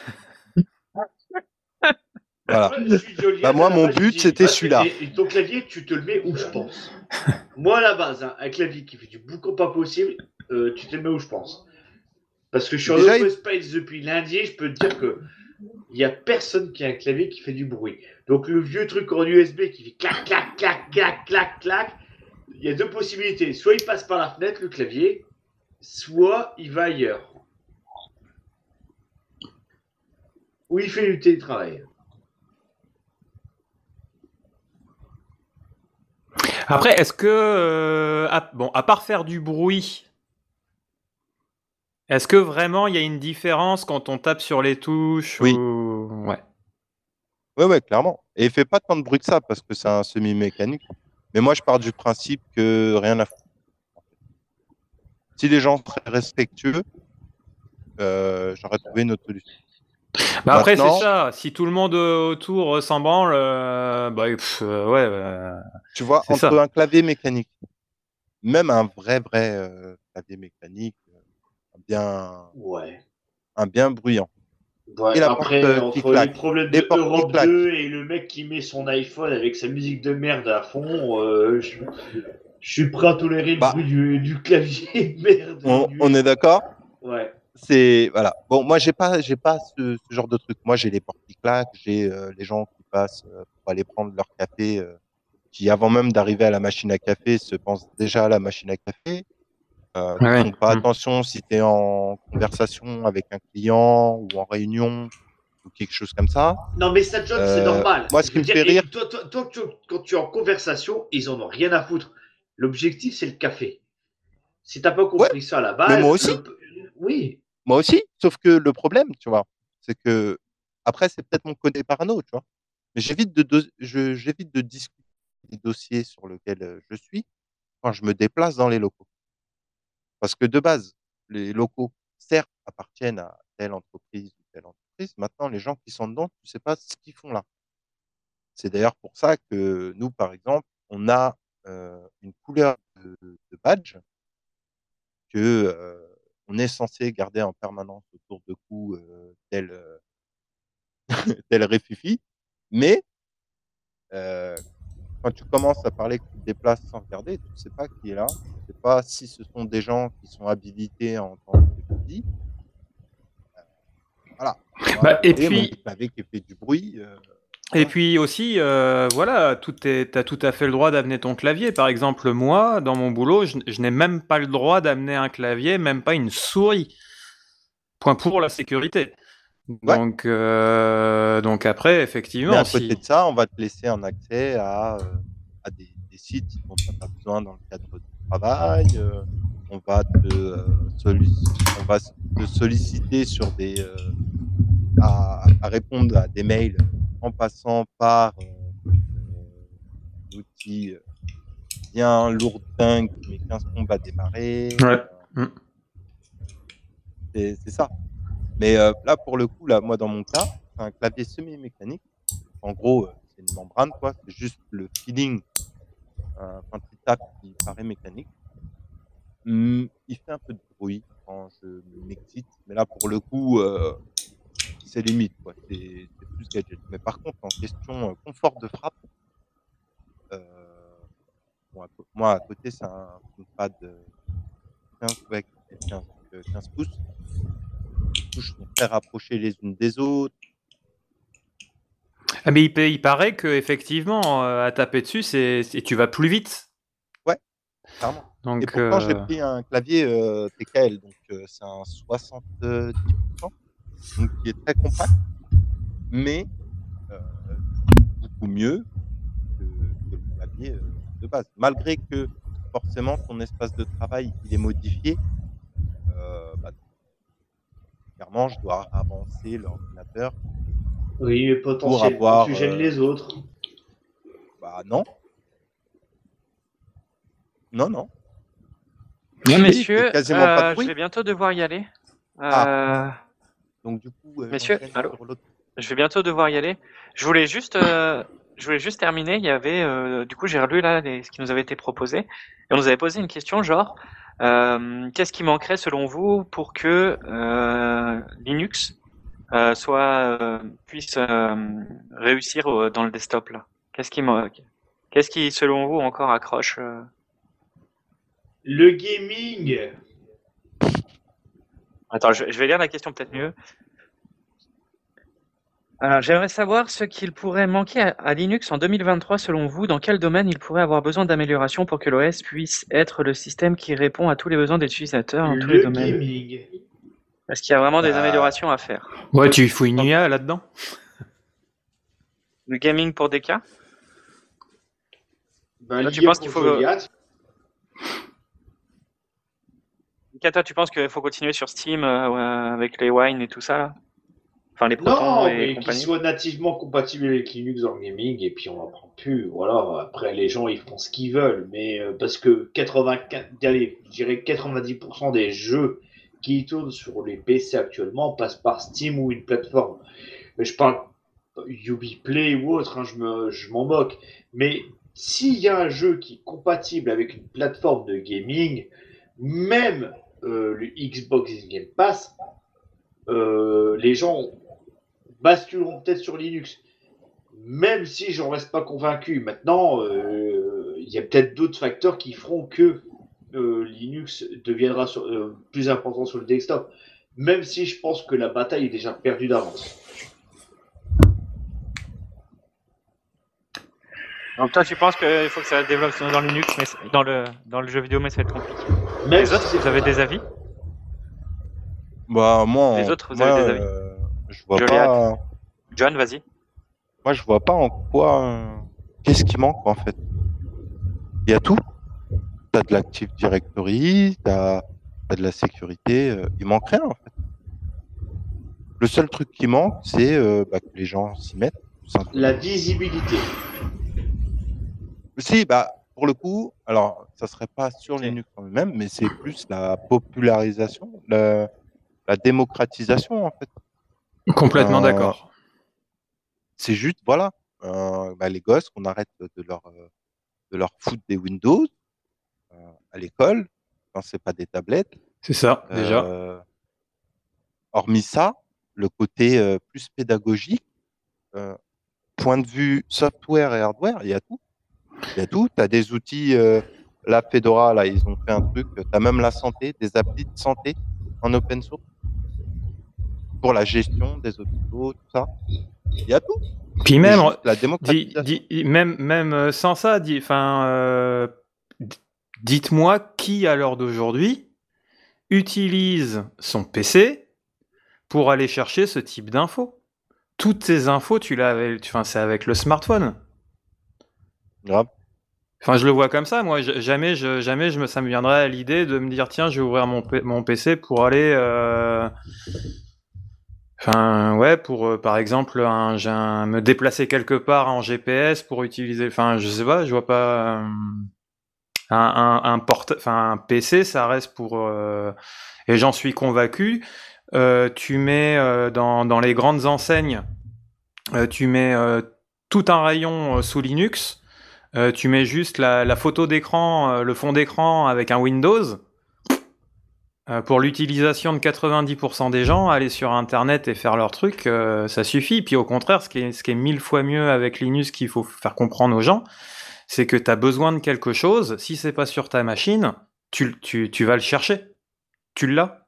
Voilà. Moi, je suis Joliette, Bah, moi, à la mon base, je but, dis, c'était va te- celui-là. Et, et ton clavier, tu te le mets où je pense. Moi, à la base, hein, un clavier qui fait du boucan pas possible, euh, tu te le mets où je pense. Parce que je suis en Déjà, open il- space depuis lundi, et je peux te dire que il y a personne qui a un clavier qui fait du bruit. Donc le vieux truc en U S B qui fait clac, clac, clac, clac, clac, clac, il y a deux possibilités. Soit il passe par la fenêtre, le clavier, soit il va ailleurs. Ou il fait du télétravail. Après, est-ce que, euh, à, bon, à part faire du bruit, est-ce que vraiment il y a une différence quand on tape sur les touches Oui. ou... Ouais. Ouais, ouais, clairement. Et il fait pas tant de bruit que ça parce que c'est un semi-mécanique. Mais moi, je pars du principe que rien à foutre. Si les gens sont très respectueux, euh, j'aurais trouvé une autre solution. Bah après, Maintenant- c'est ça. Si tout le monde euh, autour euh, s'en branle, euh, bah, pff, euh, ouais. euh, Tu vois, C'est entre ça. un clavier mécanique, même un vrai, vrai euh, clavier mécanique, euh, un bien, Ouais. un bien bruyant. Ouais, Et la après, porte, euh, qui entre les claque, problèmes les de portes qui Europe claquent. deux et le mec qui met son iPhone avec sa musique de merde à fond, euh, je- Je suis prêt à tolérer le Bah. bruit du, du clavier, merde. On, du- on est d'accord? Ouais. C'est voilà. Bon, moi j'ai pas j'ai pas ce, ce genre de truc. Moi j'ai les portes qui claquent, j'ai euh, les gens qui passent euh, pour aller prendre leur café, euh, qui avant même d'arriver à la machine à café se pensent déjà à la machine à café. Euh, qui Ouais. font pas Mm. attention si tu es en conversation avec un client ou en réunion ou quelque chose comme ça. Non, mais ça, John, c'est Euh, normal. moi, ce Je qui veux me dire, fait et rire, toi, toi, toi, tu- quand tu es en conversation, ils en ont rien à foutre. L'objectif, c'est le café. Si t'as pas ouais, compris ça à la mais base, moi aussi, le- oui. moi aussi. Sauf que le problème, tu vois, c'est que après c'est peut-être mon côté parano, tu vois. Mais j'évite de, do- je- j'évite de discuter des dossiers sur lesquels euh, je suis quand je me déplace dans les locaux. Parce que de base, les locaux, certes, appartiennent à telle entreprise ou telle entreprise. Maintenant, les gens qui sont dedans, tu sais pas ce qu'ils font là. C'est d'ailleurs pour ça que nous, par exemple, on a euh, une couleur de, de badge que euh, on est censé garder en permanence autour de cou euh, tel euh, tel réfufi. Mais euh, quand tu commences à parler que tu te déplaces sans regarder, tu ne sais pas qui est là. Tu ne sais pas si ce sont des gens qui sont habilités à entendre ce que tu dis. Voilà. Moi, Bah, et vous voyez, mon puis, clavier qui fait du bruit. euh, et voilà. puis aussi, euh, voilà, tout est, t'as tout à fait le droit d'amener ton clavier. Par exemple, moi, dans mon boulot, je, je n'ai même pas le droit d'amener un clavier, même pas une souris. Point pour la sécurité. Ouais. Donc, euh, donc après, Mais effectivement, à côté si. de ça, on va te laisser un accès à, euh, à des, des sites dont tu n'as pas besoin dans le cadre du travail. euh, on va te, euh, sollic- on va s- te solliciter sur des, euh, à, à répondre à des mails en passant par euh, euh, un outil euh, bien lourdingue qui met quinze plombes à démarrer. Ouais. euh, Mm. c'est c'est ça. Mais euh, là, pour le coup, là, moi, dans mon cas, c'est un clavier semi-mécanique. En gros, euh, c'est une membrane, quoi. C'est juste le feeling euh, quand tu tapes qui paraît mécanique. Hum, il fait un peu de bruit quand je m'excite, mais là, pour le coup, euh, c'est limite, quoi. C'est c'est plus gadget. Mais par contre, en question euh, confort de frappe, euh, bon, à co- moi, à côté, c'est un ThinkPad euh, quinze, ouais, quinze, donc, euh, quinze pouces. Les touches sont très rapprochées les unes des autres. Ah, mais il, pa- il paraît que effectivement, euh, à taper dessus, c'est, c'est- tu vas plus vite. Ouais, clairement. Et Donc, pourtant, j'ai euh, pris un clavier euh, T K L, donc euh, c'est un soixante-dix pour cent, donc qui est très compact, mais euh, beaucoup mieux que, que le clavier euh, de base. Malgré que forcément ton espace de travail il est modifié, euh, bah, clairement je dois avancer l'ordinateur Oui, mais pour potentiellement, avoir. tu gênes euh, les autres. bah non, non, non. Bien, Oui, il fait messieurs, quasiment pas de euh, je bruit. vais bientôt devoir y aller. Ah, Euh, donc du coup, euh, messieurs, j'enchaîne allô? sur l'autre. Je vais bientôt devoir y aller. Je voulais juste, euh, je voulais juste terminer. Il y avait, euh, du coup, j'ai relu là les- ce qui nous avait été proposé et on nous avait posé une question genre, euh, qu'est-ce qui manquerait selon vous pour que euh, Linux euh, soit euh, puisse euh, réussir euh, dans le desktop là? Qu'est-ce qui manque? Qu'est-ce qui, selon vous, encore accroche euh Le gaming. Attends, je, je vais lire la question peut-être mieux. Alors, j'aimerais savoir ce qu'il pourrait manquer à, à Linux en deux mille vingt-trois selon vous. Dans quel domaine il pourrait avoir besoin d'amélioration pour que l'O S puisse être le système qui répond à tous les besoins des utilisateurs dans tous les Le domaines? gaming. Est-ce qu'il y a vraiment des Bah, améliorations à faire? ouais, tu fous une I A là-dedans. Le gaming pour des cas? Ben, Toi, tu l'I A penses pour qu'il faut- Goliath. Toi, tu penses qu'il faut continuer sur Steam euh, ouais, avec les Wine et tout ça là? Enfin, les Protons Non, et mais qu'il compagnie? soit nativement compatible avec Linux dans le gaming, et puis on n'en prend plus. Voilà, après les gens ils font ce qu'ils veulent, mais euh, parce que quatre-vingt-quinze, allez, je dirais quatre-vingt-dix pour cent des jeux qui tournent sur les P C actuellement passent par Steam ou une plateforme. Mais je parle Ubiplay ou autre, hein, je me, je m'en moque. Mais s'il y a un jeu qui est compatible avec une plateforme de gaming, même euh, le Xbox Game Pass, euh, les gens basculeront peut-être sur Linux. Même si j'en reste pas convaincu. Maintenant, il euh, il y a peut-être d'autres facteurs qui feront que euh, Linux deviendra sur, euh, plus important sur le desktop, même si je pense que la bataille est déjà perdue d'avance. Donc toi, tu penses qu'il faut que ça se développe dans Linux, mais c'est- dans le dans le jeu vidéo, mais ça va être compliqué. Même Les si autres, c'est vous avez des avis? Bah, moi, Les en- autres, vous moi, avez des avis? euh, je vois Joliade. pas, John, vas-y. moi, je vois pas en quoi, euh, qu'est-ce qui manque, en fait. Il y a tout. T'as de l'Active Directory, t'as, t'as de la sécurité, euh, il manque rien, en fait. Le seul truc qui manque, c'est, euh, bah, que les gens s'y mettent, tout simplement. la visibilité. Si, bah, pour le coup, alors, ça serait pas sur Ok. Linux en lui-même, mais c'est plus la popularisation, la, la démocratisation, en fait. Complètement Euh, d'accord. C'est juste, voilà, euh, bah, les gosses, qu'on arrête de leur, euh, de leur foutre des Windows euh, à l'école, quand c'est pas des tablettes. C'est ça, déjà. Euh, hormis ça, le côté euh, plus pédagogique, euh, point de vue software et hardware, il y a tout. Il y a tout. Tu as des outils, euh, la Fedora, là, ils ont fait un truc, tu as même la santé, des applis de santé en open source pour la gestion des hôpitaux, tout ça. Il y a tout. Puis C'est même, juste la dis, démocratisation. dis- même, même euh, sans ça, dis, enfin, euh, d- dites-moi qui, à l'heure d'aujourd'hui, utilise son P C pour aller chercher ce type d'infos. Toutes ces infos, tu l'as avec, enfin, c'est avec le smartphone. Grave. Enfin, je le vois comme ça. Moi, j- jamais, je, jamais, je me, ça me viendrait à l'idée de me dire, tiens, je vais ouvrir mon, P- mon P C pour aller, euh, enfin, ouais, pour, euh, par exemple, un, j'ai un- me déplacer quelque part en G P S pour utiliser. Enfin, je sais pas, je vois pas. euh, un, un, un porte, enfin, un P C, ça reste pour. euh, et j'en suis convaincu. euh, tu mets euh, dans, dans les grandes enseignes, euh, tu mets euh, tout un rayon euh, sous Linux. euh, tu mets juste la, la photo d'écran, euh, le fond d'écran avec un Windows. Euh, pour l'utilisation de quatre-vingt-dix pour cent des gens, aller sur Internet et faire leur truc, euh, ça suffit. Puis au contraire, ce qui est, ce qui est mille fois mieux avec Linux qu'il faut faire comprendre aux gens, c'est que tu as besoin de quelque chose. Si c'est pas sur ta machine, tu, tu, tu vas le chercher. Tu l'as.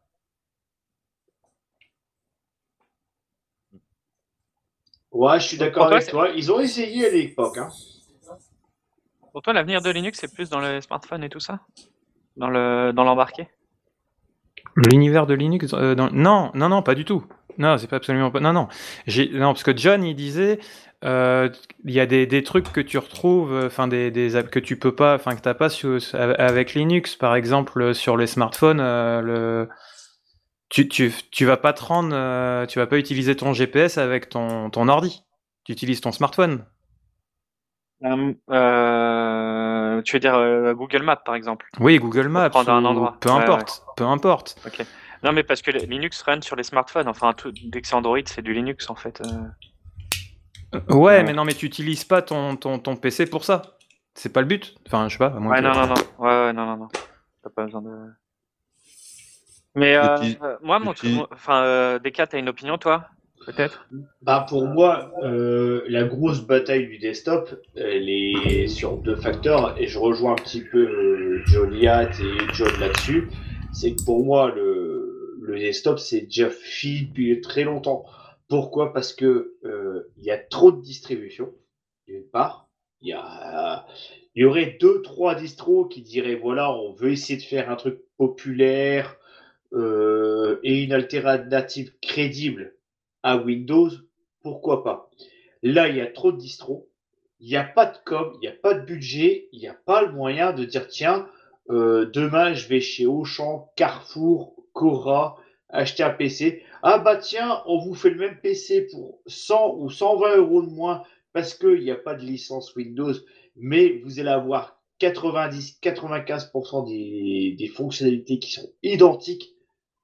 Ouais, je suis Pour d'accord toi, avec c'est- toi. Ils ont essayé à l'époque. Hein. Pour toi, l'avenir de Linux, c'est plus dans le smartphone et tout ça? Dans le dans l'embarqué? L'univers de Linux euh, dans- Non, non, non, pas du tout. Non, c'est pas absolument pas. Non, non. J'ai... Non, parce que John, il disait, euh, il y a des, des trucs que tu retrouves, enfin des, des apps que tu peux pas, enfin que t'as pas sur- avec Linux, par exemple sur les smartphones, euh, le... tu, tu, tu vas pas te rendre, euh, tu vas pas utiliser ton G P S avec ton, ton ordi. Tu utilises ton smartphone. Euh, euh, tu veux dire euh, Google Maps, par exemple? Oui, Google Maps prendre un ou endroit. peu Ouais, importe, peu importe. Ok. Non, mais parce que le- Linux run sur les smartphones. Enfin, tout, dès que c'est Android, c'est du Linux en fait. euh. Ouais, Ouais. mais non, mais tu utilises pas ton, ton, ton P C pour ça. C'est pas le but. Enfin, je sais pas. à moins Ouais, que- non, non, non. Ouais, ouais, non, non, non. T'as pas besoin de. Mais euh, puis- euh, moi, mon et puis- moi- enfin, euh, Descartes, t'as une opinion, toi? Peut-être? Bah pour moi, euh, la grosse bataille du desktop, elle est sur deux facteurs, et je rejoins un petit peu euh, Joliat et John là-dessus. C'est que pour moi, le, le desktop, c'est déjà fini depuis très longtemps. Pourquoi? Parce que euh, il y a trop de distribution, d'une part. Il y a, il y aurait deux, trois distros qui diraient voilà, on veut essayer de faire un truc populaire euh, et une alternative crédible à Windows, pourquoi pas. Là, il y a trop de distros, il n'y a pas de com, il n'y a pas de budget, il n'y a pas le moyen de dire tiens, euh, demain je vais chez Auchan, Carrefour, Cora, acheter un P C. Ah bah tiens, on vous fait le même P C pour cent ou cent vingt euros de moins parce qu'il n'y a pas de licence Windows, mais vous allez avoir quatre-vingt-dix à quatre-vingt-quinze pour cent des, des fonctionnalités qui sont identiques.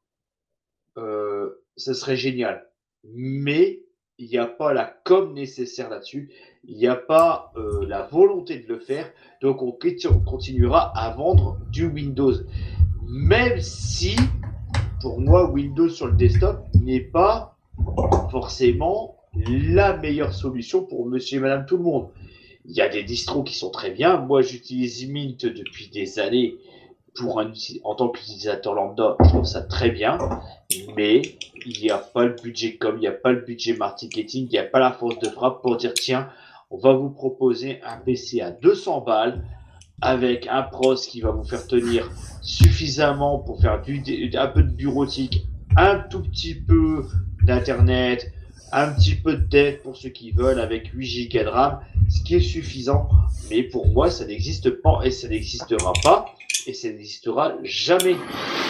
Euh, ça serait génial. Mais il n'y a pas la com nécessaire là-dessus. Il n'y a pas euh, la volonté de le faire. Donc on continuera à vendre du Windows. Même si, pour moi, Windows sur le desktop n'est pas forcément la meilleure solution pour monsieur et madame tout le monde. Il y a des distros qui sont très bien. Moi, j'utilise Mint depuis des années pour un, en tant qu'utilisateur lambda. Je trouve ça très bien. Mais il n'y a pas le budget comme, il n'y a pas le budget marketing, il n'y a pas la force de frappe pour dire tiens, on va vous proposer un P C à deux cents balles avec un pros qui va vous faire tenir suffisamment pour faire du, un peu de bureautique, un tout petit peu d'internet, un petit peu de dev pour ceux qui veulent avec huit gigas de RAM, ce qui est suffisant. Mais pour moi, ça n'existe pas et ça n'existera pas et ça n'existera jamais.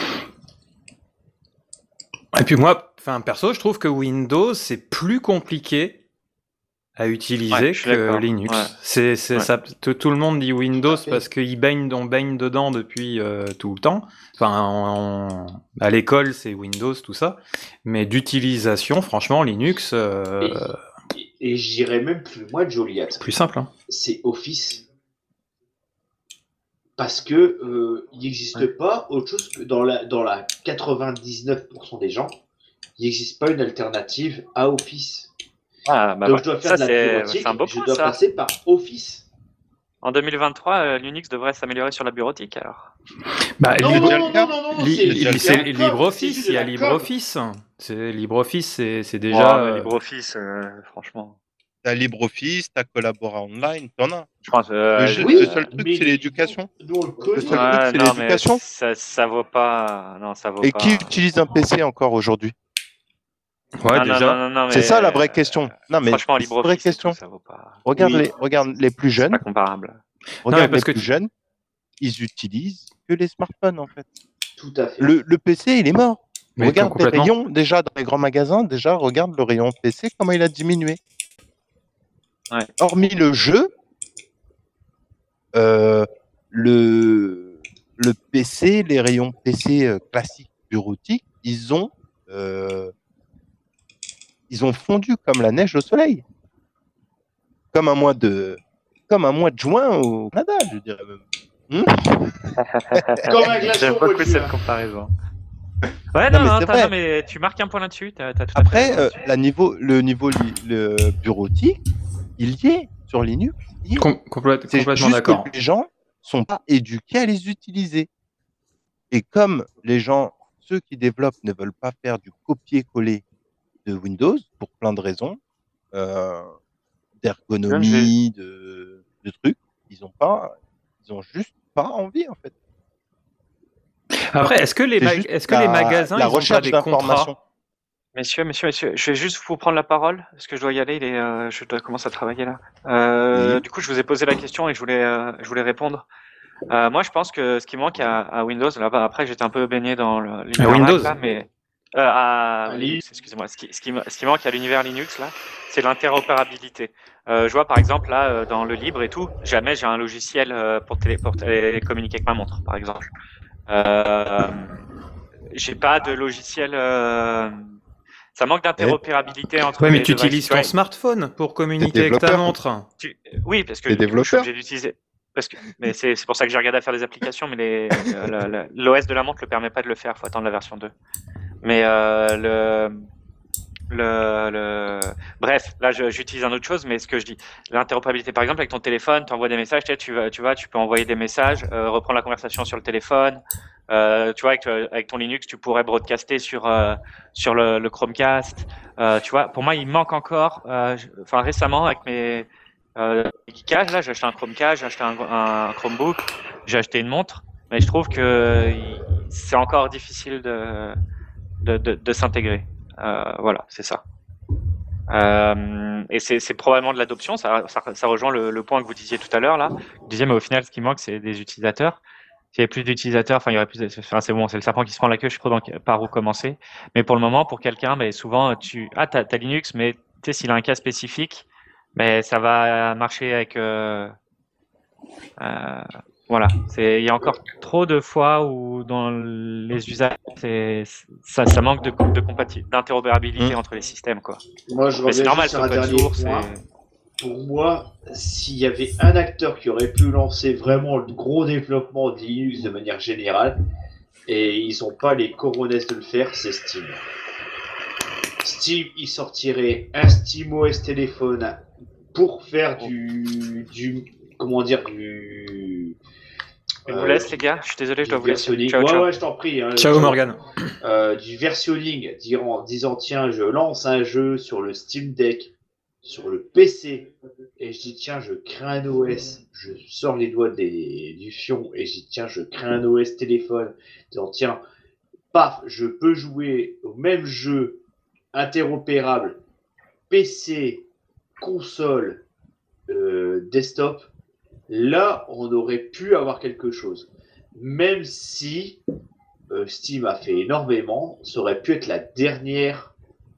Et puis moi, enfin perso, je trouve que Windows c'est plus compliqué à utiliser Ouais, je suis que d'accord. Linux. Ouais. C'est, c'est Ouais. ça. Tout, tout le monde dit Windows Tout à fait. parce qu'il baigne, on baigne dedans depuis euh, tout le temps. Enfin, on- à l'école c'est Windows, tout ça. Mais d'utilisation, franchement, Linux, euh, Et, et j'irais même plus loin, Joliat. plus simple. Hein. C'est Office. Parce que euh, il n'existe Ouais. pas autre chose que dans la, dans la quatre-vingt-dix-neuf pour cent des gens, il n'existe pas une alternative à Office. Ah, bah Donc voilà. je dois faire Ça, de la c'est bureautique, c'est un beau je point, dois ça. passer par Office. En deux mille vingt-trois, euh, Linux devrait s'améliorer sur la bureautique, alors. Bah, Non, li- non, déjà non, le cas. non, non, non, li- c'est li- c'est c'est un code, c'est LibreOffice, juste il y de a la com. LibreOffice. C'est LibreOffice, c'est, c'est Ouais, déjà. mais euh, LibreOffice, euh, franchement. T'as LibreOffice, t'as Collabora Online, t'en as. Je pense. Euh, Le, jeu- Oui, le seul truc, mais c'est l'éducation. nous, nous, on le Le connaît. seul truc, ouais, c'est non, mais l'éducation. ça, ça vaut pas. Non, ça vaut Et pas. qui utilise un P C encore aujourd'hui? Ouais, non, non, déjà. non, non, non, C'est mais, ça la vraie euh, question. Non, mais Franchement, c'est une vraie LibreOffice, et question. tout, ça vaut pas. Regarde, Oui. les, regarde les plus C'est jeunes. pas comparable. Regarde mais parce les que plus tu- jeunes. Ils utilisent que les smartphones, en fait. Tout à fait. Le, le P C, il est mort. Mais Regarde les complètement. rayons, déjà, dans les grands magasins, déjà, regarde le rayon P C, comment il a diminué. Ouais. Hormis le jeu, euh, le, le P C, les rayons P C euh, classiques bureautiques, ils ont, euh, ils ont fondu comme la neige au soleil. Comme un mois de, comme un mois de juin au Canada, je dirais même. Hmm Comme un glaçon J'aime au mois de beaucoup juin. cette comparaison. Ouais, Non, non, mais non, c'est t'as- vrai. non, mais tu marques un point là-dessus. T'as, t'as tout à fait Après, raison euh, là-dessus. la niveau, le niveau li- le bureautique, il y est sur Linux. il y est. Com- complète- C'est complètement juste d'accord. que les gens sont pas éduqués à les utiliser. Et comme les gens, ceux qui développent ne veulent pas faire du copier-coller de Windows pour plein de raisons, euh, d'ergonomie, de, de trucs, ils ont pas, ils ont juste pas envie en fait. Après, est-ce que les, C'est ma- juste est-ce que la- les magasins la ils ont pas recherche des d'information. contrats? Messieurs, messieurs, messieurs, je vais juste vous prendre la parole parce que je dois y aller. Il est, euh, je dois commencer à travailler là. Euh, Oui. Du coup, je vous ai posé la question et je voulais, euh, je voulais répondre. Euh, moi, je pense que ce qui manque à, à Windows, là, bah, après, j'étais un peu baigné dans le- l'univers Windows Mac, là, mais euh, à À Linux, excusez-moi. Ce qui, ce qui, ce qui manque à l'univers Linux là, c'est l'interopérabilité. Euh, je vois par exemple là euh, dans le libre et tout, jamais j'ai un logiciel euh, pour, télé, pour télé- communiquer avec ma montre, par exemple. Euh, j'ai pas de logiciel. Euh, ça manque d'interopérabilité entre Ouais, mais les tu devices, utilises tu vois. ton smartphone pour communiquer avec ta développeur. montre. Tu- Oui, parce que Les du coup, je suis développeurs. obligé d'utiliser. Parce que, mais c'est c'est pour ça que j'ai regardé à faire des applications, mais les- le- le- l'O S de la montre ne le permet pas de le faire. Faut attendre la version deux. Mais euh, le, le, le, bref, là, je- j'utilise un autre chose, mais ce que je dis, l'interopérabilité, par exemple, avec ton téléphone, tu envoies des messages, tu sais, tu vas, tu vas, tu peux envoyer des messages, euh, reprendre la conversation sur le téléphone. Euh, tu vois, avec, euh, avec ton Linux, tu pourrais broadcaster sur euh, sur le, le Chromecast. Euh, tu vois, pour moi, il manque encore. euh, je- Enfin, récemment, avec mes euh, geekages, là, j'ai acheté un Chromecast, j'ai acheté un, un Chromebook, j'ai acheté une montre, mais je trouve que il- c'est encore difficile de de, de, de s'intégrer. Euh, voilà, c'est ça. Euh, et c'est c'est probablement de l'adoption. Ça, ça, ça rejoint le, le point que vous disiez tout à l'heure là. Vous disiez, mais au final, ce qui manque, c'est des utilisateurs. S'il y avait plus d'utilisateurs, enfin, il y aurait plus. De, enfin, c'est bon, c'est le serpent qui se prend la queue. Je sais pas dans- par où commencer. Mais pour le moment, pour quelqu'un, mais souvent, tu ah, t'as, t'as Linux, mais tu sais, s'il a un cas spécifique, mais ça va marcher avec. Euh, euh, voilà, c'est il y a encore trop de fois où dans les usages, c'est ça, ça manque de, de compati- d'interopérabilité Mm. entre les systèmes, quoi. Moi, je Mais c'est reviens normal, juste sur c'est un open dernier source. point. et- Pour moi, s'il y avait un acteur qui aurait pu lancer vraiment le gros développement de Linux de manière générale, et ils n'ont pas les coronesses de le faire, c'est Steam. Steam, il sortirait un SteamOS téléphone pour faire du, du comment dire, du. Je vous euh, laisse, les gars. Je suis désolé, je dois du vous laisser. versionning. Ciao, ouais, ciao. ouais, je t'en prie. Hein, Ciao je- Morgan. euh, du versionning, disant, disant tiens, je lance un jeu sur le Steam Deck, sur le P C, et je dis tiens, je crée un O S, je sors les doigts des, du fion et je dis tiens, je crée un O S téléphone, disant tiens, paf, je peux jouer au même jeu interopérable P C, console, euh, desktop. Là, on aurait pu avoir quelque chose. Même si euh, Steam a fait énormément, ça aurait pu être la dernière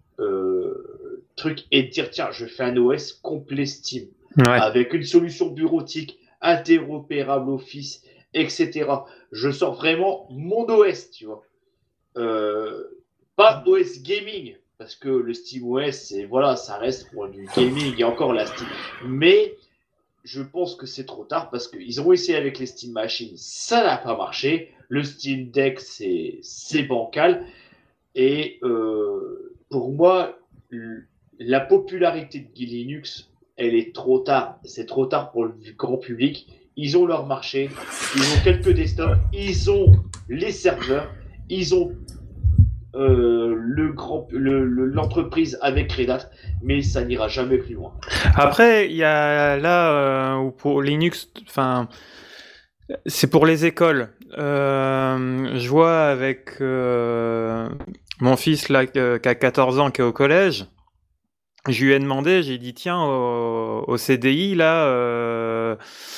euh, truc et dire tiens, je fais un O S complet Steam Ouais. avec une solution bureautique interopérable Office, et cetera. Je sors vraiment mon O S, tu vois. Euh, pas O S gaming, parce que le SteamOS, c'est voilà, ça reste pour du gaming et encore la Steam. Mais je pense que c'est trop tard parce qu'ils ont essayé avec les Steam Machines, ça n'a pas marché. Le Steam Deck, c'est c'est bancal. Et euh, pour moi, l- la popularité de Linux, elle est trop tard. C'est trop tard pour le grand public. Ils ont leur marché, ils ont quelques desktops, ils ont les serveurs, ils ont euh, le grand, le- le- l'entreprise avec Red Hat, mais ça n'ira jamais plus loin. Après, il y a là euh, où pour Linux, enfin, c'est pour les écoles. Euh, je vois avec euh, mon fils là qui a quatorze ans, qui est au collège. Je lui ai demandé, j'ai dit tiens au, au C D I là, euh,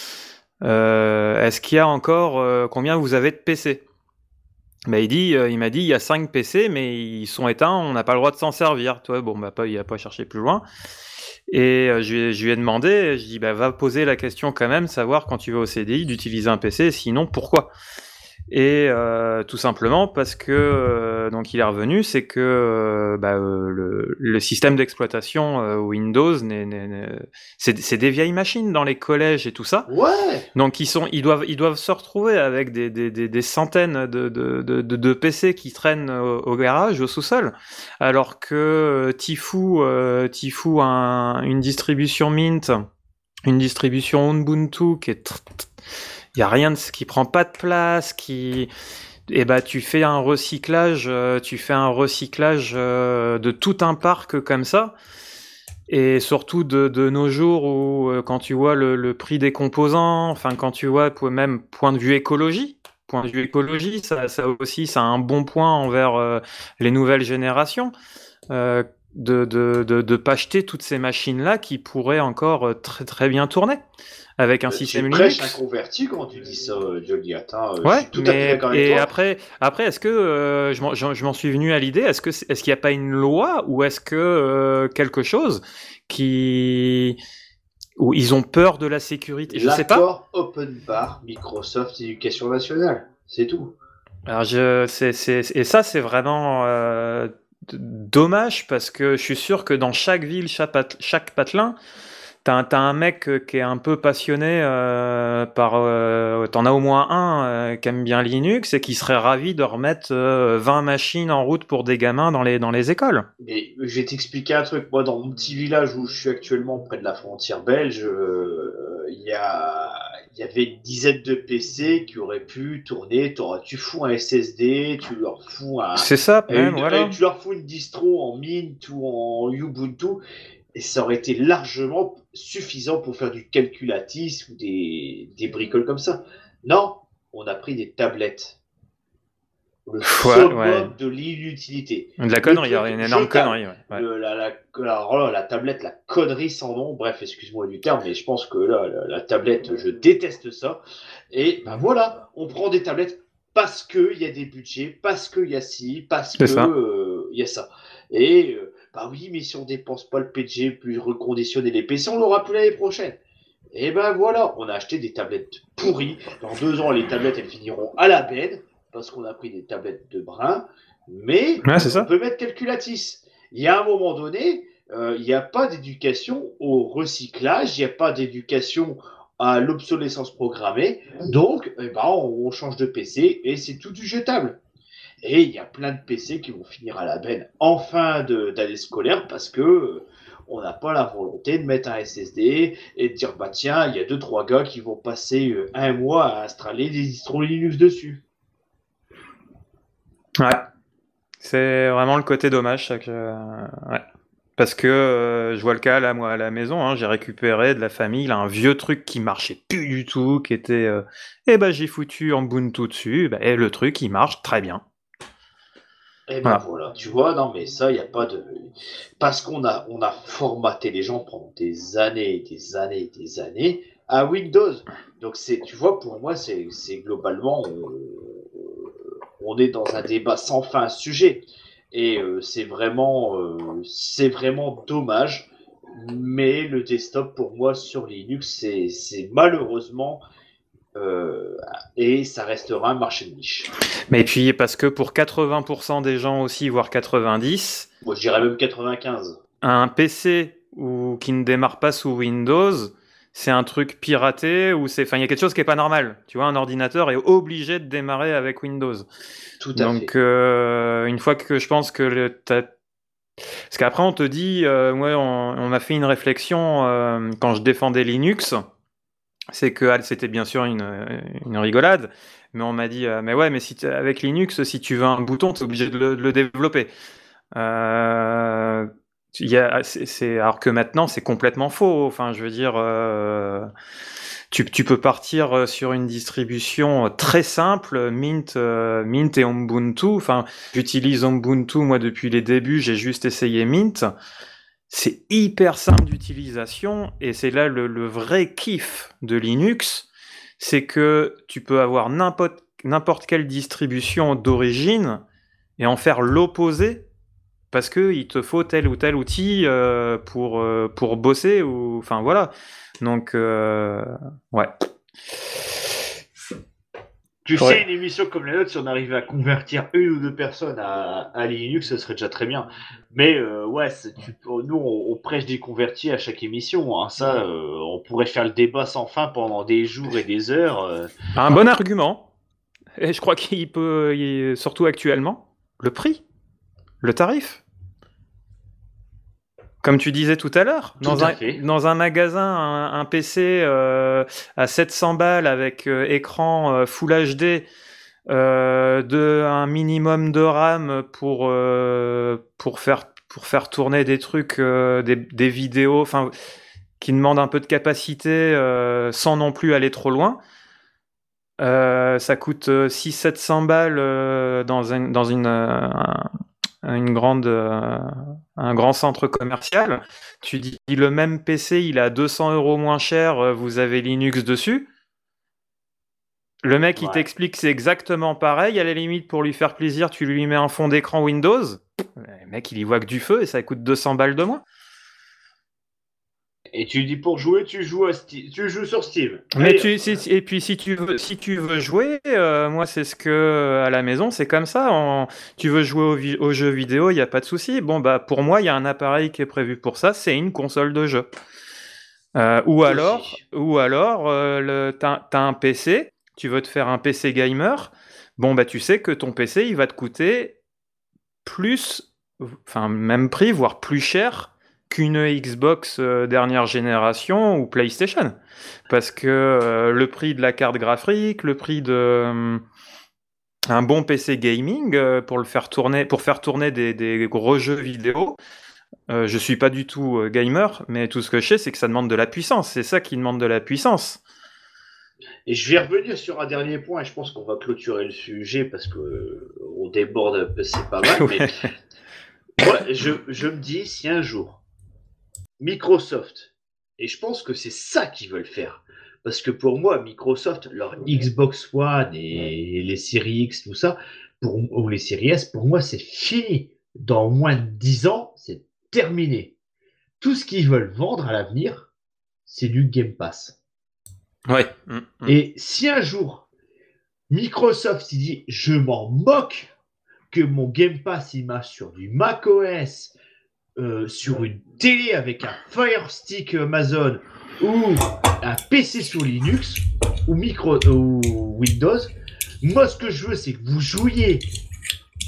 euh, est-ce qu'il y a encore euh, combien vous avez de P C? Bah, il dit, euh, il m'a dit il y a cinq P C mais ils sont éteints, on n'a pas le droit de s'en servir. Toi, bon bah pas, il a pas cherché plus loin. Et euh, je, lui ai, je lui ai demandé, je dis bah va poser la question quand même, savoir quand tu vas au C D I d'utiliser un P C, sinon pourquoi? Et euh, tout simplement parce que euh, donc il est revenu, c'est que euh, bah, euh, le, le système d'exploitation euh, Windows, n'est, n'est, n'est- c'est, c'est des vieilles machines dans les collèges et tout ça. Ouais. Donc ils sont, ils doivent, ils doivent se retrouver avec des, des, des, des centaines de, de, de, de, de P C qui traînent au, au garage, au sous-sol, alors que euh, Tifu, euh, Tifu a un- une distribution Mint, une distribution Ubuntu qui est, il y a rien de, qui prend pas de place, qui, et bah tu fais un recyclage, euh, tu fais un recyclage euh, de tout un parc comme ça. Et surtout de, de nos jours où euh, quand tu vois le, le prix des composants, enfin quand tu vois pour- même point de vue écologie, point de vue écologie, ça, ça aussi ça a un bon point envers euh, les nouvelles générations, euh, de de de de pas acheter toutes ces machines là qui pourraient encore euh, très très bien tourner avec un Euh, système tu prêches Linux. un converti quand tu dis ça, euh, Joliat. Hein. Euh, Je Ouais, suis tout à fait mais d'accord avec et toi. après, après, est-ce que euh, je m'en je- je m'en suis venu à l'idée, est-ce que c'est- est-ce qu'il n'y a pas une loi ou est-ce que euh, quelque chose qui où ils ont peur de la sécurité, je sais pas. L'accord Open Bar Microsoft Éducation Nationale, c'est tout. Alors je c'est c'est et ça c'est vraiment euh, d- dommage parce que je suis sûr que dans chaque ville, chaque, pat- chaque patelin, T'as un, t'as un mec euh, qui est un peu passionné euh, par... euh, t'en as au moins un euh, qui aime bien Linux et qui serait ravi de remettre euh, vingt machines en route pour des gamins dans les, dans les écoles. Mais je vais t'expliquer un truc. Moi, dans mon petit village où je suis actuellement, près de la frontière belge, euh, il y a, il y avait une dizaine de P C qui auraient pu tourner. T'auras- Tu fous un S S D, tu leur fous un, C'est ça, et même, une- voilà. et tu leur fous une distro en Mint ou en Ubuntu, et ça aurait été largement suffisant pour faire du calculatis ou des, des bricoles comme ça. Non, on a pris des tablettes. Le Ouais, summum ouais. de l'inutilité. De la Le connerie, il y truc a une énorme jetable. connerie. Ouais. Ouais. Le- la, la, alors là, la tablette, la connerie sans nom. Bref, excuse-moi du terme, mais je pense que là, la, la tablette, je déteste ça. Et ben voilà, on prend des tablettes parce qu'il y a des budgets, parce qu'il y a ci, parce C'est que ça. euh, il y a ça. Et euh, bah oui, mais si on dépense pas le P G plus reconditionner les P C, on l'aura plus l'année prochaine. Et ben voilà, on a acheté des tablettes pourries. Dans deux ans, les tablettes, elles finiront à la benne parce qu'on a pris des tablettes de brin. Mais Ouais, c'est on ça. peut mettre calculatis. Il y a un moment donné, euh, il n'y a pas d'éducation au recyclage, il n'y a pas d'éducation à l'obsolescence programmée. Donc, eh ben, on, on change de P C et c'est tout du jetable. Et il y a plein de P C qui vont finir à la benne en fin de- d'année scolaire parce que euh, on n'a pas la volonté de mettre un S S D et de dire bah tiens, il y a deux trois gars qui vont passer euh, un mois à installer des distros Linux dessus. Ouais. C'est vraiment le côté dommage, ça, que, euh, ouais. Parce que euh, je vois le cas là, moi, à la maison, hein, j'ai récupéré de la famille là, un vieux truc qui marchait plus du tout, qui était, euh, eh ben j'ai foutu en Ubuntu dessus, bah, et le truc il marche très bien. Et ben voilà, voilà. Tu vois, non mais ça, il n'y a pas de... Parce qu'on a, on a formaté les gens pendant des années et des années et des années à Windows. Donc c'est, tu vois, pour moi, c'est, c'est globalement... On, on est dans un débat sans fin à ce sujet. Et euh, c'est vraiment, euh, c'est vraiment dommage. Mais le desktop, pour moi, sur Linux, c'est, c'est malheureusement... Euh, et ça restera un marché de niche. Mais puis, parce que pour quatre-vingts pour cent des gens aussi, voire quatre-vingt-dix... Moi, je dirais même quatre-vingt-quinze. Un P C ou, qui ne démarre pas sous Windows... c'est un truc piraté ou c'est, enfin, il y a quelque chose qui est pas normal. Tu vois, un ordinateur est obligé de démarrer avec Windows. Tout à Donc, fait. euh, une fois que je pense que le, t'as... parce qu'après on te dit, euh, ouais, on, on m'a fait une réflexion euh, quand je défendais Linux. C'est que c'était bien sûr une, une rigolade, mais on m'a dit, euh, mais ouais, mais si avec Linux, si tu veux un bouton, t'es obligé de le, de le développer. Euh, Il y a, c'est, c'est, alors que maintenant, c'est complètement faux. Enfin, je veux dire, euh, tu, tu peux partir sur une distribution très simple, Mint, euh, Mint et Ubuntu. Enfin, j'utilise Ubuntu, moi, depuis les débuts. J'ai juste essayé Mint. C'est hyper simple d'utilisation et c'est là le, le vrai kiff de Linux. C'est que tu peux avoir n'importe, n'importe quelle distribution d'origine et en faire l'opposé parce qu'il te faut tel ou tel outil euh, pour, euh, pour bosser, ou enfin voilà. Donc, euh, ouais. Tu Ouais. sais, une émission comme la nôtre, si on arrivait à convertir une ou deux personnes à, à Linux, ce serait déjà très bien. Mais euh, ouais, c'est- tu, nous, on, on prêche des convertis à chaque émission. Hein. Ça, euh, on pourrait faire le débat sans fin pendant des jours et des heures. euh. Un bon argument, et je crois qu'il peut, il- surtout actuellement, le prix, le tarif. Comme tu disais tout à l'heure, Tout dans, à un, fait. dans un magasin, un, un P C euh, à sept cents balles avec euh, écran euh, Full H D, euh, de, un minimum de RAM pour, euh, pour, faire, pour faire tourner des trucs, euh, des, des vidéos, enfin, qui demandent un peu de capacité euh, sans non plus aller trop loin. Euh, ça coûte six cents à sept cents balles euh, dans, un, dans une, euh, un, une grande, euh, un grand centre commercial. Tu dis le même P C, il est à deux cents euros moins cher, euh, vous avez Linux dessus. Le mec, il Ouais. t'explique que c'est exactement pareil. À la limite, pour lui faire plaisir, tu lui mets un fond d'écran Windows. Le mec, il y voit que du feu et ça coûte deux cents balles de moins. Et tu dis pour jouer, tu joues, à Steam, tu joues sur Steam. Mais Allez, tu, hop. si- et puis si tu veux, si tu veux jouer, euh, moi c'est ce que à la maison c'est comme ça. En- tu veux jouer au vi- aux jeux vidéo, il y a pas de souci. Bon bah pour moi il y a un appareil qui est prévu pour ça, c'est une console de jeu. Euh, ou Moi alors, aussi. ou alors euh, le, t'as, t'as un P C, tu veux te faire un P C gamer. Bon bah tu sais que ton P C il va te coûter plus, enfin même prix, voire plus cher qu'une Xbox euh, dernière génération ou PlayStation. Parce que euh, le prix de la carte graphique, le prix de euh, un bon P C gaming euh, pour le faire tourner, pour faire tourner des, des gros jeux vidéo. Euh, je suis pas du tout euh, gamer, mais tout ce que je sais, c'est que ça demande de la puissance. C'est ça qui demande de la puissance. Et je vais revenir sur un dernier point, et je pense qu'on va clôturer le sujet parce que euh, on déborde un peu, c'est pas mal. Ouais. Mais moi, je, je me dis, si un jour, Microsoft, et je pense que c'est ça qu'ils veulent faire, parce que pour moi, Microsoft, leur Xbox One et les séries X, tout ça, pour, ou les séries S, pour moi, c'est fini. Dans moins de dix ans, c'est terminé. Tout ce qu'ils veulent vendre à l'avenir, c'est du Game Pass. Ouais. Mm, mm. Et si un jour, Microsoft il dit, je m'en moque que mon Game Pass il marche sur du macOS, euh, sur une télé avec un Fire Stick Amazon ou un P C sur Linux ou, micro, ou Windows, moi ce que je veux c'est que vous jouiez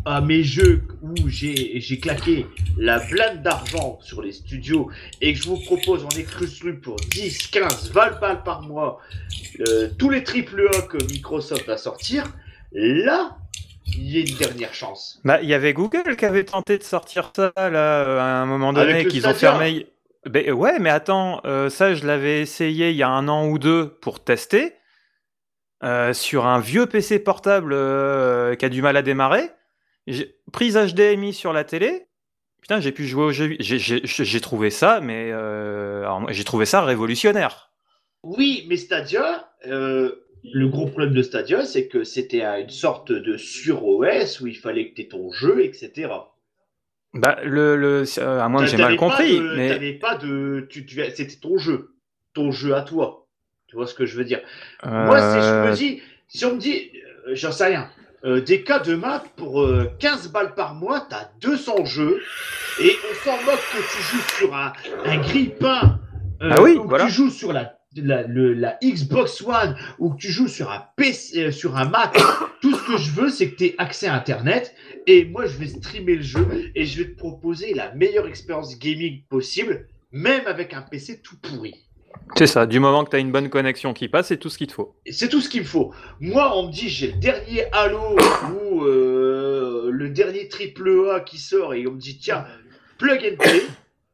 à mes jeux où j'ai j'ai claqué la blinde d'argent sur les studios et que je vous propose en exclu pour dix, quinze, vingt balles par mois euh, tous les triple A que Microsoft va sortir, là, il y a une dernière chance. Bah, il y avait Google qui avait tenté de sortir ça là euh, à un moment donné, Avec le qu'ils ont Stadia. fermé. Ben, ouais, mais attends, euh, ça je l'avais essayé il y a un an ou deux pour tester euh, sur un vieux P C portable euh, qui a du mal à démarrer. J'ai prise H D M I sur la télé. Putain, j'ai pu jouer au jeu. J'ai, j'ai, j'ai trouvé ça, mais euh, alors, moi, j'ai trouvé ça révolutionnaire. Oui, mais Stadia, euh, le gros problème de Stadia, c'est que c'était à une sorte de sur-O S où il fallait que tu aies ton jeu, et cetera. Bah, le, le, euh, à moins que j'ai mal T'avais pas compris, de- mais t'avais pas de, tu, tu- c'était ton jeu, ton jeu à toi. Tu vois ce que je veux dire? Moi, c'est, je me euh, dis, si on me dit, euh, j'en sais rien, euh, des cas de maths pour euh, quinze balles par mois, t'as deux cents jeux, et on s'en moque que tu joues sur un, un grille-pain, euh, Ah oui, ou que voilà. tu joues sur la, la, le- la Xbox One, ou que tu joues sur un P C, euh, sur un Mac. Tout ce que je veux, c'est que tu aies accès à Internet, et moi, je vais streamer le jeu, et je vais te proposer la meilleure expérience gaming possible, même avec un P C tout pourri. c'est ça. Du moment que tu as une bonne connexion qui passe, c'est tout ce qu'il te faut. Et c'est tout ce qu'il me faut. Moi, on me dit, j'ai le dernier Halo ou euh, le dernier triple A qui sort et on me dit, tiens, plug and play.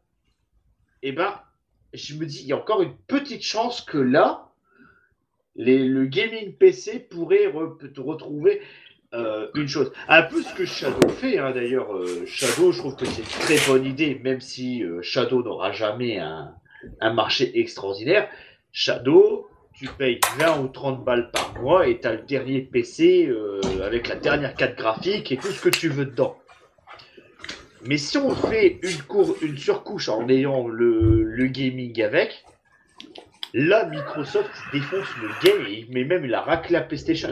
Et ben, je me dis, il y a encore une petite chance que là, les, le gaming P C pourrait re, te retrouver euh, une chose. Un peu ce que Shadow fait, hein, d'ailleurs. Euh, Shadow, je trouve que c'est une très bonne idée, même si euh, Shadow n'aura jamais un, un marché extraordinaire. Shadow, tu payes vingt ou trente balles par mois et tu as le dernier P C euh, avec la dernière carte graphique et tout ce que tu veux dedans. Mais si on fait une, cour- une surcouche en ayant le, le gaming avec, là, Microsoft défonce le game et il met même la raclée à PlayStation.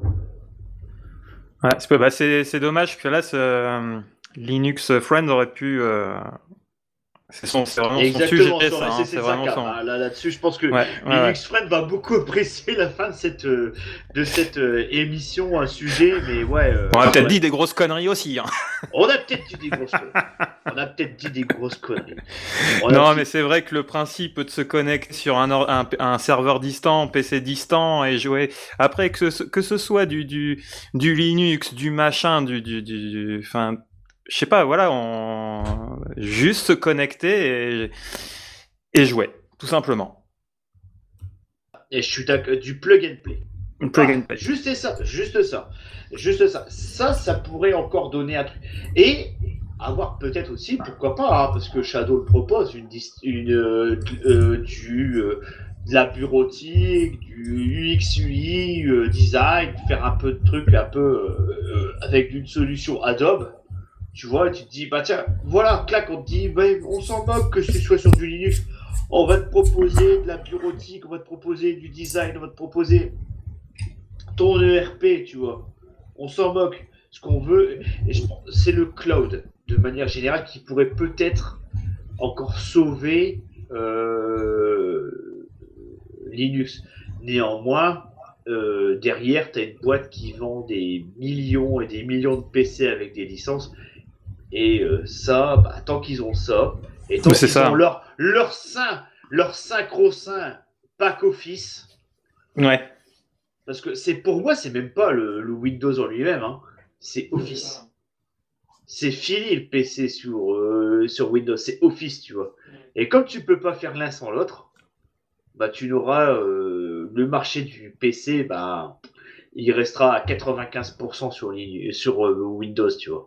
Ouais, c'est, bah, c'est, c'est dommage que là, ce, euh, Linux Friend aurait pu. Euh, c'est, son, c'est vraiment Exactement, son sujet, sur ça. la Hein, C c'est C vraiment Saka. son. Bah, là, là-dessus, je pense que Ouais, ouais, Linux Friend va beaucoup apprécier la fin de cette, euh, de cette euh, émission, un sujet, mais ouais. euh, On a peut-être ouais. dit des grosses conneries aussi. Hein. On a peut-être dit des grosses conneries. On a peut-être dit des grosses conneries. On a Non, dit- mais c'est vrai que le principe de se connecter sur un, or- un, un serveur distant, P C distant et jouer. Après, que ce, que ce soit du, du, du Linux, du machin, du. du, du enfin, je sais pas, voilà, on. Juste se connecter et, et jouer, tout simplement. Et je suis d'accord, du plug and play. Une plug Ah, and play. juste ça, juste ça, juste ça. Ça, ça pourrait encore donner un truc. Et avoir peut-être aussi, pourquoi pas, hein, parce que Shadow le propose, une, dis- une euh, euh, du euh, de la bureautique, du U X U I euh, design, faire un peu de trucs un peu euh, euh, avec une solution Adobe. Tu vois, tu te dis, bah tiens, voilà, clac, on te dit, bah, on s'en moque que tu sois sur du Linux. On va te proposer de la bureautique, on va te proposer du design, on va te proposer ton E R P, tu vois. On s'en moque. Ce qu'on veut, et je pense- c'est le cloud, de manière générale, qui pourrait peut-être encore sauver euh, Linux. Néanmoins, euh, derrière, tu as une boîte qui vend des millions et des millions de P C avec des licences. Et euh, ça, bah, tant qu'ils ont ça, et tant Mais c'est qu'ils ça. ont leur, leur sein, leur synchro-sein pack office, Ouais. parce que c'est pour moi, c'est même pas le, le Windows en lui-même, hein, c'est Office. C'est fini le P C sur, euh, sur Windows, c'est Office, tu vois. Et comme tu peux pas faire l'un sans l'autre, bah tu n'auras euh, le marché du P C, bah il restera à quatre-vingt-quinze pour cent sur, sur euh, Windows, tu vois.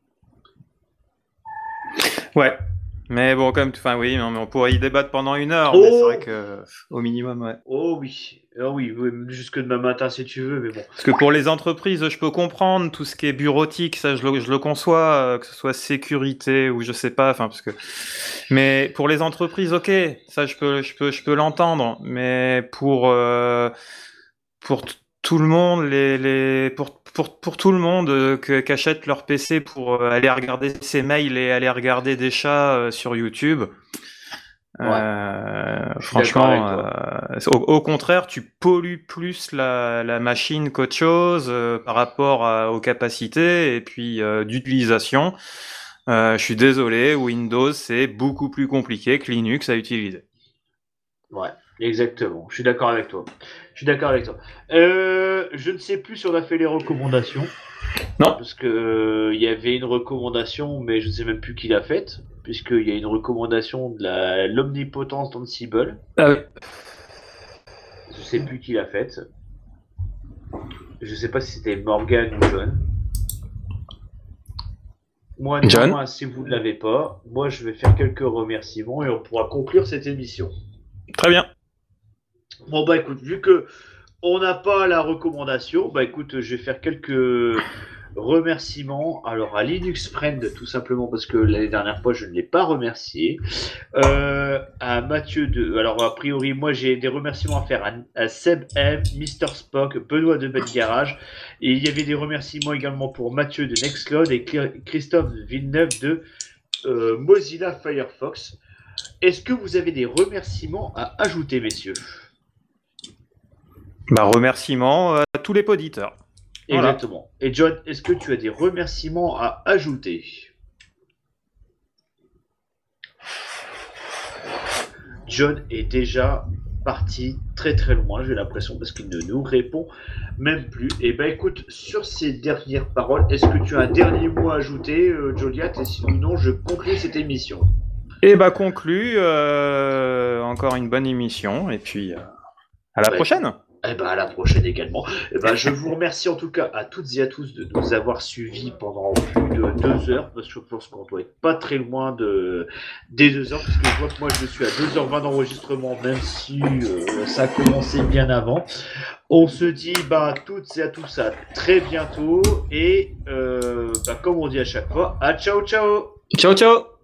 Ouais. Mais bon, comme, enfin oui, non, mais on pourrait y débattre pendant une heure, Oh mais c'est vrai que au minimum, ouais. Oh oui, oh oui, oui, jusque demain matin si tu veux, mais bon. Parce que pour les entreprises, je peux comprendre tout ce qui est bureautique, ça je le, je le conçois, euh, que ce soit sécurité ou je sais pas, enfin parce que. Mais pour les entreprises, ok, ça je peux, je peux, je peux l'entendre. Mais pour euh, pour t- tout le monde, les, les pour pour pour tout le monde euh, que- qu'achète leur P C pour euh, aller regarder ses mails et aller regarder des chats euh, sur YouTube. Ouais. Euh, Je suis franchement, d'accord avec toi. euh, au, au contraire, tu pollues plus la, la machine qu'autre chose euh, par rapport à- aux capacités et puis euh, d'utilisation. Euh, je suis désolé, Windows c'est beaucoup plus compliqué que Linux à utiliser. Ouais, exactement. Je suis d'accord avec toi. Je suis d'accord avec toi. Euh, je ne sais plus si on a fait les recommandations. Non. Parce que euh, il y avait une recommandation, mais je ne sais même plus qui l'a faite. Puisqu'il y a une recommandation de la l'omnipotence d'Ansible. Euh, Je sais plus qui l'a faite. Je sais pas si c'était Morgan ou John. Moi, John. néanmoins, si vous ne l'avez pas, moi je vais faire quelques remerciements et on pourra conclure cette émission. Très bien. Bon bah écoute, vu que on n'a pas la recommandation, bah écoute, je vais faire quelques remerciements. Alors à Linux Friend, tout simplement parce que l'année dernière fois je ne l'ai pas remercié. Euh, à Mathieu de, alors a priori moi j'ai des remerciements à faire à, à Seb M, Mister Spock, Benoît de Ben Garage, et il y avait des remerciements également pour Mathieu de Nextcloud et Christophe Villeneuve de euh, Mozilla Firefox. Est-ce que vous avez des remerciements à ajouter, messieurs? Bah, remerciements à tous les poditeurs. Voilà. Exactement. Et John, est-ce que tu as des remerciements à ajouter? John est déjà parti très très loin, j'ai l'impression, parce qu'il ne nous répond même plus. Et ben écoute, sur ces dernières paroles, est-ce que tu as un dernier mot à ajouter, euh, Joliat? Et sinon, je conclue cette émission. Et bah conclu, euh, encore une bonne émission, et puis euh, à la Ouais. prochaine. Eh ben à la prochaine également. Eh ben, je vous remercie en tout cas à toutes et à tous de nous avoir suivis pendant plus de deux heures, parce que je pense qu'on doit être pas très loin de des deux heures, parce que je vois que moi je suis à deux heures vingt d'enregistrement, même si euh, ça a commencé bien avant. On se dit bah toutes et à tous à très bientôt, et euh, bah, comme on dit à chaque fois, à ciao ciao. Ciao ciao.